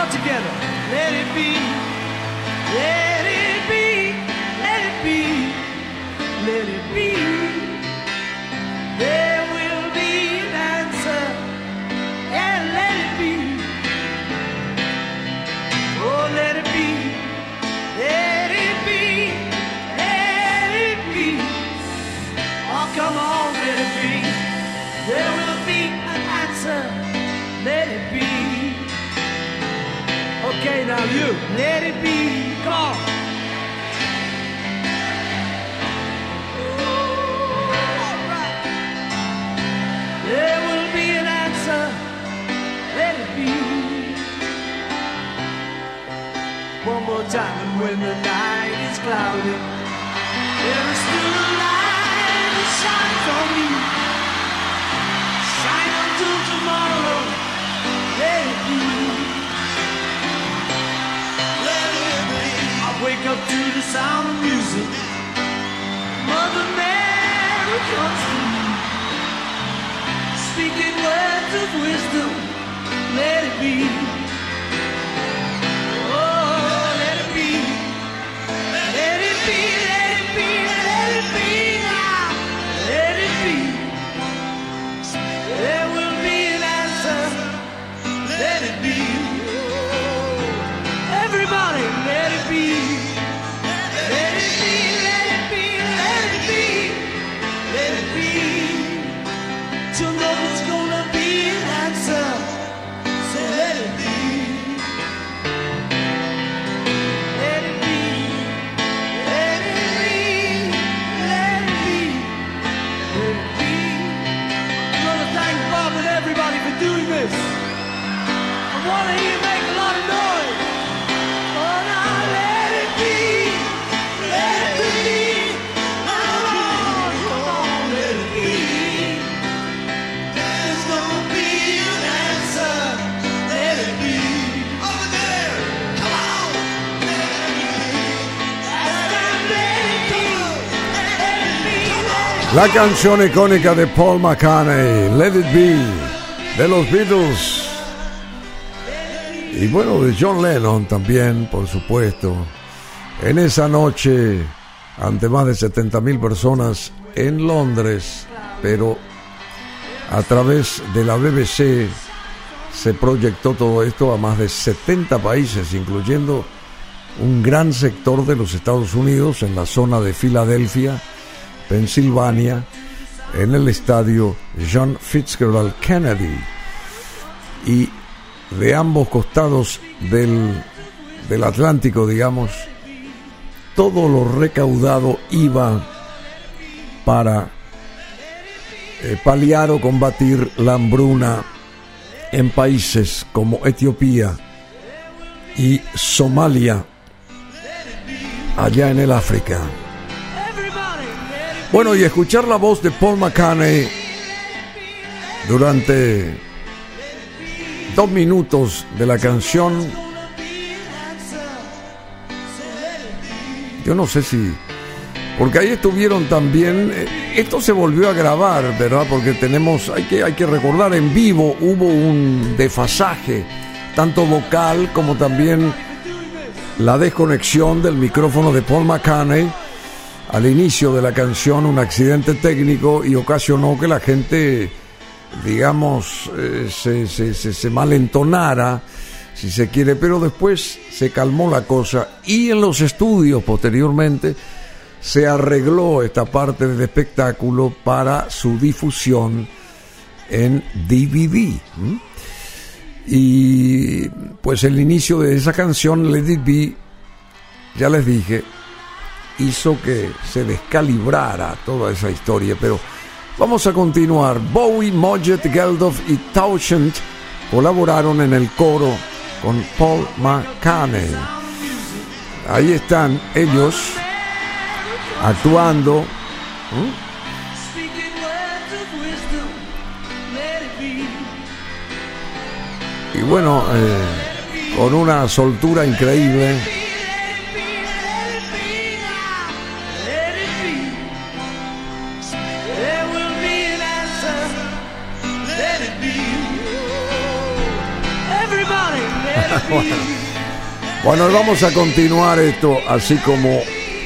all together. Let it be. Let it be. Let it be. Let it be. There will be an answer. Yeah, let it be. Oh, let it be. Let it be. Let it be. Oh, come on, let it be. There will be an answer. Let it be. Okay, now you. Let it be. Come on. There will be an answer. Let it be. One more time. And when the night is cloudy, there is still a light that shines on me. Shine until tomorrow. Let it be. Let it be. I wake up to the sound of music. Mother Mary comes to me, speaking words of wisdom. Let it be. Oh, let it be. Let it be, let it be, let it be now. Let it be. There will be an answer. Let it be. Everybody, let it be. Let it be, let it be, let it be. Let it be. To know it's gonna be an answer. So let it be. Let it be. Let it be. Let it be. Let it be. I'm gonna thank Bob and everybody for doing this. I wanna hear you make a lot of noise. Oh, now let it be. Let it be. Come on, come on, let it be. There's gonna be an answer. Let it be. Over there. Come on. Let it be. That's time, let it be. Let it be. Let it La canción icónica de Paul McCartney, Let It Be, de los Beatles. Y bueno, de John Lennon también, por supuesto. En esa noche, ante más de setenta mil personas en Londres, pero a través de la B B C se proyectó todo esto a más de setenta países, incluyendo un gran sector de los Estados Unidos en la zona de Filadelfia, Pensilvania, en el estadio John Fitzgerald Kennedy. Y de ambos costados del, del Atlántico, digamos, todo lo recaudado iba para eh, paliar o combatir la hambruna en países como Etiopía y Somalia, allá en el África. Bueno, y escuchar la voz de Paul McCartney durante dos minutos de la canción, yo no sé si, porque ahí estuvieron también, esto se volvió a grabar, ¿verdad? Porque tenemos, hay que, hay que recordar, en vivo hubo un desfasaje, tanto vocal como también la desconexión del micrófono de Paul McCartney al inicio de la canción, un accidente técnico, y ocasionó que la gente, digamos, eh, se, se, se, se malentonara, si se quiere, pero después se calmó la cosa, y en los estudios posteriormente se arregló esta parte del espectáculo para su difusión en D V D. ¿Mm? Y pues el inicio de esa canción, Let It Be, ya les dije, hizo que se descalibrara toda esa historia, pero vamos a continuar. Bowie, Mudgett, Geldof y Townshend colaboraron en el coro con Paul McCartney. Ahí están ellos actuando. ¿Mm? Y bueno, eh, con una soltura increíble. Bueno, bueno, vamos a continuar esto así como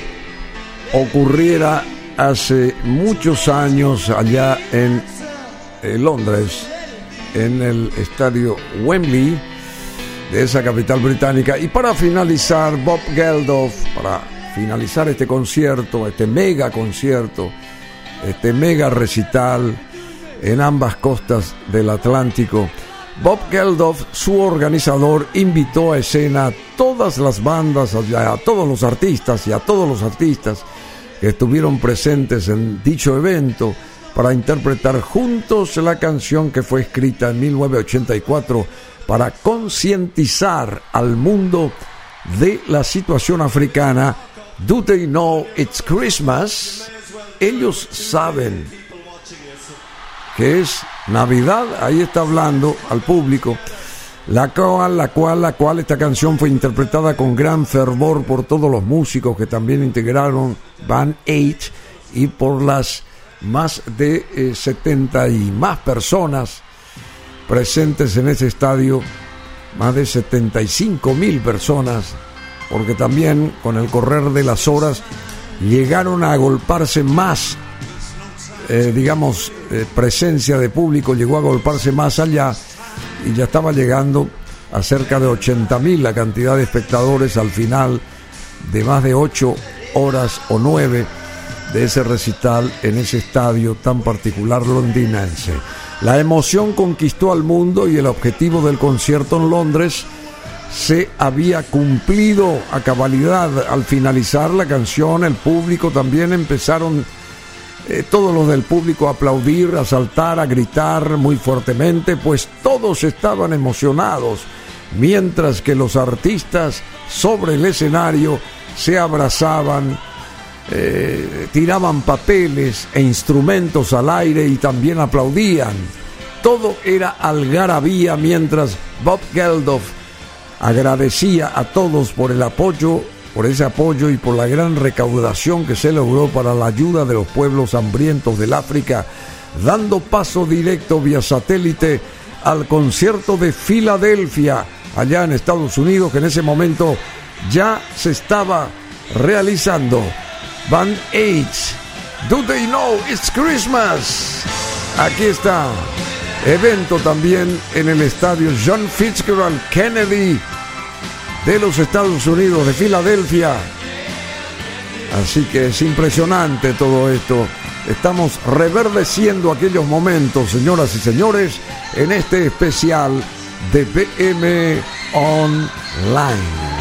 ocurriera hace muchos años allá en eh, Londres, en el estadio Wembley de esa capital británica. Y para finalizar, Bob Geldof, para finalizar este concierto, este mega concierto, este mega recital en ambas costas del Atlántico, Bob Geldof, su organizador, invitó a escena a todas las bandas, a todos los artistas y a todos los artistas que estuvieron presentes en dicho evento para interpretar juntos la canción que fue escrita en mil novecientos ochenta y cuatro para concientizar al mundo de la situación africana. Do they know it's Christmas? Ellos saben que es Navidad. Ahí está hablando al público, la cual, la cual, la cual esta canción fue interpretada con gran fervor por todos los músicos que también integraron Band ocho y por las más de eh, setenta y más personas presentes en ese estadio, más de setenta y cinco mil personas, porque también con el correr de las horas llegaron a agolparse más, eh, digamos, eh, presencia de público, llegó a agolparse más allá y ya estaba llegando a cerca de ochenta mil la cantidad de espectadores al final de más de ocho horas o nueve de ese recital en ese estadio tan particular londinense. La emoción conquistó al mundo y el objetivo del concierto en Londres se había cumplido a cabalidad. Al finalizar la canción, el público también empezaron, eh, todos los del público, a aplaudir, a saltar, a gritar muy fuertemente, pues todos estaban emocionados, mientras que los artistas sobre el escenario se abrazaban, eh, tiraban papeles e instrumentos al aire y también aplaudían. Todo era algarabía, mientras Bob Geldof agradecía a todos por el apoyo, por ese apoyo y por la gran recaudación que se logró para la ayuda de los pueblos hambrientos del África, dando paso directo vía satélite al concierto de Filadelfia, allá en Estados Unidos, que en ese momento ya se estaba realizando. Band ocho, Do They Know It's Christmas? Aquí está. Evento también en el estadio John Fitzgerald Kennedy de los Estados Unidos, de Filadelfia. Así que es impresionante todo esto. Estamos reverdeciendo aquellos momentos, señoras y señores, en este especial de B M Online.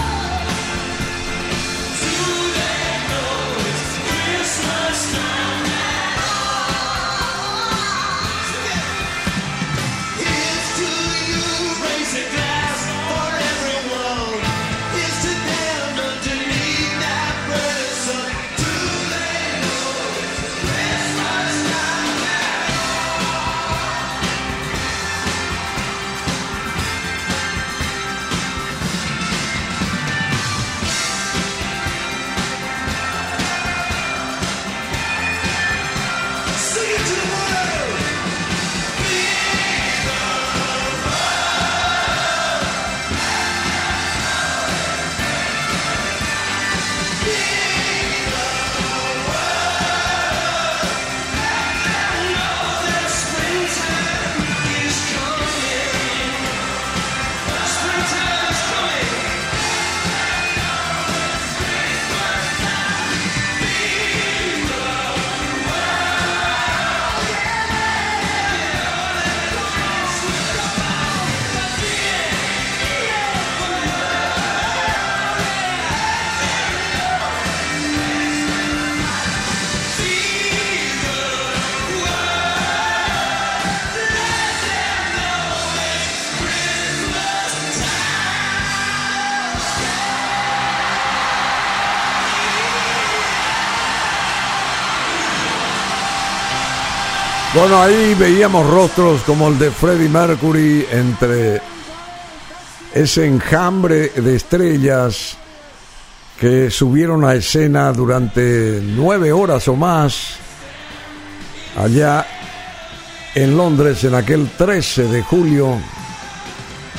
Bueno, ahí veíamos rostros como el de Freddie Mercury entre ese enjambre de estrellas que subieron a escena durante nueve horas o más allá en Londres en aquel trece de julio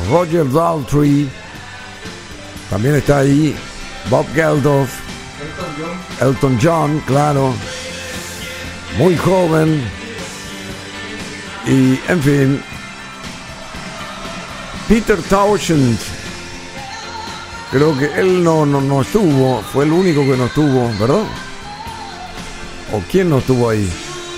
Roger Daltrey, también está ahí Bob Geldof, Elton John, claro, muy joven, y en fin, Peter Townshend, creo que él no, no, no estuvo, fue el único que no estuvo, ¿verdad? ¿O quién no estuvo ahí?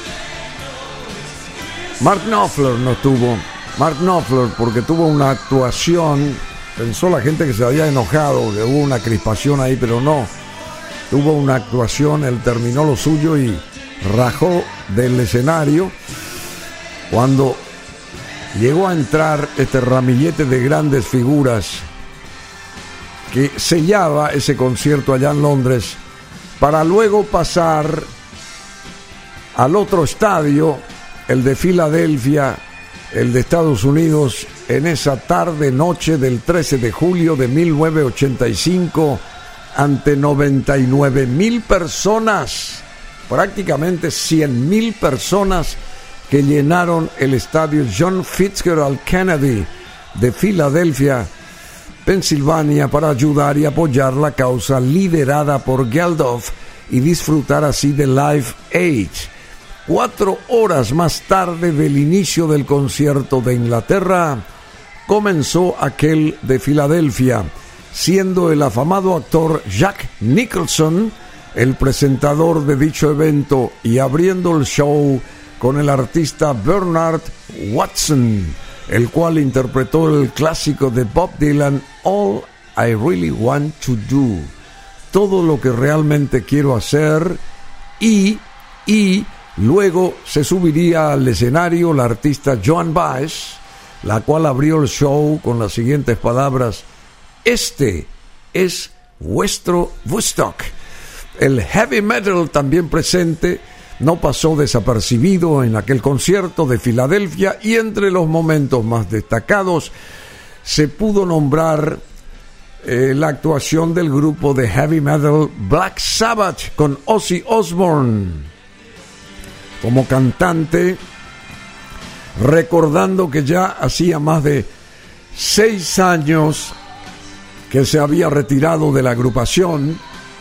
Mark Knopfler no estuvo. Mark Knopfler, porque tuvo una actuación, pensó la gente que se había enojado, que hubo una crispación ahí, pero no. Tuvo una actuación, él terminó lo suyo y rajó del escenario. Cuando llegó a entrar este ramillete de grandes figuras que sellaba ese concierto allá en Londres, para luego pasar al otro estadio, el de Filadelfia, el de Estados Unidos, en esa tarde noche del trece de julio de mil novecientos ochenta y cinco, ante noventa y nueve mil personas, prácticamente cien mil personas que llenaron el estadio John Fitzgerald Kennedy de Filadelfia, Pensilvania, para ayudar y apoyar la causa liderada por Geldof y disfrutar así de Live Aid. Cuatro horas más tarde del inicio del concierto de Inglaterra, comenzó aquel de Filadelfia, siendo el afamado actor Jack Nicholson el presentador de dicho evento y abriendo el show con el artista Bernard Watson, el cual interpretó el clásico de Bob Dylan, All I Really Want to Do, todo lo que realmente quiero hacer, y, y luego se subiría al escenario la artista Joan Baez, la cual abrió el show con las siguientes palabras: este es vuestro Woodstock. El heavy metal también presente no pasó desapercibido en aquel concierto de Filadelfia, y entre los momentos más destacados se pudo nombrar eh, la actuación del grupo de heavy metal Black Sabbath con Ozzy Osbourne como cantante, recordando que ya hacía más de seis años que se había retirado de la agrupación,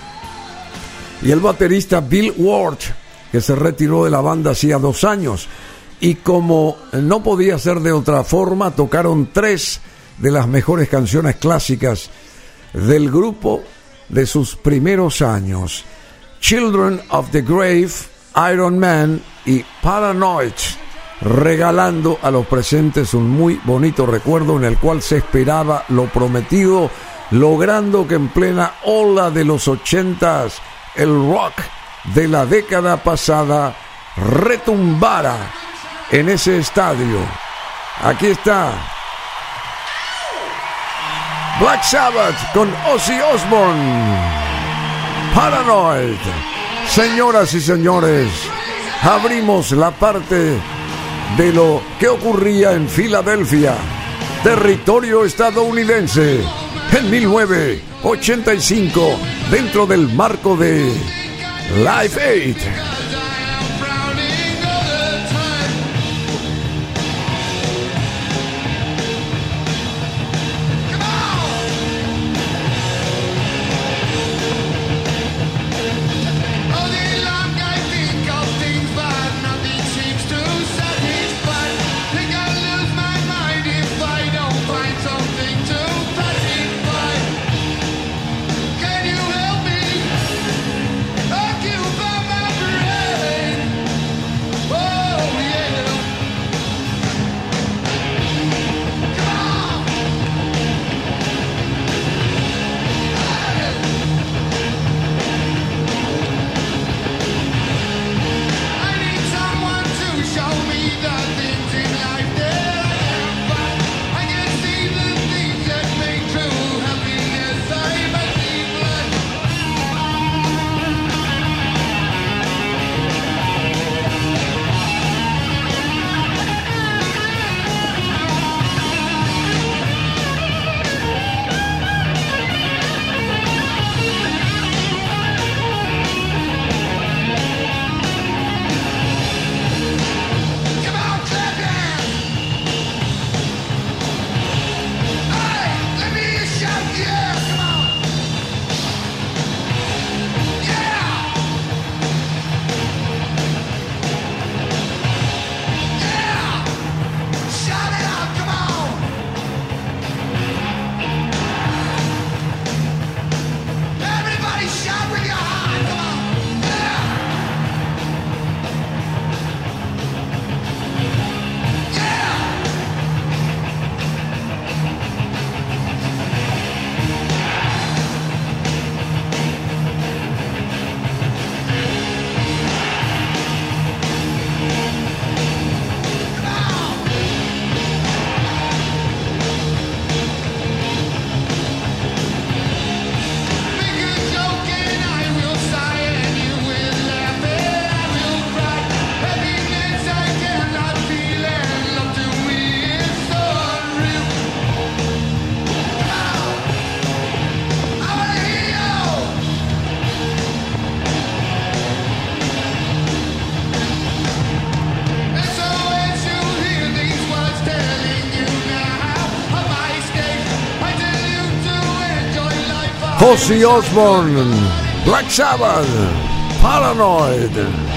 y el baterista Bill Ward, que se retiró de la banda hacía dos años, y como no podía ser de otra forma, tocaron tres de las mejores canciones clásicas del grupo de sus primeros años: Children of the Grave, Iron Man y Paranoid, regalando a los presentes un muy bonito recuerdo en el cual se esperaba lo prometido, logrando que en plena ola de los ochentas el rock de la década pasada retumbara en ese estadio. Aquí está Black Sabbath con Ozzy Osbourne, Paranoid. Señoras y señores, abrimos la parte de lo que ocurría en Filadelfia, territorio estadounidense, en mil novecientos ochenta y cinco, dentro del marco de Live Aid. Can you help me? I give up my breath. Ozzy Osbourne, Black Sabbath, Paranoid.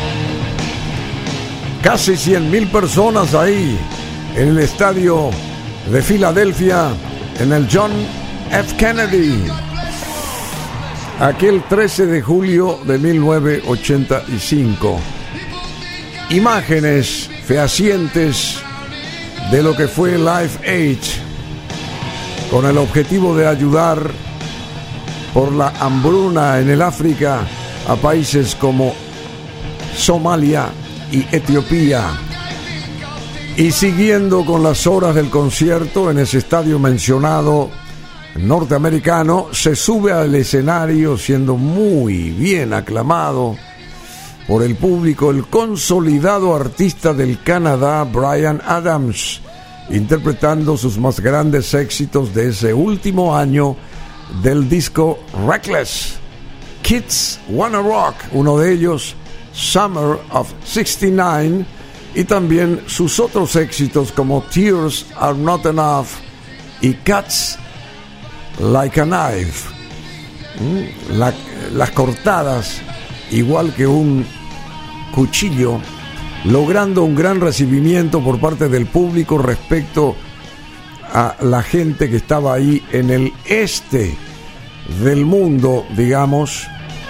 Casi cien mil personas ahí en el estadio de Filadelfia, en el John F. Kennedy, aquel trece de julio de mil novecientos ochenta y cinco. Imágenes fehacientes de lo que fue Live Aid, con el objetivo de ayudar por la hambruna en el África a países como Somalia y Etiopía. Y siguiendo con las horas del concierto, en ese estadio mencionado norteamericano, se sube al escenario siendo muy bien aclamado por el público el consolidado artista del Canadá Bryan Adams, interpretando sus más grandes éxitos de ese último año del disco Reckless. Kids Wanna Rock, uno de ellos, Summer of sesenta y nueve, y también sus otros éxitos como Tears Are Not Enough y Cuts Like a Knife. ¿Mm? La, las cortadas igual que un cuchillo, logrando un gran recibimiento por parte del público respecto a la gente que estaba ahí en el este del mundo, digamos,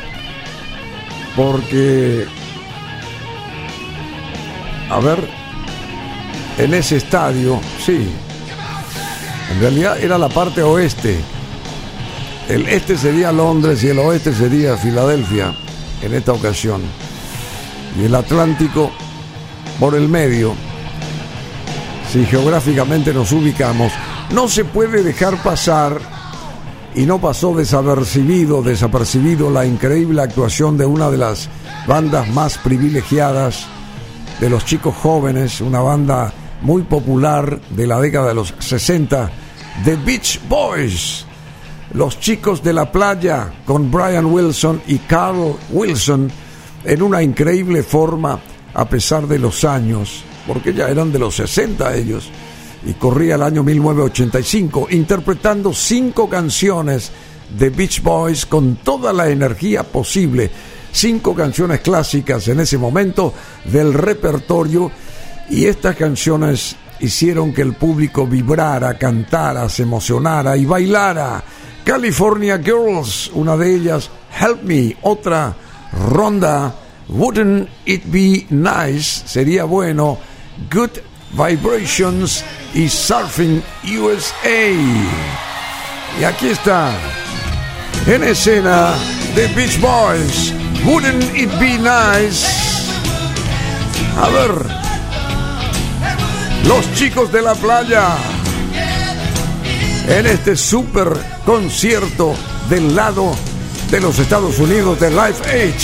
porque, a ver, en ese estadio, sí, en realidad era la parte oeste. El este sería Londres y el oeste sería Filadelfia en esta ocasión, y el Atlántico por el medio. Si geográficamente nos ubicamos, no se puede dejar pasar, y no pasó desapercibido, desapercibido la increíble actuación de una de las bandas más privilegiadas de los chicos jóvenes, una banda muy popular de la década de los sesenta, The Beach Boys, los chicos de la playa, con Brian Wilson y Carl Wilson, en una increíble forma a pesar de los años, porque ya eran de los sesenta ellos, y corría el año mil novecientos ochenta y cinco, interpretando cinco canciones de Beach Boys con toda la energía posible, cinco canciones clásicas en ese momento del repertorio, y estas canciones hicieron que el público vibrara, cantara, se emocionara y bailara. California Girls, una de ellas, Help Me, otra, Ronda, Wouldn't It Be Nice, sería bueno, Good Vibrations y Surfing U S A. Y aquí está, en escena, The Beach Boys, Wouldn't It Be Nice. A ver, los chicos de la playa, en este super concierto del lado de los Estados Unidos de Live Aid.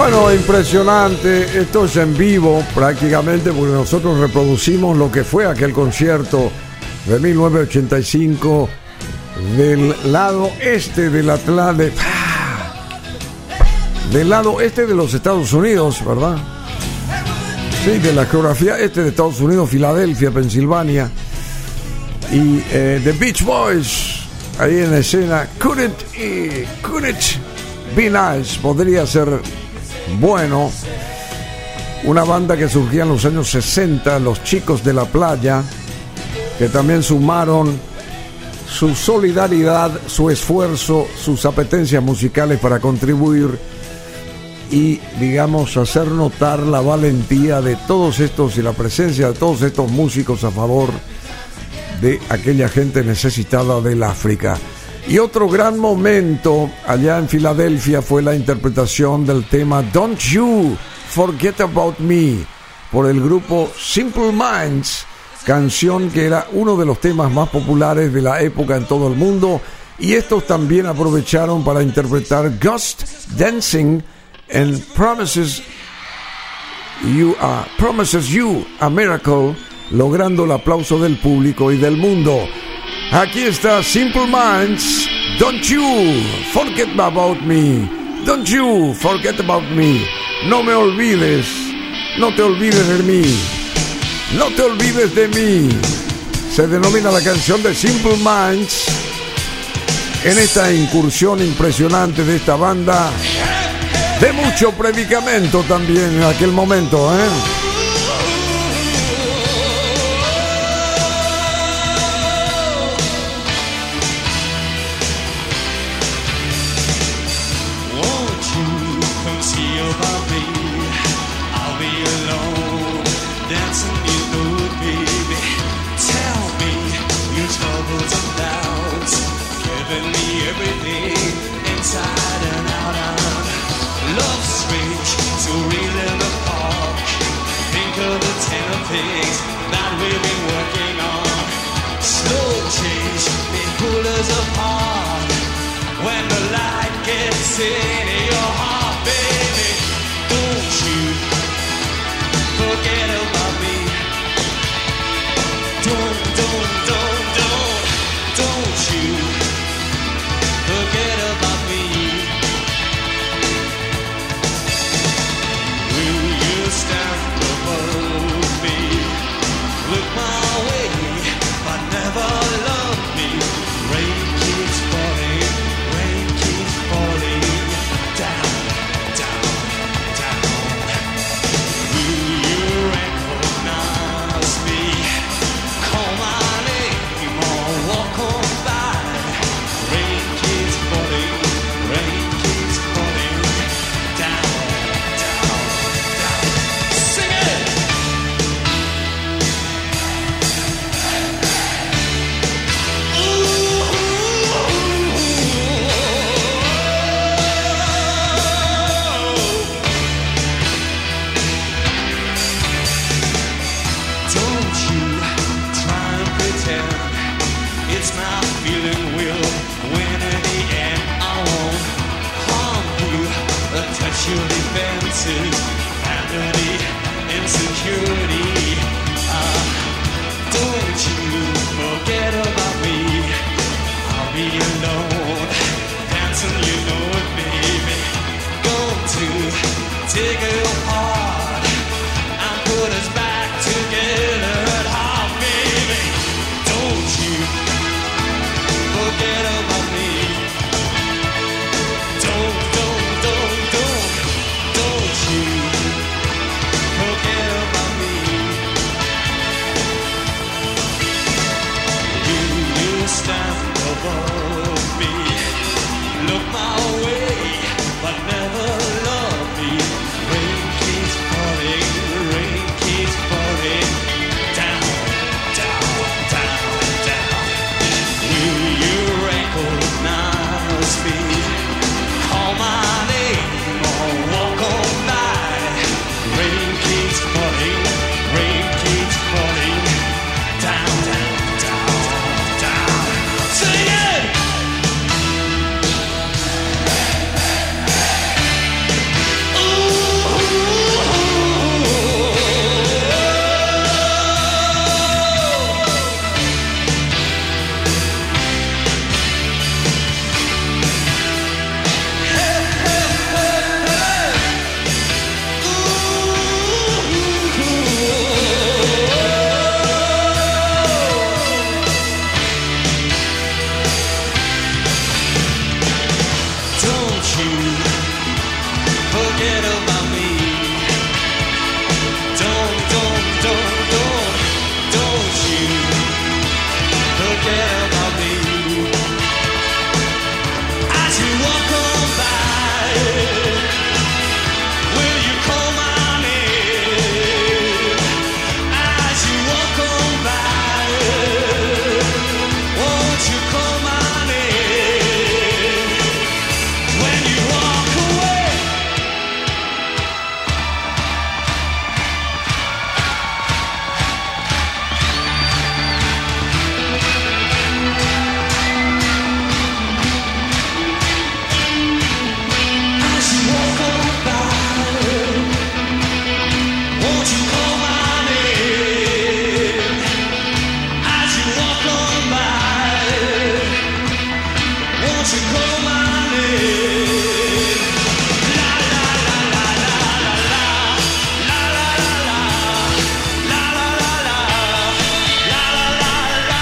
Bueno, impresionante. Esto es en vivo prácticamente porque nosotros reproducimos lo que fue aquel concierto de mil novecientos ochenta y cinco del lado este del Atlántico, del lado este de los Estados Unidos, ¿verdad? Sí, de la geografía este de Estados Unidos, Filadelfia, Pensilvania. Y eh, The Beach Boys ahí en escena. Couldn't, eh, couldn't be nice. Podría ser bueno. Una banda que surgía en los años sesenta, Los Chicos de la Playa, que también sumaron su solidaridad, su esfuerzo, sus apetencias musicales para contribuir y, digamos, hacer notar la valentía de todos estos y la presencia de todos estos músicos a favor de aquella gente necesitada del África. Y otro gran momento allá en Filadelfia fue la interpretación del tema Don't You Forget About Me por el grupo Simple Minds, canción que era uno de los temas más populares de la época en todo el mundo, y estos también aprovecharon para interpretar Ghost Dancing en Promises You, uh, Promises You a Miracle, logrando el aplauso del público y del mundo. Aquí está Simple Minds, Don't You Forget About Me, Don't You Forget About Me, no me olvides, no te olvides de mí, no te olvides de mí. Se denomina la canción de Simple Minds en esta incursión impresionante de esta banda, de mucho predicamento también en aquel momento, ¿eh?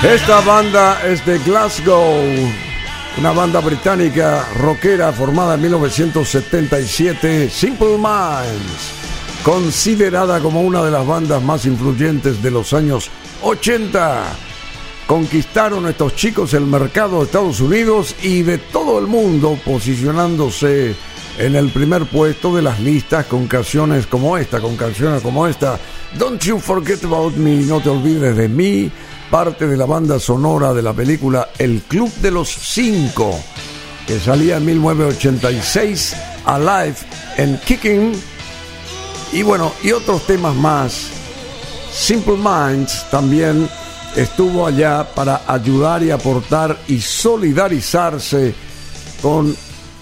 Esta banda es de Glasgow, una banda británica rockera formada en mil novecientos setenta y siete, Simple Minds, considerada como una de las bandas más influyentes de los años ochenta. Conquistaron estos chicos el mercado de Estados Unidos y de todo el mundo, posicionándose en el primer puesto de las listas con canciones como esta, con canciones como esta, Don't You Forget About Me, No Te Olvides de Mí, parte de la banda sonora de la película El Club de los Cinco, que salía en mil novecientos ochenta y seis, Alive and Kicking, y bueno, y otros temas más. Simple Minds también estuvo allá para ayudar y aportar y solidarizarse con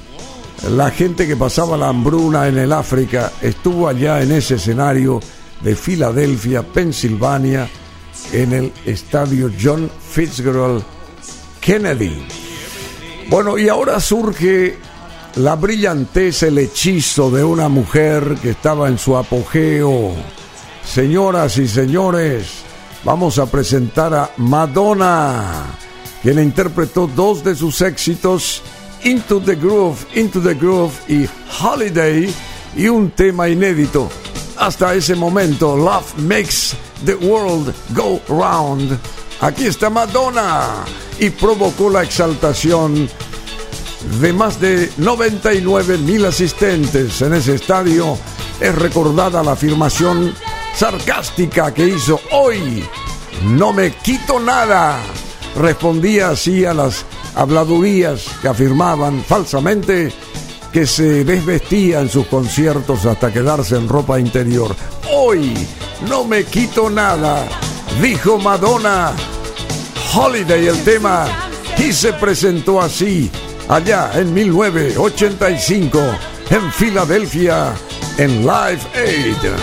la gente que pasaba la hambruna en el África. Estuvo allá en ese escenario de Filadelfia, Pensilvania, en el estadio John Fitzgerald Kennedy. Bueno, y ahora surge la brillantez, el hechizo de una mujer que estaba en su apogeo. Señoras y señores, vamos a presentar a Madonna, quien interpretó dos de sus éxitos, Into the Groove, Into the Groove y Holiday, y un tema inédito hasta ese momento, Love Makes the World Go Round. Aquí está Madonna, y provocó la exaltación de más de noventa y nueve mil asistentes en ese estadio. Es recordada la afirmación sarcástica que hizo: hoy no me quito nada. Respondía así a las habladurías que afirmaban falsamente que se desvestía en sus conciertos hasta quedarse en ropa interior. Hoy no me quito nada, dijo Madonna. Holiday, el tema, y se presentó así allá en mil novecientos ochenta y cinco en Filadelfia en Live Aid.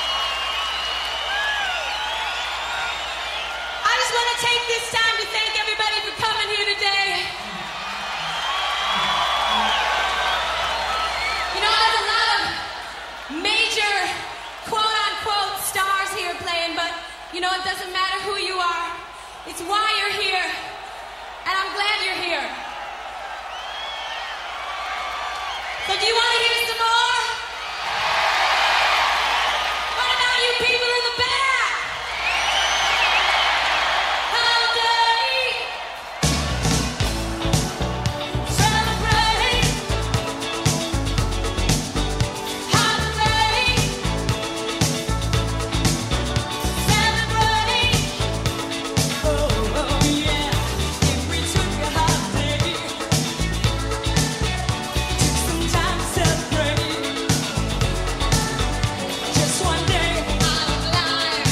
Take this time to thank everybody everybody for coming here today. You know, there's a lot of major quote-unquote stars here playing, but you know, it doesn't matter who you are. It's why you're here, and I'm glad you're here. So do you want to hear some more? What about you people in the back? Holiday. Celebrate. Holiday. Celebrate. Oh, oh yeah. If we took a holiday, took some time to celebrate. Just one day out of life.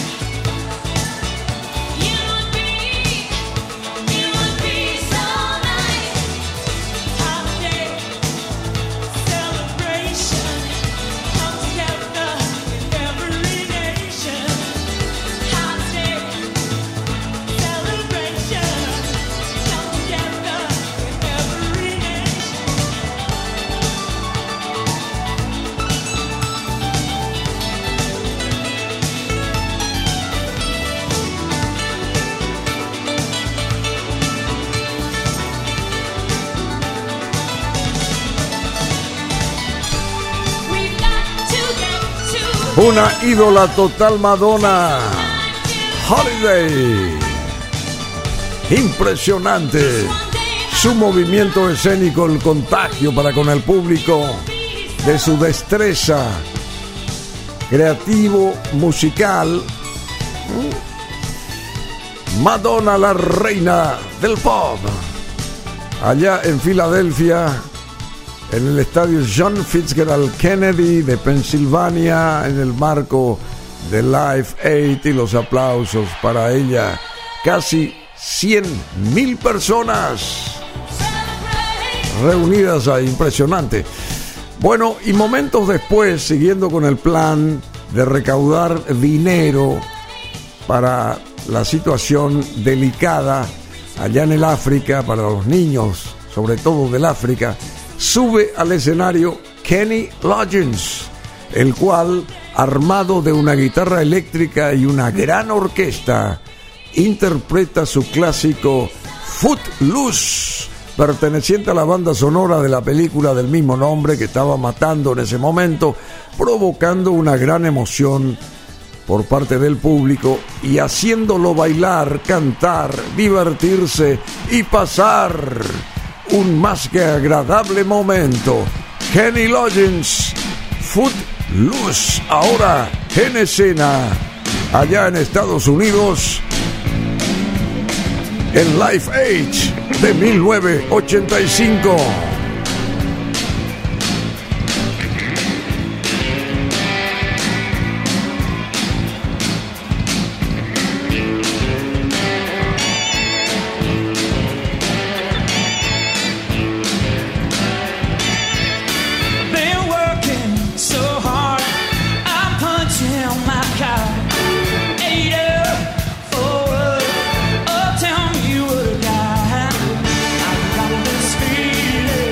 You and me, you would be so nice. Holiday celebration, come together in every nation. Holiday celebration, come together in every nation. We've got to get to Una ídola total, Madonna. Holiday. Impresionante. Su movimiento escénico, el contagio para con el público de su destreza creativo, musical. Madonna, la reina del pop. Allá en Filadelfia, en el estadio John Fitzgerald Kennedy de Pensilvania, en el marco de Live Aid, y los aplausos para ella. Casi cien mil personas reunidas ahí, impresionante. Bueno, y momentos después, siguiendo con el plan de recaudar dinero para la situación delicada allá en el África, para los niños, sobre todo del África, sube al escenario Kenny Loggins, el cual, armado de una guitarra eléctrica y una gran orquesta, interpreta su clásico Footloose, perteneciente a la banda sonora de la película del mismo nombre, que estaba matando en ese momento, provocando una gran emoción por parte del público y haciéndolo bailar, cantar, divertirse y pasar un más que agradable momento. Kenny Loggins, Footloose, ahora en escena allá en Estados Unidos, en Live Aid de mil novecientos ochenta y cinco. Been working so hard, I'm punching my card. Eight up, four up, oh, tell me what I got. I got this feeling.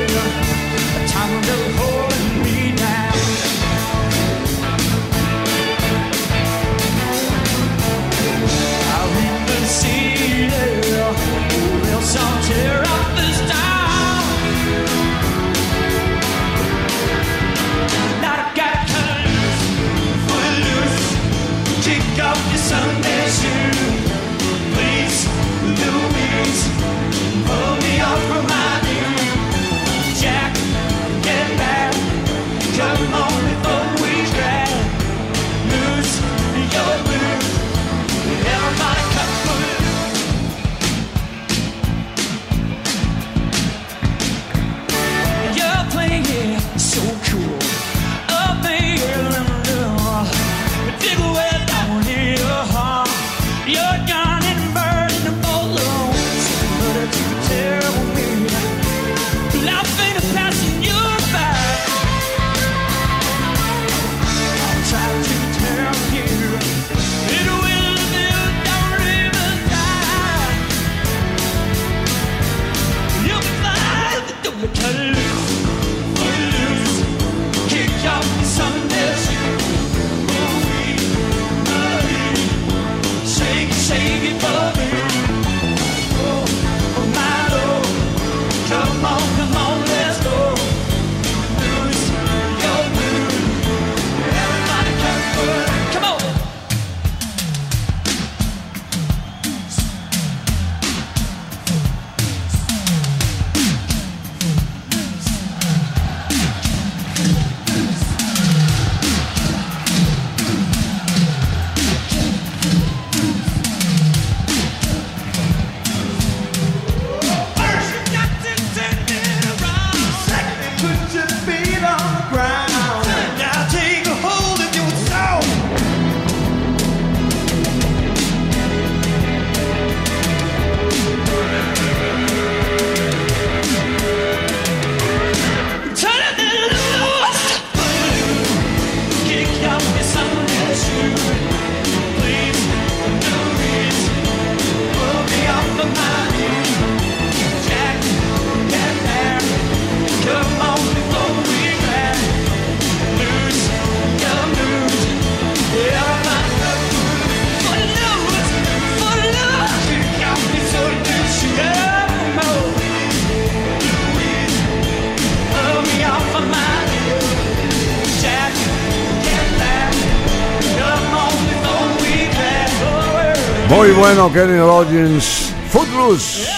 Muy bueno, Kenny Loggins, Footloose,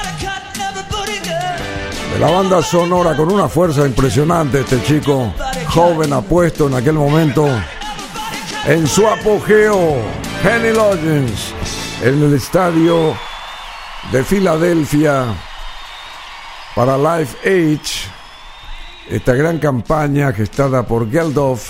de la banda sonora, con una fuerza impresionante. Este chico joven, apuesto en aquel momento, en su apogeo, Kenny Loggins, en el estadio de Filadelfia para Live Age, esta gran campaña gestada por Geldof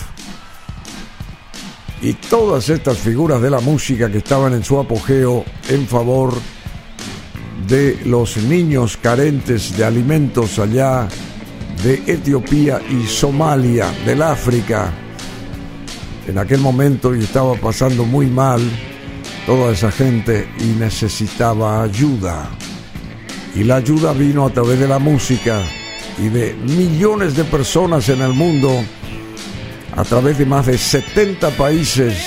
y todas estas figuras de la música que estaban en su apogeo en favor de los niños carentes de alimentos allá de Etiopía y Somalia, del África. En aquel momento y estaba pasando muy mal toda esa gente y necesitaba ayuda. Y la ayuda vino a través de la música y de millones de personas en el mundo, a través de más de setenta países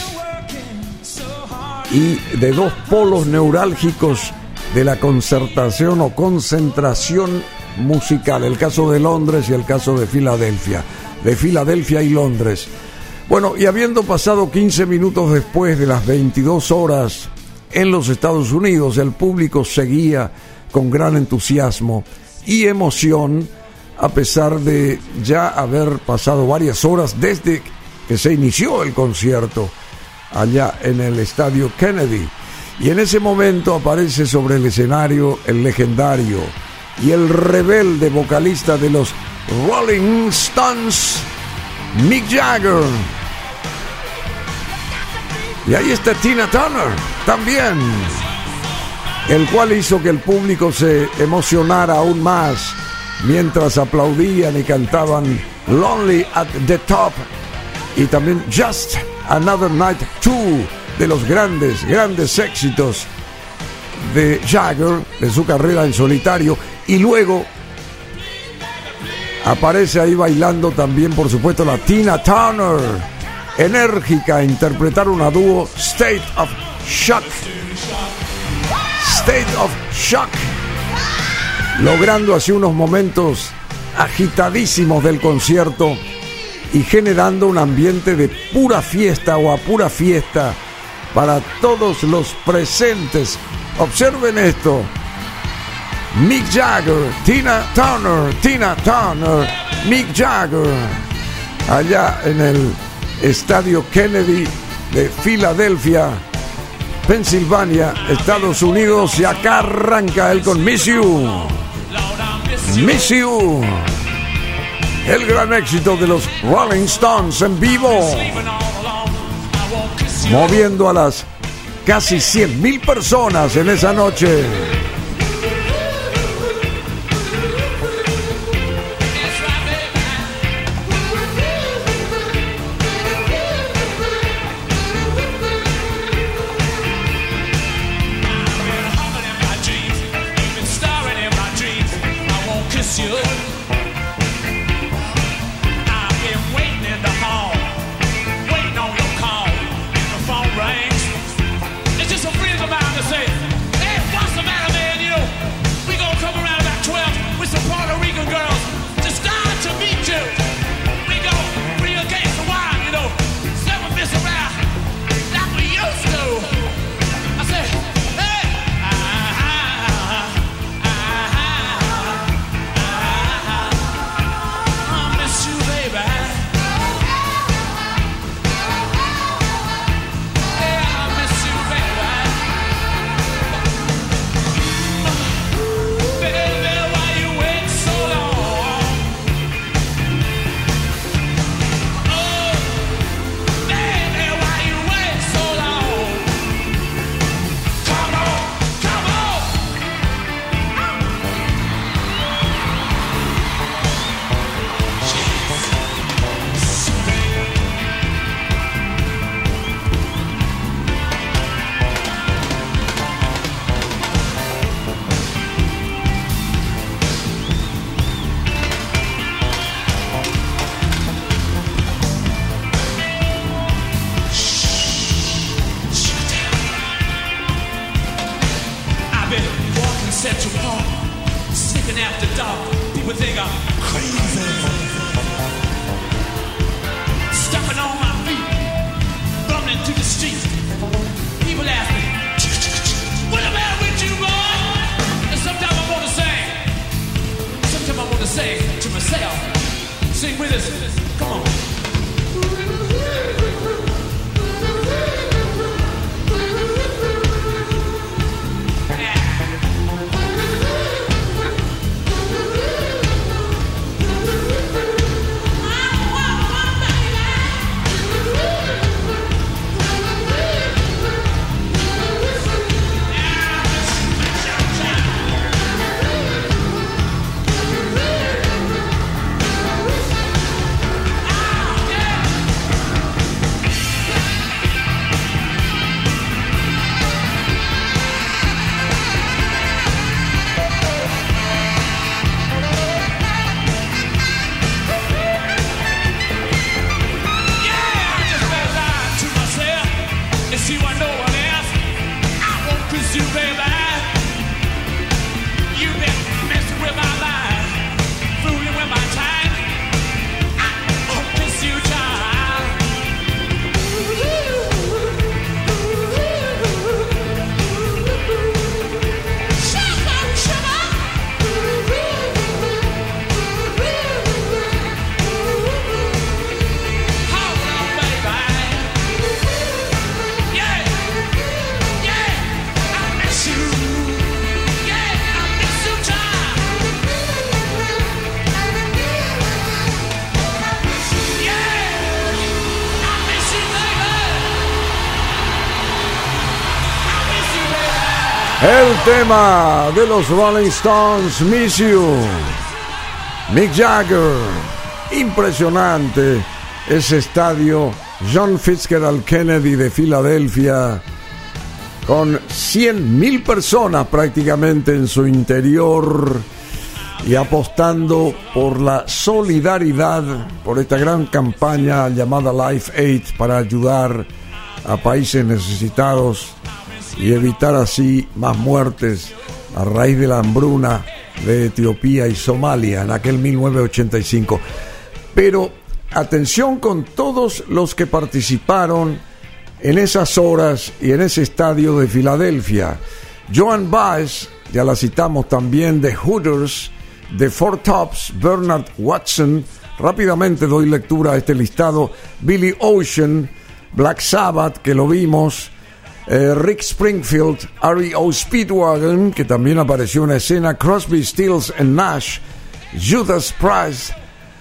y de dos polos neurálgicos de la concertación o concentración musical, el caso de Londres y el caso de Filadelfia, de Filadelfia y Londres. Bueno, y habiendo pasado quince minutos después de las veintidós horas en los Estados Unidos, el público seguía con gran entusiasmo y emoción, a pesar de ya haber pasado varias horas desde que se inició el concierto allá en el estadio Kennedy. Y en ese momento aparece sobre el escenario el legendario y el rebelde vocalista de los Rolling Stones, Mick Jagger. Y ahí está Tina Turner también, el cual hizo que el público se emocionara aún más mientras aplaudían y cantaban Lonely at the Top y también Just Another Night dos, de los grandes, grandes éxitos de Jagger, de su carrera en solitario. Y luego aparece ahí bailando también, por supuesto, la Tina Turner, enérgica a interpretar una dúo, State of Shock. State of Shock, logrando así unos momentos agitadísimos del concierto y generando un ambiente de pura fiesta o a pura fiesta para todos los presentes. Observen esto: Mick Jagger, Tina Turner, Tina Turner, Mick Jagger, allá en el estadio Kennedy de Filadelfia, Pensilvania, Estados Unidos. Y acá arranca él con Miss You. Miss You, el gran éxito de los Rolling Stones en vivo, moviendo a las casi cien mil personas en esa noche. Stepping on my feet, bumping into the street. People ask me, El tema de los Rolling Stones, Miss You. Mick Jagger. Impresionante ese estadio John Fitzgerald Kennedy de Filadelfia, con cien mil personas prácticamente en su interior y apostando por la solidaridad, por esta gran campaña llamada Life Aid para ayudar a países necesitados y evitar así más muertes a raíz de la hambruna de Etiopía y Somalia en aquel mil novecientos ochenta y cinco. Pero atención con todos los que participaron en esas horas y en ese estadio de Filadelfia. Joan Baez, ya la citamos también, de Hooters, de Four Tops, Bernard Watson, rápidamente doy lectura a este listado, Billy Ocean, Black Sabbath, que lo vimos, eh, Rick Springfield, R E O Speedwagon, que también apareció en la escena, Crosby, Stills and Nash, Judas Priest,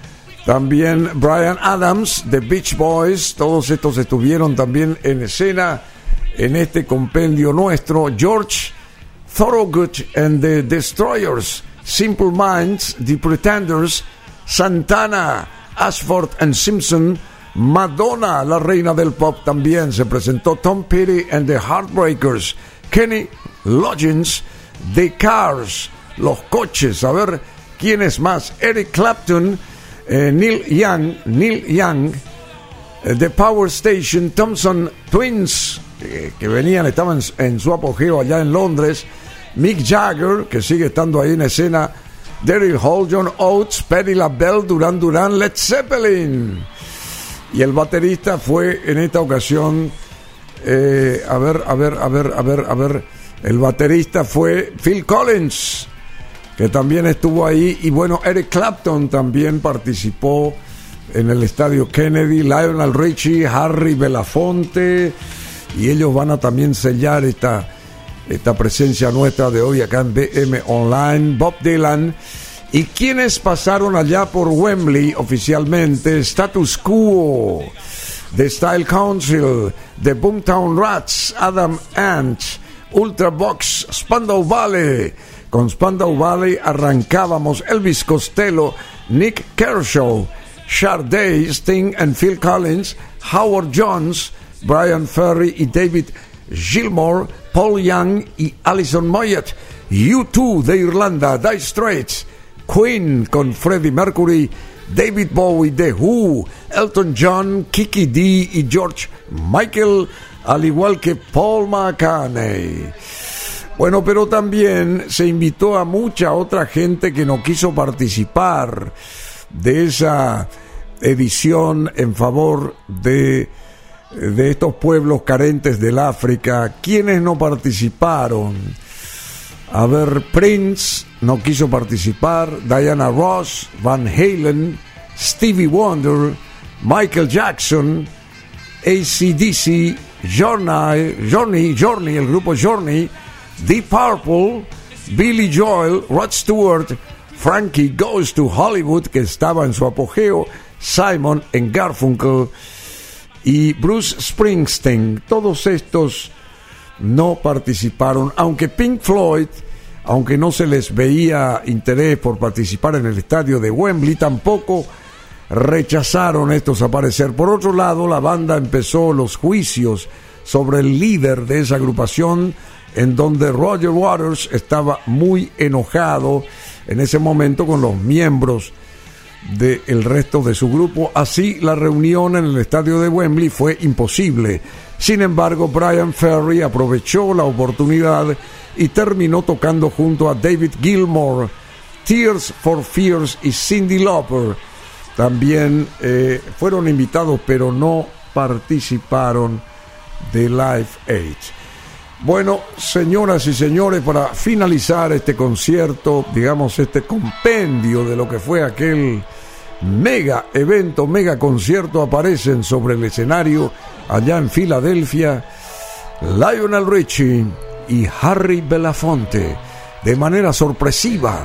también Bryan Adams, The Beach Boys, todos estos estuvieron también en escena en este compendio nuestro, George Thorogood and the Destroyers, Simple Minds, The Pretenders, Santana, Ashford and Simpson, Madonna, la reina del pop, también se presentó, Tom Petty and the Heartbreakers, Kenny Loggins, The Cars, Los Coches, a ver quién es más, Eric Clapton, eh, Neil Young, Neil Young, eh, The Power Station, Thompson Twins, eh, que venían, estaban en, en su apogeo allá en Londres, Mick Jagger, que sigue estando ahí en escena, Daryl Hall, John Oates, Patti LaBelle, Duran Duran, Led Zeppelin. Y el baterista fue en esta ocasión, eh, a ver, a ver, a ver, a ver, a ver, el baterista fue Phil Collins, que también estuvo ahí, y bueno, Eric Clapton también participó en el estadio Kennedy, Lionel Richie, Harry Belafonte, y ellos van a también sellar esta, esta presencia nuestra de hoy acá en B M Online, Bob Dylan. ¿Y quiénes pasaron allá por Wembley oficialmente? Status Quo, The Style Council, The Boomtown Rats, Adam Ant, Ultravox, Spandau Ballet. Con Spandau Ballet arrancábamos Elvis Costello, Nick Kershaw, Sade, Sting and Phil Collins, Howard Jones, Brian Ferry y David Gilmour, Paul Young y Alison Moyet, U dos de Irlanda, Dire Straits, Queen con Freddie Mercury, David Bowie, The Who, Elton John, Kiki Dee y George Michael, al igual que Paul McCartney. Bueno, pero también se invitó a mucha otra gente que no quiso participar de esa edición en favor de, de estos pueblos carentes del África. ¿Quiénes no participaron? A ver, Prince no quiso participar, Diana Ross, Van Halen, Stevie Wonder, Michael Jackson, A C D C, Journey, Journey, Journey, el grupo Journey, Deep Purple, Billy Joel, Rod Stewart, Frankie Goes to Hollywood, que estaba en su apogeo, Simon and Garfunkel y Bruce Springsteen. Todos estos no participaron, aunque Pink Floyd, aunque no se les veía interés por participar en el estadio de Wembley, tampoco rechazaron estos aparecer. Por otro lado, la banda empezó los juicios sobre el líder de esa agrupación, en donde Roger Waters estaba muy enojado en ese momento con los miembros del resto de su grupo. Así, la reunión en el estadio de Wembley fue imposible. Sin embargo, Brian Ferry aprovechó la oportunidad y terminó tocando junto a David Gilmour, Tears for Fears y Cyndi Lauper. También eh, fueron invitados, pero no participaron de Live Aid. Bueno, señoras y señores, para finalizar este concierto, digamos este compendio de lo que fue aquel mega evento, mega concierto, aparecen sobre el escenario allá en Filadelfia Lionel Richie y Harry Belafonte de manera sorpresiva,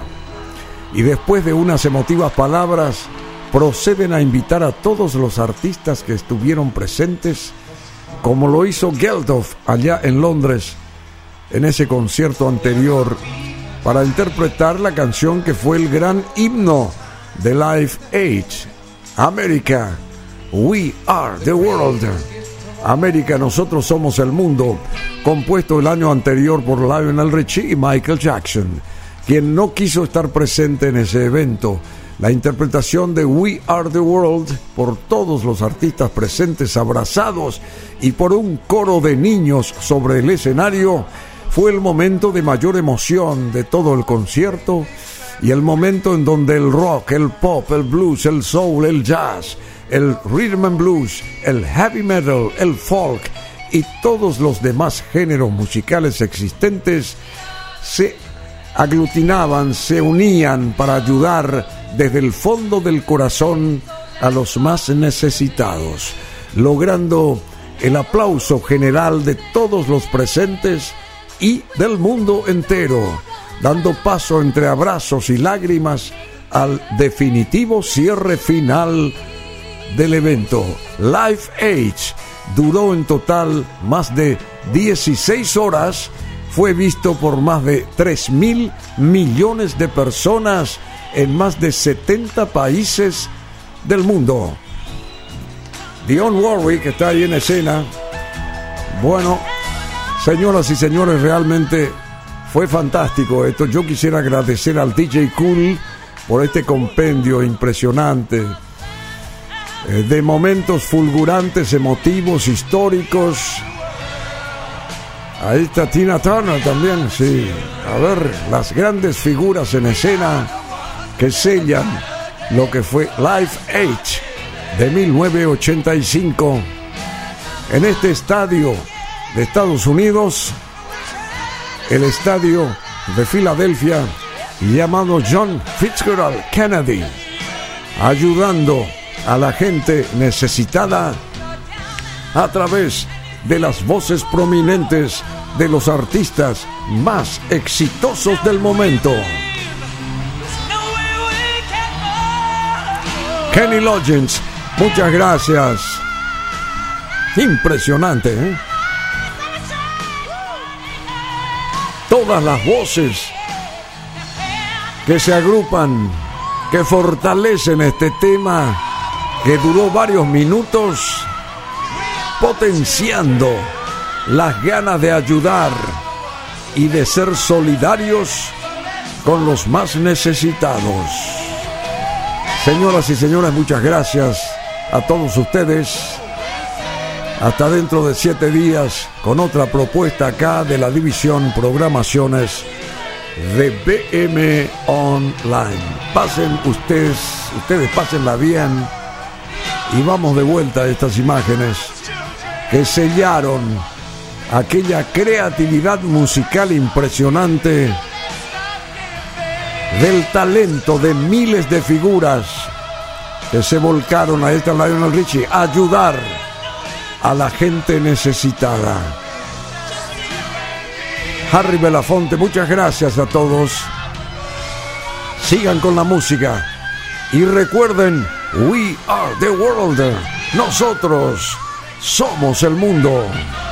y después de unas emotivas palabras proceden a invitar a todos los artistas que estuvieron presentes, como lo hizo Geldof allá en Londres, en ese concierto anterior para interpretar la canción que fue el gran himno de Live Aid, America, We Are the World. América, nosotros somos el mundo, compuesto el año anterior por Lionel Richie y Michael Jackson, quien no quiso estar presente en ese evento. La interpretación de We Are the World por todos los artistas presentes abrazados y por un coro de niños sobre el escenario fue el momento de mayor emoción de todo el concierto y el momento en donde el rock, el pop, el blues, el soul, el jazz, el rhythm and blues, el heavy metal, el folk y todos los demás géneros musicales existentes se aglutinaban, se unían para ayudar desde el fondo del corazón a los más necesitados, logrando el aplauso general de todos los presentes y del mundo entero, dando paso entre abrazos y lágrimas al definitivo cierre final del evento. Live Aid duró en total más de dieciséis horas, fue visto por más de tres mil millones de personas en más de setenta países del mundo. Dionne Warwick está ahí en escena. Bueno, señoras y señores, realmente fue fantástico esto. Yo quisiera agradecer al D J Cool por este compendio impresionante eh, de momentos fulgurantes, emotivos, históricos. Ahí está Tina Turner también, sí. A ver, las grandes figuras en escena que sellan lo que fue Live Aid de mil novecientos ochenta y cinco en este estadio de Estados Unidos, el estadio de Filadelfia llamado John Fitzgerald Kennedy, ayudando a la gente necesitada a través de las voces prominentes de los artistas más exitosos del momento. Kenny Loggins, muchas gracias. Impresionante, ¿eh? Todas las voces que se agrupan, que fortalecen este tema que duró varios minutos, potenciando las ganas de ayudar y de ser solidarios con los más necesitados. Señoras y señores, muchas gracias a todos ustedes. Hasta dentro de siete días con otra propuesta acá de la división Programaciones de B M Online. Pasen ustedes, ustedes pásenla bien y vamos de vuelta a estas imágenes que sellaron aquella creatividad musical impresionante del talento de miles de figuras que se volcaron a esta Lionel Richie a ayudar a la gente necesitada. Harry Belafonte, muchas gracias a todos. Sigan con la música y recuerden, we are the world. Nosotros somos el mundo.